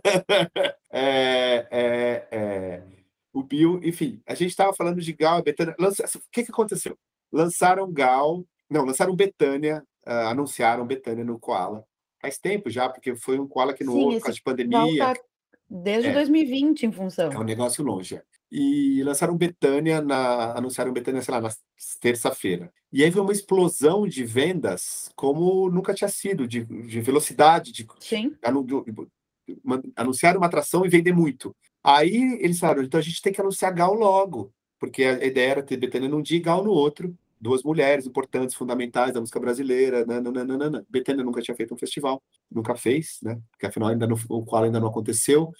Speaker 2: O Bill, enfim, a gente estava falando de Gal e Bethânia. O que aconteceu? Lançaram Bethânia, anunciaram Bethânia no Koala. Faz tempo já, porque foi um Koala que não
Speaker 1: Sim,
Speaker 2: houve por causa
Speaker 1: esse
Speaker 2: de
Speaker 1: festival
Speaker 2: pandemia.
Speaker 1: tá desde
Speaker 2: É,
Speaker 1: 2020 em
Speaker 2: é
Speaker 1: função.
Speaker 2: um negócio longe. e anunciaram Betânia, sei lá, na terça-feira. E aí foi uma explosão de vendas como nunca tinha sido, de velocidade,
Speaker 1: Sim.
Speaker 2: anunciar uma atração e vender muito. Aí eles falaram, então a gente tem que anunciar Gal logo, porque a ideia era ter Bethânia num dia e Gal no outro, duas mulheres importantes, fundamentais da música brasileira, nananana. Bethânia nunca tinha feito um festival, nunca fez, né? Porque afinal o qual ainda não aconteceu.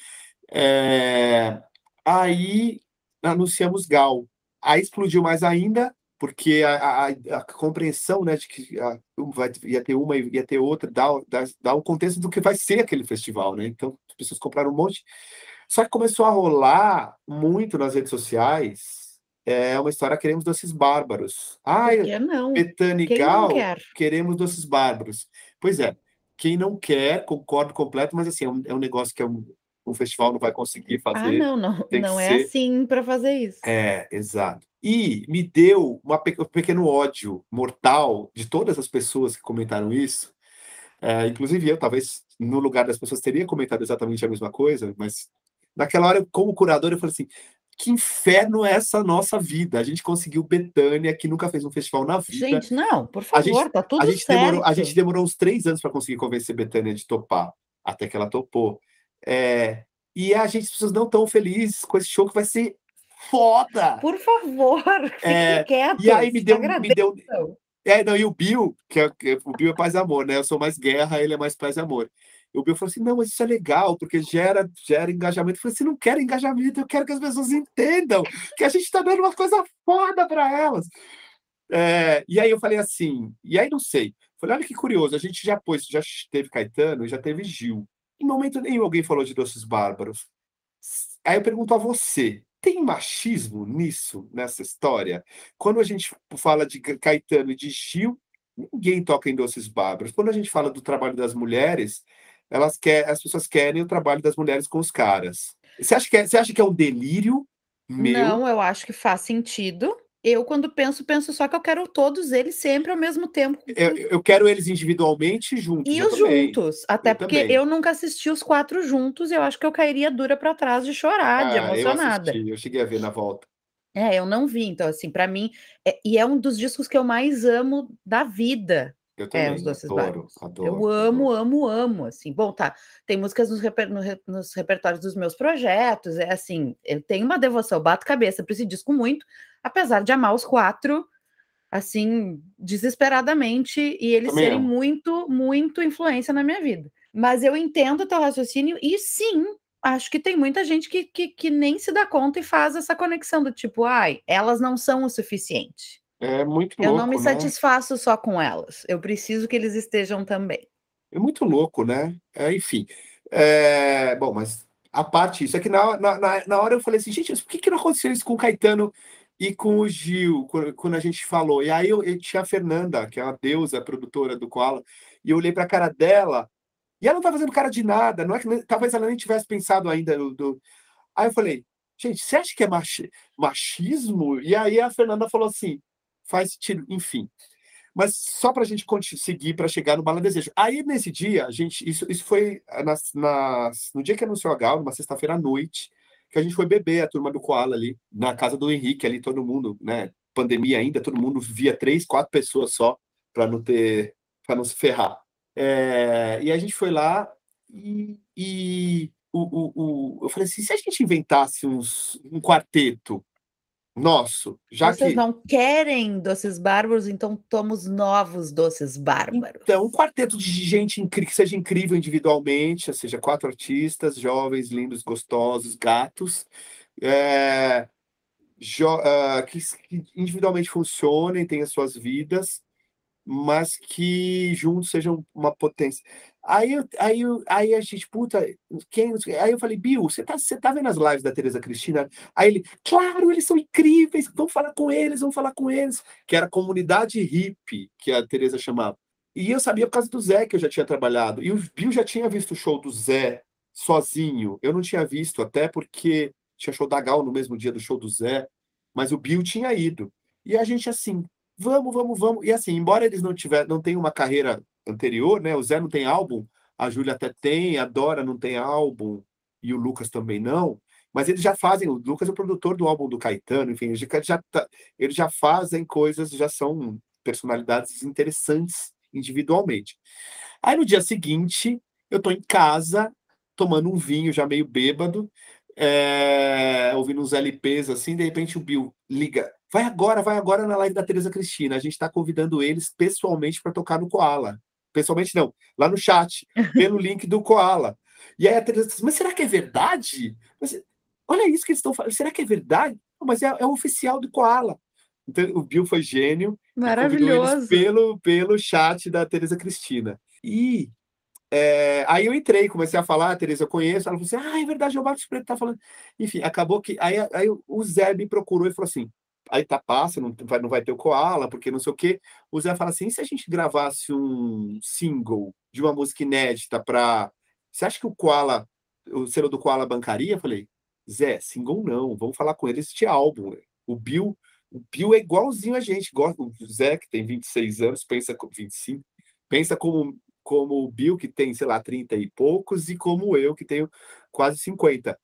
Speaker 2: Aí anunciamos Gal. Aí explodiu mais ainda, porque a compreensão, né, de que ia ter uma e ia ter outra, dá o contexto do que vai ser aquele festival, né? Então, as pessoas compraram um monte. Só que começou a rolar muito nas redes sociais, uma história, queremos doces bárbaros.
Speaker 1: Por
Speaker 2: Ai,
Speaker 1: que não?
Speaker 2: Bethânia e
Speaker 1: Quem não
Speaker 2: Gal,
Speaker 1: quer?
Speaker 2: queremos doces bárbaros. Pois é, quem não quer, concordo completo, mas assim, é um negócio que um festival não vai conseguir
Speaker 1: Ah,
Speaker 2: fazer,
Speaker 1: não, não,
Speaker 2: tem que
Speaker 1: não é
Speaker 2: ser.
Speaker 1: assim para fazer isso.
Speaker 2: Exato. E me deu um pequeno ódio mortal de todas as pessoas que comentaram isso. Inclusive eu, talvez, no lugar das pessoas, teria comentado exatamente a mesma coisa, mas naquela hora, como curador, eu falei assim: que inferno é essa nossa vida? A gente conseguiu Bethânia, que nunca fez um festival na vida.
Speaker 1: Gente, não, por
Speaker 2: A gente,
Speaker 1: favor, tá
Speaker 2: a
Speaker 1: tudo
Speaker 2: gente demorou, a gente
Speaker 1: certo.
Speaker 2: demorou uns 3 anos para conseguir convencer Bethânia de topar, até que ela topou. E as pessoas não estão felizes com esse show que vai ser foda.
Speaker 1: Por favor, fiquem
Speaker 2: E aí
Speaker 1: quietos, agradeçam.
Speaker 2: não, e o Bill, o Bill é paz e amor, né? Eu sou mais guerra, ele é mais paz e amor. E o Bill falou assim: não, mas isso é legal, porque gera engajamento. Eu falei assim: não quero engajamento, eu quero que as pessoas entendam que a gente está dando uma coisa foda para elas. E aí eu falei assim, e aí não sei. Falei, olha que curioso, a gente já teve Caetano e já teve Gil. Em momento nenhum alguém falou de Doces Bárbaros. Aí eu pergunto a você, tem machismo nessa história? Quando a gente fala de Caetano e de Gil, ninguém toca em Doces Bárbaros. Quando a gente fala do trabalho das mulheres, as pessoas querem o trabalho das mulheres com os caras. Você acha que é um delírio meu?
Speaker 1: Não, eu acho que faz sentido. Eu, quando penso só que eu quero todos eles sempre ao mesmo tempo.
Speaker 2: Eu quero eles individualmente e juntos,
Speaker 1: E
Speaker 2: eu
Speaker 1: os
Speaker 2: também.
Speaker 1: juntos, até
Speaker 2: Eu
Speaker 1: porque
Speaker 2: também.
Speaker 1: eu nunca assisti os 4 juntos, e eu acho que eu cairia dura para trás de chorar, de
Speaker 2: Eu
Speaker 1: emocionada.
Speaker 2: assisti, eu cheguei a ver na volta.
Speaker 1: Eu não vi, então, assim, para mim e é um dos discos que eu mais amo da vida,
Speaker 2: Eu
Speaker 1: Os
Speaker 2: também,
Speaker 1: Doces
Speaker 2: adoro,
Speaker 1: Bárbaros. Eu
Speaker 2: adoro,
Speaker 1: amo,
Speaker 2: adoro.
Speaker 1: amo, amo, assim. Bom, tá, tem músicas nos repertórios dos meus projetos, assim, eu tenho uma devoção, eu bato cabeça pra esse disco muito, apesar de amar os 4, assim, desesperadamente, e eles
Speaker 2: Também
Speaker 1: serem
Speaker 2: amo.
Speaker 1: muito, muito influência na minha vida. Mas eu entendo o teu raciocínio e sim, acho que tem muita gente que nem se dá conta e faz essa conexão do tipo: "Ai, elas não são o suficiente.
Speaker 2: É muito
Speaker 1: Eu não me
Speaker 2: louco, né?
Speaker 1: satisfaço só com elas, eu preciso que eles estejam também".
Speaker 2: É muito louco, né? Enfim. Bom, mas a parte isso é que na hora eu falei assim, gente, mas por que não aconteceu isso com o Caetano e com o Gil, quando a gente falou? E aí eu tinha a Fernanda, que é uma deusa, produtora do Koala, e eu olhei pra cara dela, e ela não tá fazendo cara de nada, não é que talvez ela nem tivesse pensado ainda Aí eu falei, gente, você acha que é machismo? E aí a Fernanda falou assim, faz sentido, enfim. Mas só para a gente seguir para chegar no Bala Desejo. Aí, nesse dia, isso foi no dia que anunciou a Gal, numa sexta-feira à noite, que a gente foi beber, a turma do Koala ali, na casa do Henrique, ali, todo mundo, né? Pandemia ainda, todo mundo via 3, 4 pessoas só, para não se ferrar. E a gente foi lá eu falei assim, se a gente inventasse um quarteto nosso, já
Speaker 1: Vocês
Speaker 2: que
Speaker 1: não querem Doces Bárbaros, então tomos novos Doces Bárbaros.
Speaker 2: então, um quarteto de gente que seja incrível individualmente, ou seja, 4 artistas, jovens, lindos, gostosos, gatos, é, que individualmente funcionem, tenham as suas vidas, mas que juntos sejam uma potência. Aí a gente, puta, aí eu falei, Bill, você tá vendo as lives da Tereza Cristina? Aí ele, claro, eles são incríveis, vamos falar com eles, que era a comunidade hippie, que a Tereza chamava. E eu sabia por causa do Zé, que eu já tinha trabalhado, e o Bill já tinha visto o show do Zé sozinho, eu não tinha visto, até porque tinha show da Gal no mesmo dia do show do Zé, mas o Bill tinha ido. E a gente assim, vamos, vamos, vamos. E assim, embora eles não tenham uma carreira anterior, né? O Zé não tem álbum, a Júlia até tem, a Dora não tem álbum, e o Lucas também não. Mas eles já fazem, o Lucas é o produtor do álbum do Caetano, enfim, eles já fazem coisas, já são personalidades interessantes individualmente. Aí no dia seguinte, eu tô em casa, tomando um vinho já meio bêbado, ouvindo uns LPs assim, de repente o Bill liga, vai agora na live da Tereza Cristina, a gente está convidando eles pessoalmente para tocar no Koala. Pessoalmente não, lá no chat, pelo link do Koala. E aí a Tereza diz, mas será que é verdade? Olha isso que eles estão falando, será que é verdade? Não, mas é o oficial do Koala. Então o Bill foi gênio e convidou eles
Speaker 1: Maravilhoso.
Speaker 2: pelo chat da Tereza Cristina. E aí eu entrei, comecei a falar, Tereza, eu conheço. Ela falou assim: é verdade, é o Marcos Preto que tá falando. Enfim, acabou que. Aí o Zé me procurou e falou assim: aí tá passa, não vai ter o Koala, porque não sei o quê. O Zé fala assim: e se a gente gravasse um single de uma música inédita pra. Você acha que o selo do Koala bancaria? Eu falei: Zé, single não, vamos falar com eles de álbum. O Bill é igualzinho a gente. O Zé, que tem 26 anos, pensa com 25, pensa como o Bill, que tem, sei lá, 30 e poucos, e como eu, que tenho quase 50.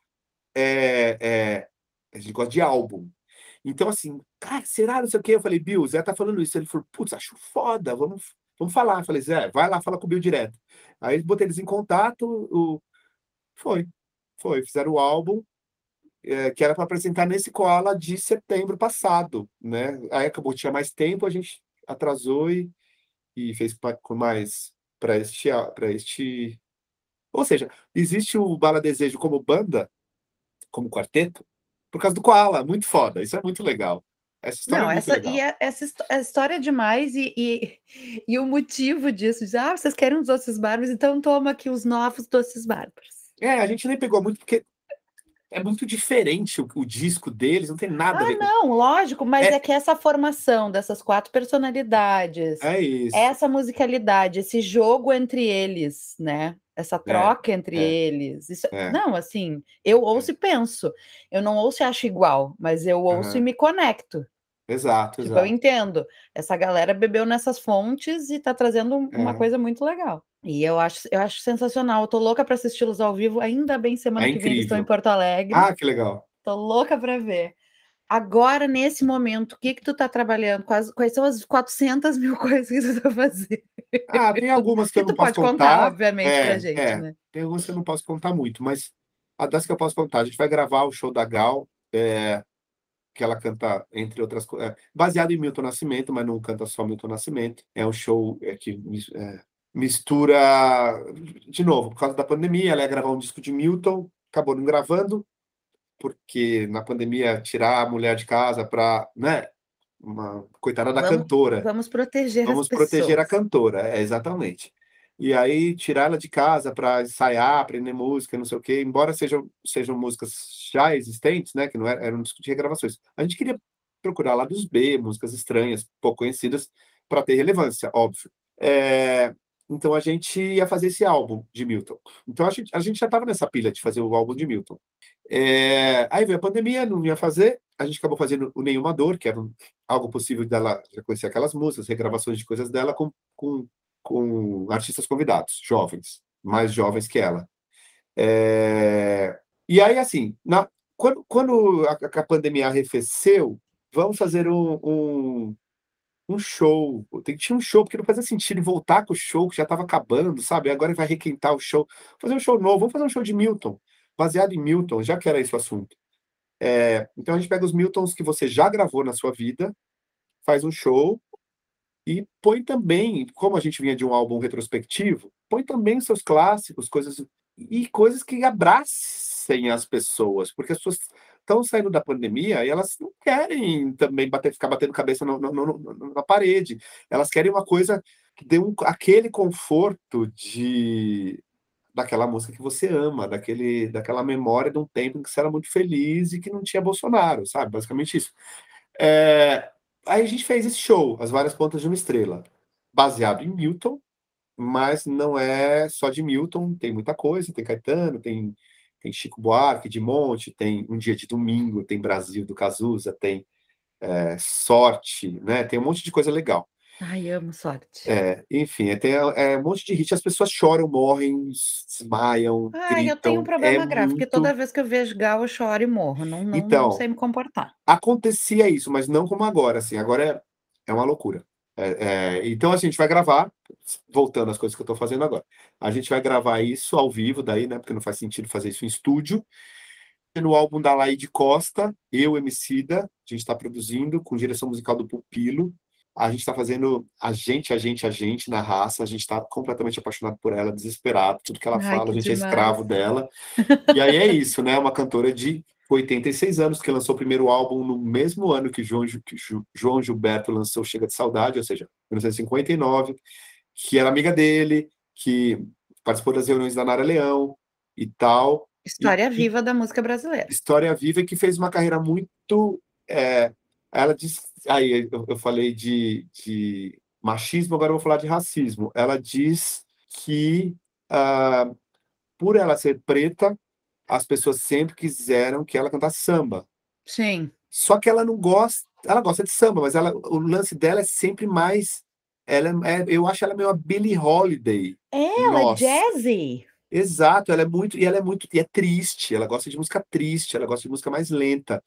Speaker 2: A gente gosta de álbum. Então, assim, cara, será? Não sei o quê. Eu falei, Bill, o Zé tá falando isso. Ele falou, putz, acho foda, vamos falar. Eu falei, Zé, vai lá, fala com o Bill direto. Aí botei eles em contato, foi, fizeram o álbum, que era para apresentar nesse Koala de setembro passado, né? Aí acabou, tinha mais tempo, a gente atrasou e fez com mais para este. Ou seja, existe o Bala Desejo como banda, como quarteto, por causa do Koala, muito foda. Isso é muito legal. Essa história
Speaker 1: Não,
Speaker 2: é muito legal.
Speaker 1: essa história é demais e o motivo disso, vocês querem os doces bárbaros, então toma aqui os novos doces bárbaros.
Speaker 2: A gente nem pegou muito porque é muito diferente o disco deles, não tem nada a ver com.
Speaker 1: Não, lógico, mas é que essa formação dessas 4 personalidades,
Speaker 2: É isso.
Speaker 1: essa musicalidade, esse jogo entre eles, né? Essa troca entre eles. Não, assim, eu ouço e penso. Eu não ouço e acho igual, mas eu ouço e me conecto.
Speaker 2: Exato,
Speaker 1: Tipo, eu
Speaker 2: exato.
Speaker 1: entendo. Essa galera bebeu nessas fontes e tá trazendo uma coisa muito legal. E eu acho sensacional. Eu tô louca para assisti-los ao vivo. Ainda bem, semana que vem eles estão em Porto Alegre.
Speaker 2: Ah, que legal.
Speaker 1: Tô louca para ver. Agora, nesse momento, o que tu tá trabalhando? Quais são as 400 mil coisas que tu tá fazendo?
Speaker 2: Tem algumas que eu
Speaker 1: Que
Speaker 2: não
Speaker 1: tu
Speaker 2: posso
Speaker 1: pode contar,
Speaker 2: contar.
Speaker 1: obviamente, pra gente, né?
Speaker 2: Tem algumas que eu não posso contar muito, mas a das que eu posso contar, a gente vai gravar o show da Gal, que ela canta, entre outras coisas, baseado em Milton Nascimento, mas não canta só Milton Nascimento. É um show que mistura, de novo, por causa da pandemia, ela ia gravar um disco de Milton, acabou não gravando, porque na pandemia tirar a mulher de casa para, né, uma coitada da cantora.
Speaker 1: Vamos proteger
Speaker 2: Vamos
Speaker 1: as
Speaker 2: proteger a
Speaker 1: pessoas.
Speaker 2: cantora, exatamente. E aí tirar ela de casa para ensaiar, aprender música, não sei o quê, embora sejam músicas já existentes, né, que não eram um disco de regravações. A gente queria procurar lá dos B, músicas estranhas, pouco conhecidas, para ter relevância, óbvio. Então a gente ia fazer esse álbum de Milton. Então a gente já estava nessa pilha de fazer o álbum de Milton. Aí veio a pandemia, não ia fazer, a gente acabou fazendo o Nenhuma Dor, que era algo possível dela já conhecer aquelas músicas, regravações de coisas dela com artistas convidados, jovens, mais jovens que ela. E aí, assim, quando a pandemia arrefeceu, vamos fazer um show. Tem que ter um show, porque não fazia sentido voltar com o show que já estava acabando, sabe? Agora vai requentar o show. Fazer um show novo, vamos fazer um show de Milton, baseado em Milton, já que era esse o assunto. Então a gente pega os Miltons que você já gravou na sua vida, faz um show e põe também, como a gente vinha de um álbum retrospectivo, põe também os seus clássicos, coisas que abracem as pessoas, porque as pessoas estão saindo da pandemia e elas não querem também ficar batendo cabeça na parede. Elas querem uma coisa que dê aquele conforto daquela música que você ama, daquela memória de um tempo em que você era muito feliz e que não tinha Bolsonaro, sabe? Basicamente isso. Aí a gente fez esse show, As Várias Pontas de uma Estrela, baseado em Milton, mas não é só de Milton, tem muita coisa, tem Caetano, tem Chico Buarque de Monte, tem Um Dia de Domingo, tem Brasil do Cazuza, tem Sorte, né? Tem um monte de coisa legal.
Speaker 1: Ai, amo Sorte.
Speaker 2: Enfim, tem um monte de hit, as pessoas choram, morrem, desmaiam,
Speaker 1: Ai, eu tenho um
Speaker 2: gritam, é
Speaker 1: problema grave, porque toda
Speaker 2: muito.
Speaker 1: vez que eu vejo Gal, eu choro e morro, não
Speaker 2: Então,
Speaker 1: sei me comportar.
Speaker 2: acontecia isso, mas não como agora, assim, agora é uma loucura. Então, assim, a gente vai gravar, voltando às coisas que eu tô fazendo agora, a gente vai gravar isso ao vivo daí, né, porque não faz sentido fazer isso em estúdio. No álbum da Laíde Costa, eu, Emicida, a gente está produzindo, com direção musical do Pupilo. A gente está fazendo a gente na raça, a gente está completamente apaixonado por ela, desesperado, tudo que ela
Speaker 1: Ai,
Speaker 2: fala, a
Speaker 1: que
Speaker 2: gente é
Speaker 1: demais.
Speaker 2: escravo dela. E aí é isso, né? Uma cantora de 86 anos, que lançou o primeiro álbum no mesmo ano que João Gilberto lançou Chega de Saudade, ou seja, 1959, que era amiga dele, que participou das reuniões da Nara Leão e tal. E
Speaker 1: História viva da música brasileira.
Speaker 2: história viva e que fez uma carreira muito. Ela diz. Aí eu falei de machismo, agora eu vou falar de racismo. Ela diz que, ah, por ela ser preta, as pessoas sempre quiseram que ela cantasse samba.
Speaker 1: Sim.
Speaker 2: Só que ela não gosta. Ela gosta de samba, mas o lance dela é sempre mais. Eu acho ela meio a Billie Holiday.
Speaker 1: Ela é
Speaker 2: Nossa.
Speaker 1: jazzy.
Speaker 2: Exato, ela é triste, ela gosta de música triste, ela gosta de música mais lenta,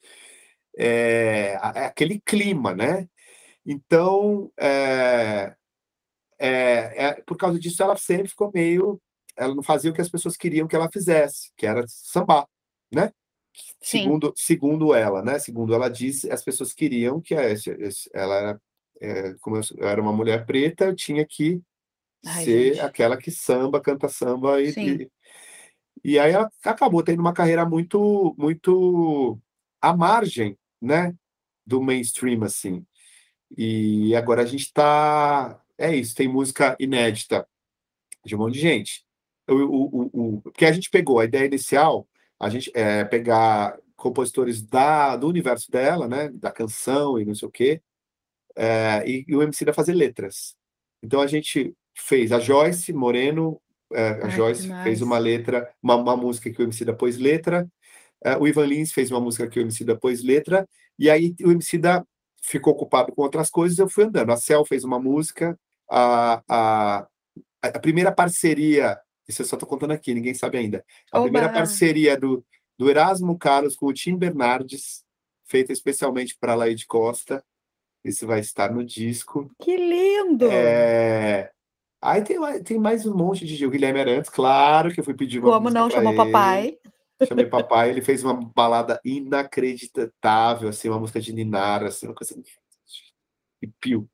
Speaker 2: é aquele clima, né? Então, por causa disso, ela sempre ficou meio, ela não fazia o que as pessoas queriam que ela fizesse, que era sambar, né?
Speaker 1: Sim.
Speaker 2: Segundo ela, né? Segundo ela disse, as pessoas queriam que ela era, como eu era uma mulher preta, eu tinha que
Speaker 1: Ai,
Speaker 2: ser
Speaker 1: gente.
Speaker 2: aquela que samba, canta samba
Speaker 1: Sim.
Speaker 2: e aí ela acabou tendo uma carreira muito, muito à margem, né, do mainstream, assim. E agora a gente está. É isso, tem música inédita de um monte de gente. Porque a gente pegou a ideia inicial, a gente pegar compositores do universo dela, né, da canção e não sei o quê, e o MC da fazer letras. Então a gente fez a Joyce Moreno, a
Speaker 1: Ai, que
Speaker 2: Joyce fez uma
Speaker 1: demais.
Speaker 2: letra, uma música que o MC da pôs letra, o Ivan Lins fez uma música que o MC da pôs letra, e aí o MC da ficou ocupado com outras coisas, eu fui andando. A Cel fez uma música, a, a, a primeira parceria, isso eu só estou contando aqui, ninguém sabe ainda, a primeira
Speaker 1: Oba!
Speaker 2: parceria do Erasmo Carlos com o Tim Bernardes, feita especialmente para a Laide Costa, isso vai estar no disco.
Speaker 1: Que lindo!
Speaker 2: Aí tem mais um monte de o Guilherme Arantes, claro que eu fui pedir uma
Speaker 1: Como
Speaker 2: música
Speaker 1: não
Speaker 2: para
Speaker 1: chamou
Speaker 2: ele.
Speaker 1: papai?
Speaker 2: Chamei papai, ele fez uma balada inacreditável, assim, uma música de Ninar, assim, uma coisa de pio.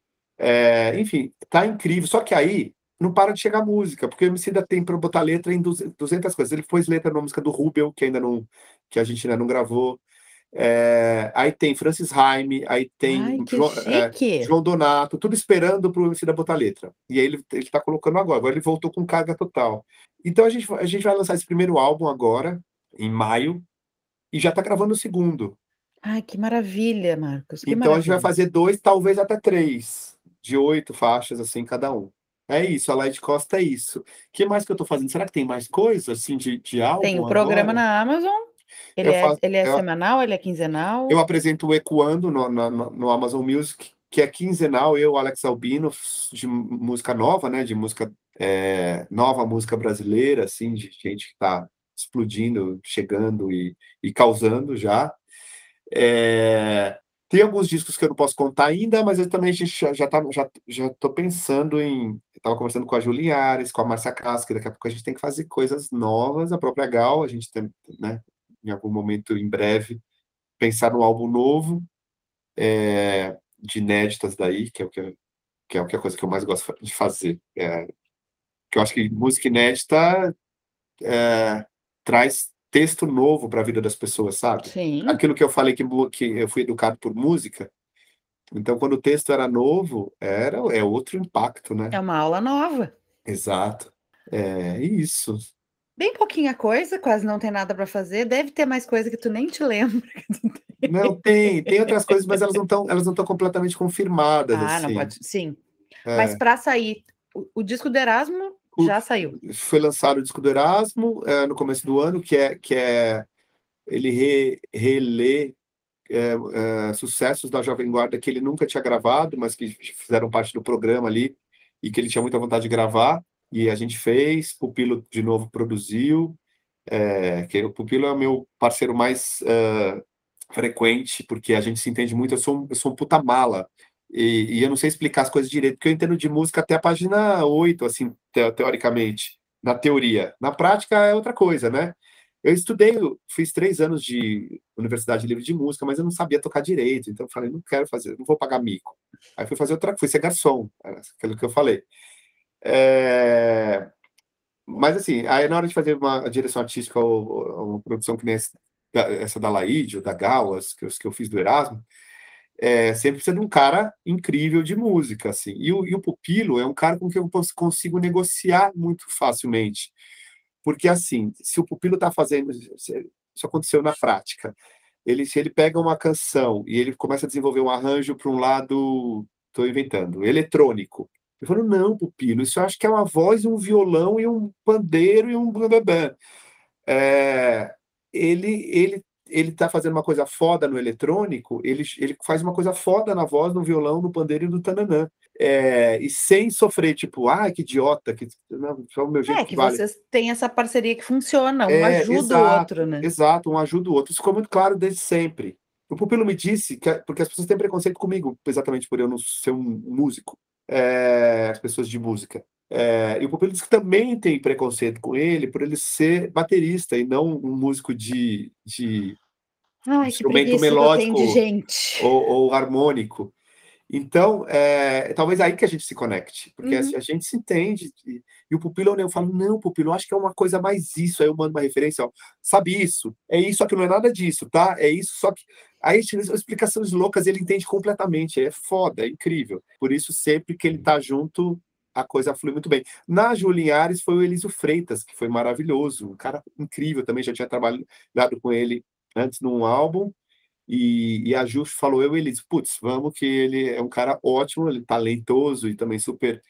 Speaker 2: Enfim, tá incrível. Só que aí não para de chegar música, porque o Emicida tem para botar letra em 200 coisas. Ele pôs letra na música do Rubel, que a gente ainda não gravou. Aí tem Francis Haime, aí tem
Speaker 1: Ai, que chique!
Speaker 2: João Donato, tudo esperando para o Emicida botar letra. E aí ele tá colocando agora ele voltou com carga total. Então a gente vai lançar esse primeiro álbum agora, em maio, e já tá gravando o segundo.
Speaker 1: Ai, que maravilha, Marcos, que
Speaker 2: Então a gente vai
Speaker 1: maravilha.
Speaker 2: fazer 2, talvez até 3, de 8 faixas, assim, cada um. É isso, a Laide Costa é isso. O que mais que eu tô fazendo? Será que tem mais coisa, assim, de
Speaker 1: Tem
Speaker 2: álbum
Speaker 1: o programa
Speaker 2: agora?
Speaker 1: na Amazon. Ele
Speaker 2: Eu
Speaker 1: é
Speaker 2: faço,
Speaker 1: ele é
Speaker 2: eu,
Speaker 1: semanal, ele é
Speaker 2: eu
Speaker 1: quinzenal?
Speaker 2: apresento o Ecoando no Amazon Music, que é quinzenal, eu, Alex Albino, de música nova, né? De música nova, música brasileira, assim, de gente que está explodindo, chegando e causando já. Tem alguns discos que eu não posso contar ainda, mas eu também já estou pensando em. Estava conversando com a Julia Ares, com a Márcia Casca, daqui a pouco a gente tem que fazer coisas novas, a própria Gal, a gente tem, né, em algum momento, em breve, pensar num álbum novo, de inéditas daí, que é a coisa que eu mais gosto de fazer. Que eu acho que música inédita traz texto novo para a vida das pessoas, sabe?
Speaker 1: Sim,
Speaker 2: Aquilo que eu falei que eu fui educado por música, então quando o texto era novo, é outro impacto, né?
Speaker 1: é uma aula nova.
Speaker 2: Exato. É isso.
Speaker 1: Bem pouquinha coisa, quase não tem nada para fazer, deve ter mais coisa que tu nem te lembra que tu
Speaker 2: Não,
Speaker 1: tem.
Speaker 2: tem outras coisas, mas elas não estão completamente confirmadas,
Speaker 1: Ah, não
Speaker 2: assim.
Speaker 1: pode sim. Mas
Speaker 2: É.
Speaker 1: para sair o disco do Erasmo
Speaker 2: O-
Speaker 1: já saiu.
Speaker 2: Foi lançado o disco do Erasmo, no começo do ano, que é ele relê sucessos da Jovem Guarda que ele nunca tinha gravado, mas que fizeram parte do programa ali, e que ele tinha muita vontade de gravar, e a gente fez. Pupilo, de novo, produziu, que o Pupilo é o meu parceiro mais frequente, porque a gente se entende muito. Eu sou um puta mala, e eu não sei explicar as coisas direito, porque eu entendo de música até a página 8, assim, teoricamente, na teoria. Na prática é outra coisa, né? Eu fiz 3 anos de Universidade Livre de Música, mas eu não sabia tocar direito, então eu falei, não quero fazer, não vou pagar mico. Aí fui ser garçom, aquilo que eu falei. Mas assim, aí na hora de fazer uma direção artística ou uma produção que nem essa da Laíde, ou da Gauas, que eu fiz do Erasmo, sempre precisa de um cara incrível de música, assim. E o Pupilo é um cara com quem eu consigo negociar muito facilmente. Porque, assim, se o Pupilo está fazendo... Isso aconteceu na prática. Se ele pega uma canção e ele começa a desenvolver um arranjo para um lado, estou inventando, eletrônico. Eu falo, não, Pupilo, isso eu acho que é uma voz, um violão e um pandeiro e um blá. Ele tá fazendo uma coisa foda no eletrônico, ele faz uma coisa foda na voz, no violão, no pandeiro e no tananã. E sem sofrer, tipo, que idiota, que não, só o meu jeito
Speaker 1: que
Speaker 2: vale.
Speaker 1: vocês têm essa parceria que funciona, um ajuda o outro, né?
Speaker 2: Exato, um ajuda o outro. Isso ficou muito claro desde sempre. O Pupilo me disse, porque as pessoas têm preconceito comigo, exatamente por eu não ser um músico, as pessoas de música. E o Pupilo disse que também tem preconceito com ele por ele ser baterista e não um músico de instrumento melódico ou harmônico. Então, talvez aí que a gente se conecte, porque a gente se entende. E o Pupilo, eu falo, não, Pupilo, eu acho que é uma coisa mais isso. Aí eu mando uma referência, ó, sabe isso? É isso, só que não é nada disso, tá? É isso, só que... Aí, explicações loucas, ele entende completamente. É foda, é incrível. Por isso, sempre que ele tá junto, a coisa flui muito bem. Na Julinhares foi o Elísio Freitas, que foi maravilhoso. Um cara incrível também, já tinha trabalhado com ele antes num álbum. E a Ju falou, eu e ele disse, putz, vamos, que ele é um cara ótimo, ele é talentoso e também super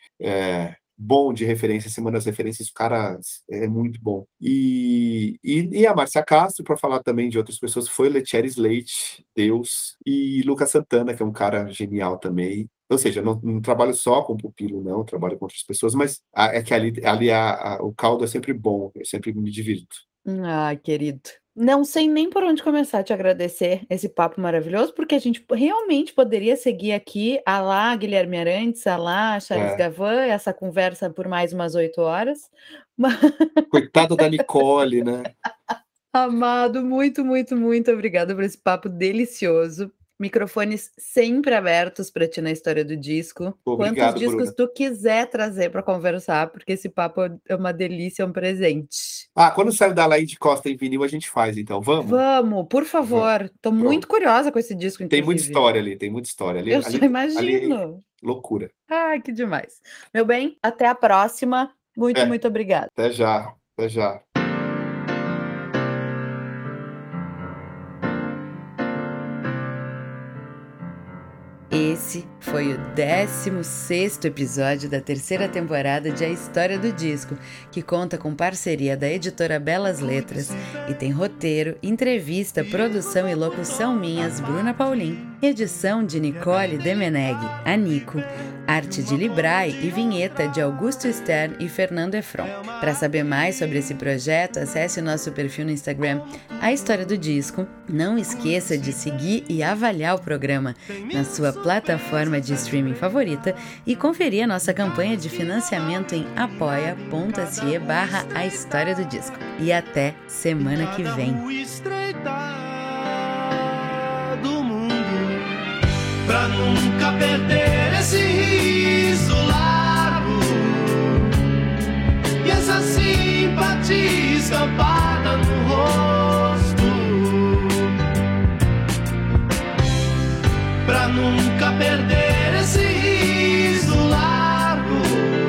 Speaker 2: bom de referência, semana das referências, o cara é muito bom. E a Márcia Castro, para falar também de outras pessoas, foi Letieri Slate, Deus, e Lucas Santana, que é um cara genial também. Ou seja, não trabalho só com o Pupilo, não, trabalho com outras pessoas, mas é que ali o caldo é sempre bom, eu sempre me divirto.
Speaker 1: Querido. Não sei nem por onde começar a te agradecer esse papo maravilhoso, porque a gente realmente poderia seguir aqui, a lá Guilherme Arantes, a lá Charles Gavan, essa conversa por mais umas 8 horas.
Speaker 2: Coitada da Nicole, né?
Speaker 1: Amado, muito, muito, muito obrigada por esse papo delicioso. Microfones sempre abertos para ti na História do Disco.
Speaker 2: Obrigado,
Speaker 1: quantos discos
Speaker 2: Bruna.
Speaker 1: tu quiser trazer para conversar, porque esse papo é uma delícia, é um presente.
Speaker 2: Quando sair da Laíde Costa em vinil, a gente faz, então. Vamos?
Speaker 1: Vamos, por favor. Estou muito curiosa com esse disco, inclusive.
Speaker 2: Tem muita história ali, tem muita história.
Speaker 1: Eu só imagino.
Speaker 2: Ali, loucura.
Speaker 1: Que demais. Meu bem, até a próxima. Muito, muito obrigada.
Speaker 2: Até já, até já.
Speaker 1: Esse foi o 16º episódio da 3ª temporada de A História do Disco, que conta com parceria da editora Belas Letras e tem roteiro, entrevista, produção e locução minhas, Bruna Paulin, edição de Nicole Demeneg, a Nico, arte de Librai e vinheta de Augusto Stern e Fernando Efron. Para saber mais sobre esse projeto, acesse o nosso perfil no Instagram, A História do Disco. Não esqueça de seguir e avaliar o programa na sua plataforma de streaming favorita e conferir a nossa campanha de financiamento em apoia.se/A História do Disco. E até semana que vem.
Speaker 3: Pra nunca perder esse riso largo e essa simpatia estampada no rosto. Pra nunca perder esse riso largo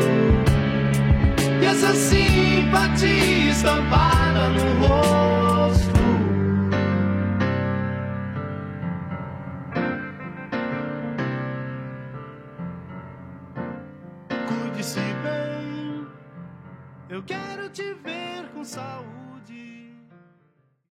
Speaker 3: e essa simpatia estampada no rosto. Cuide-se bem, eu quero te ver com saúde.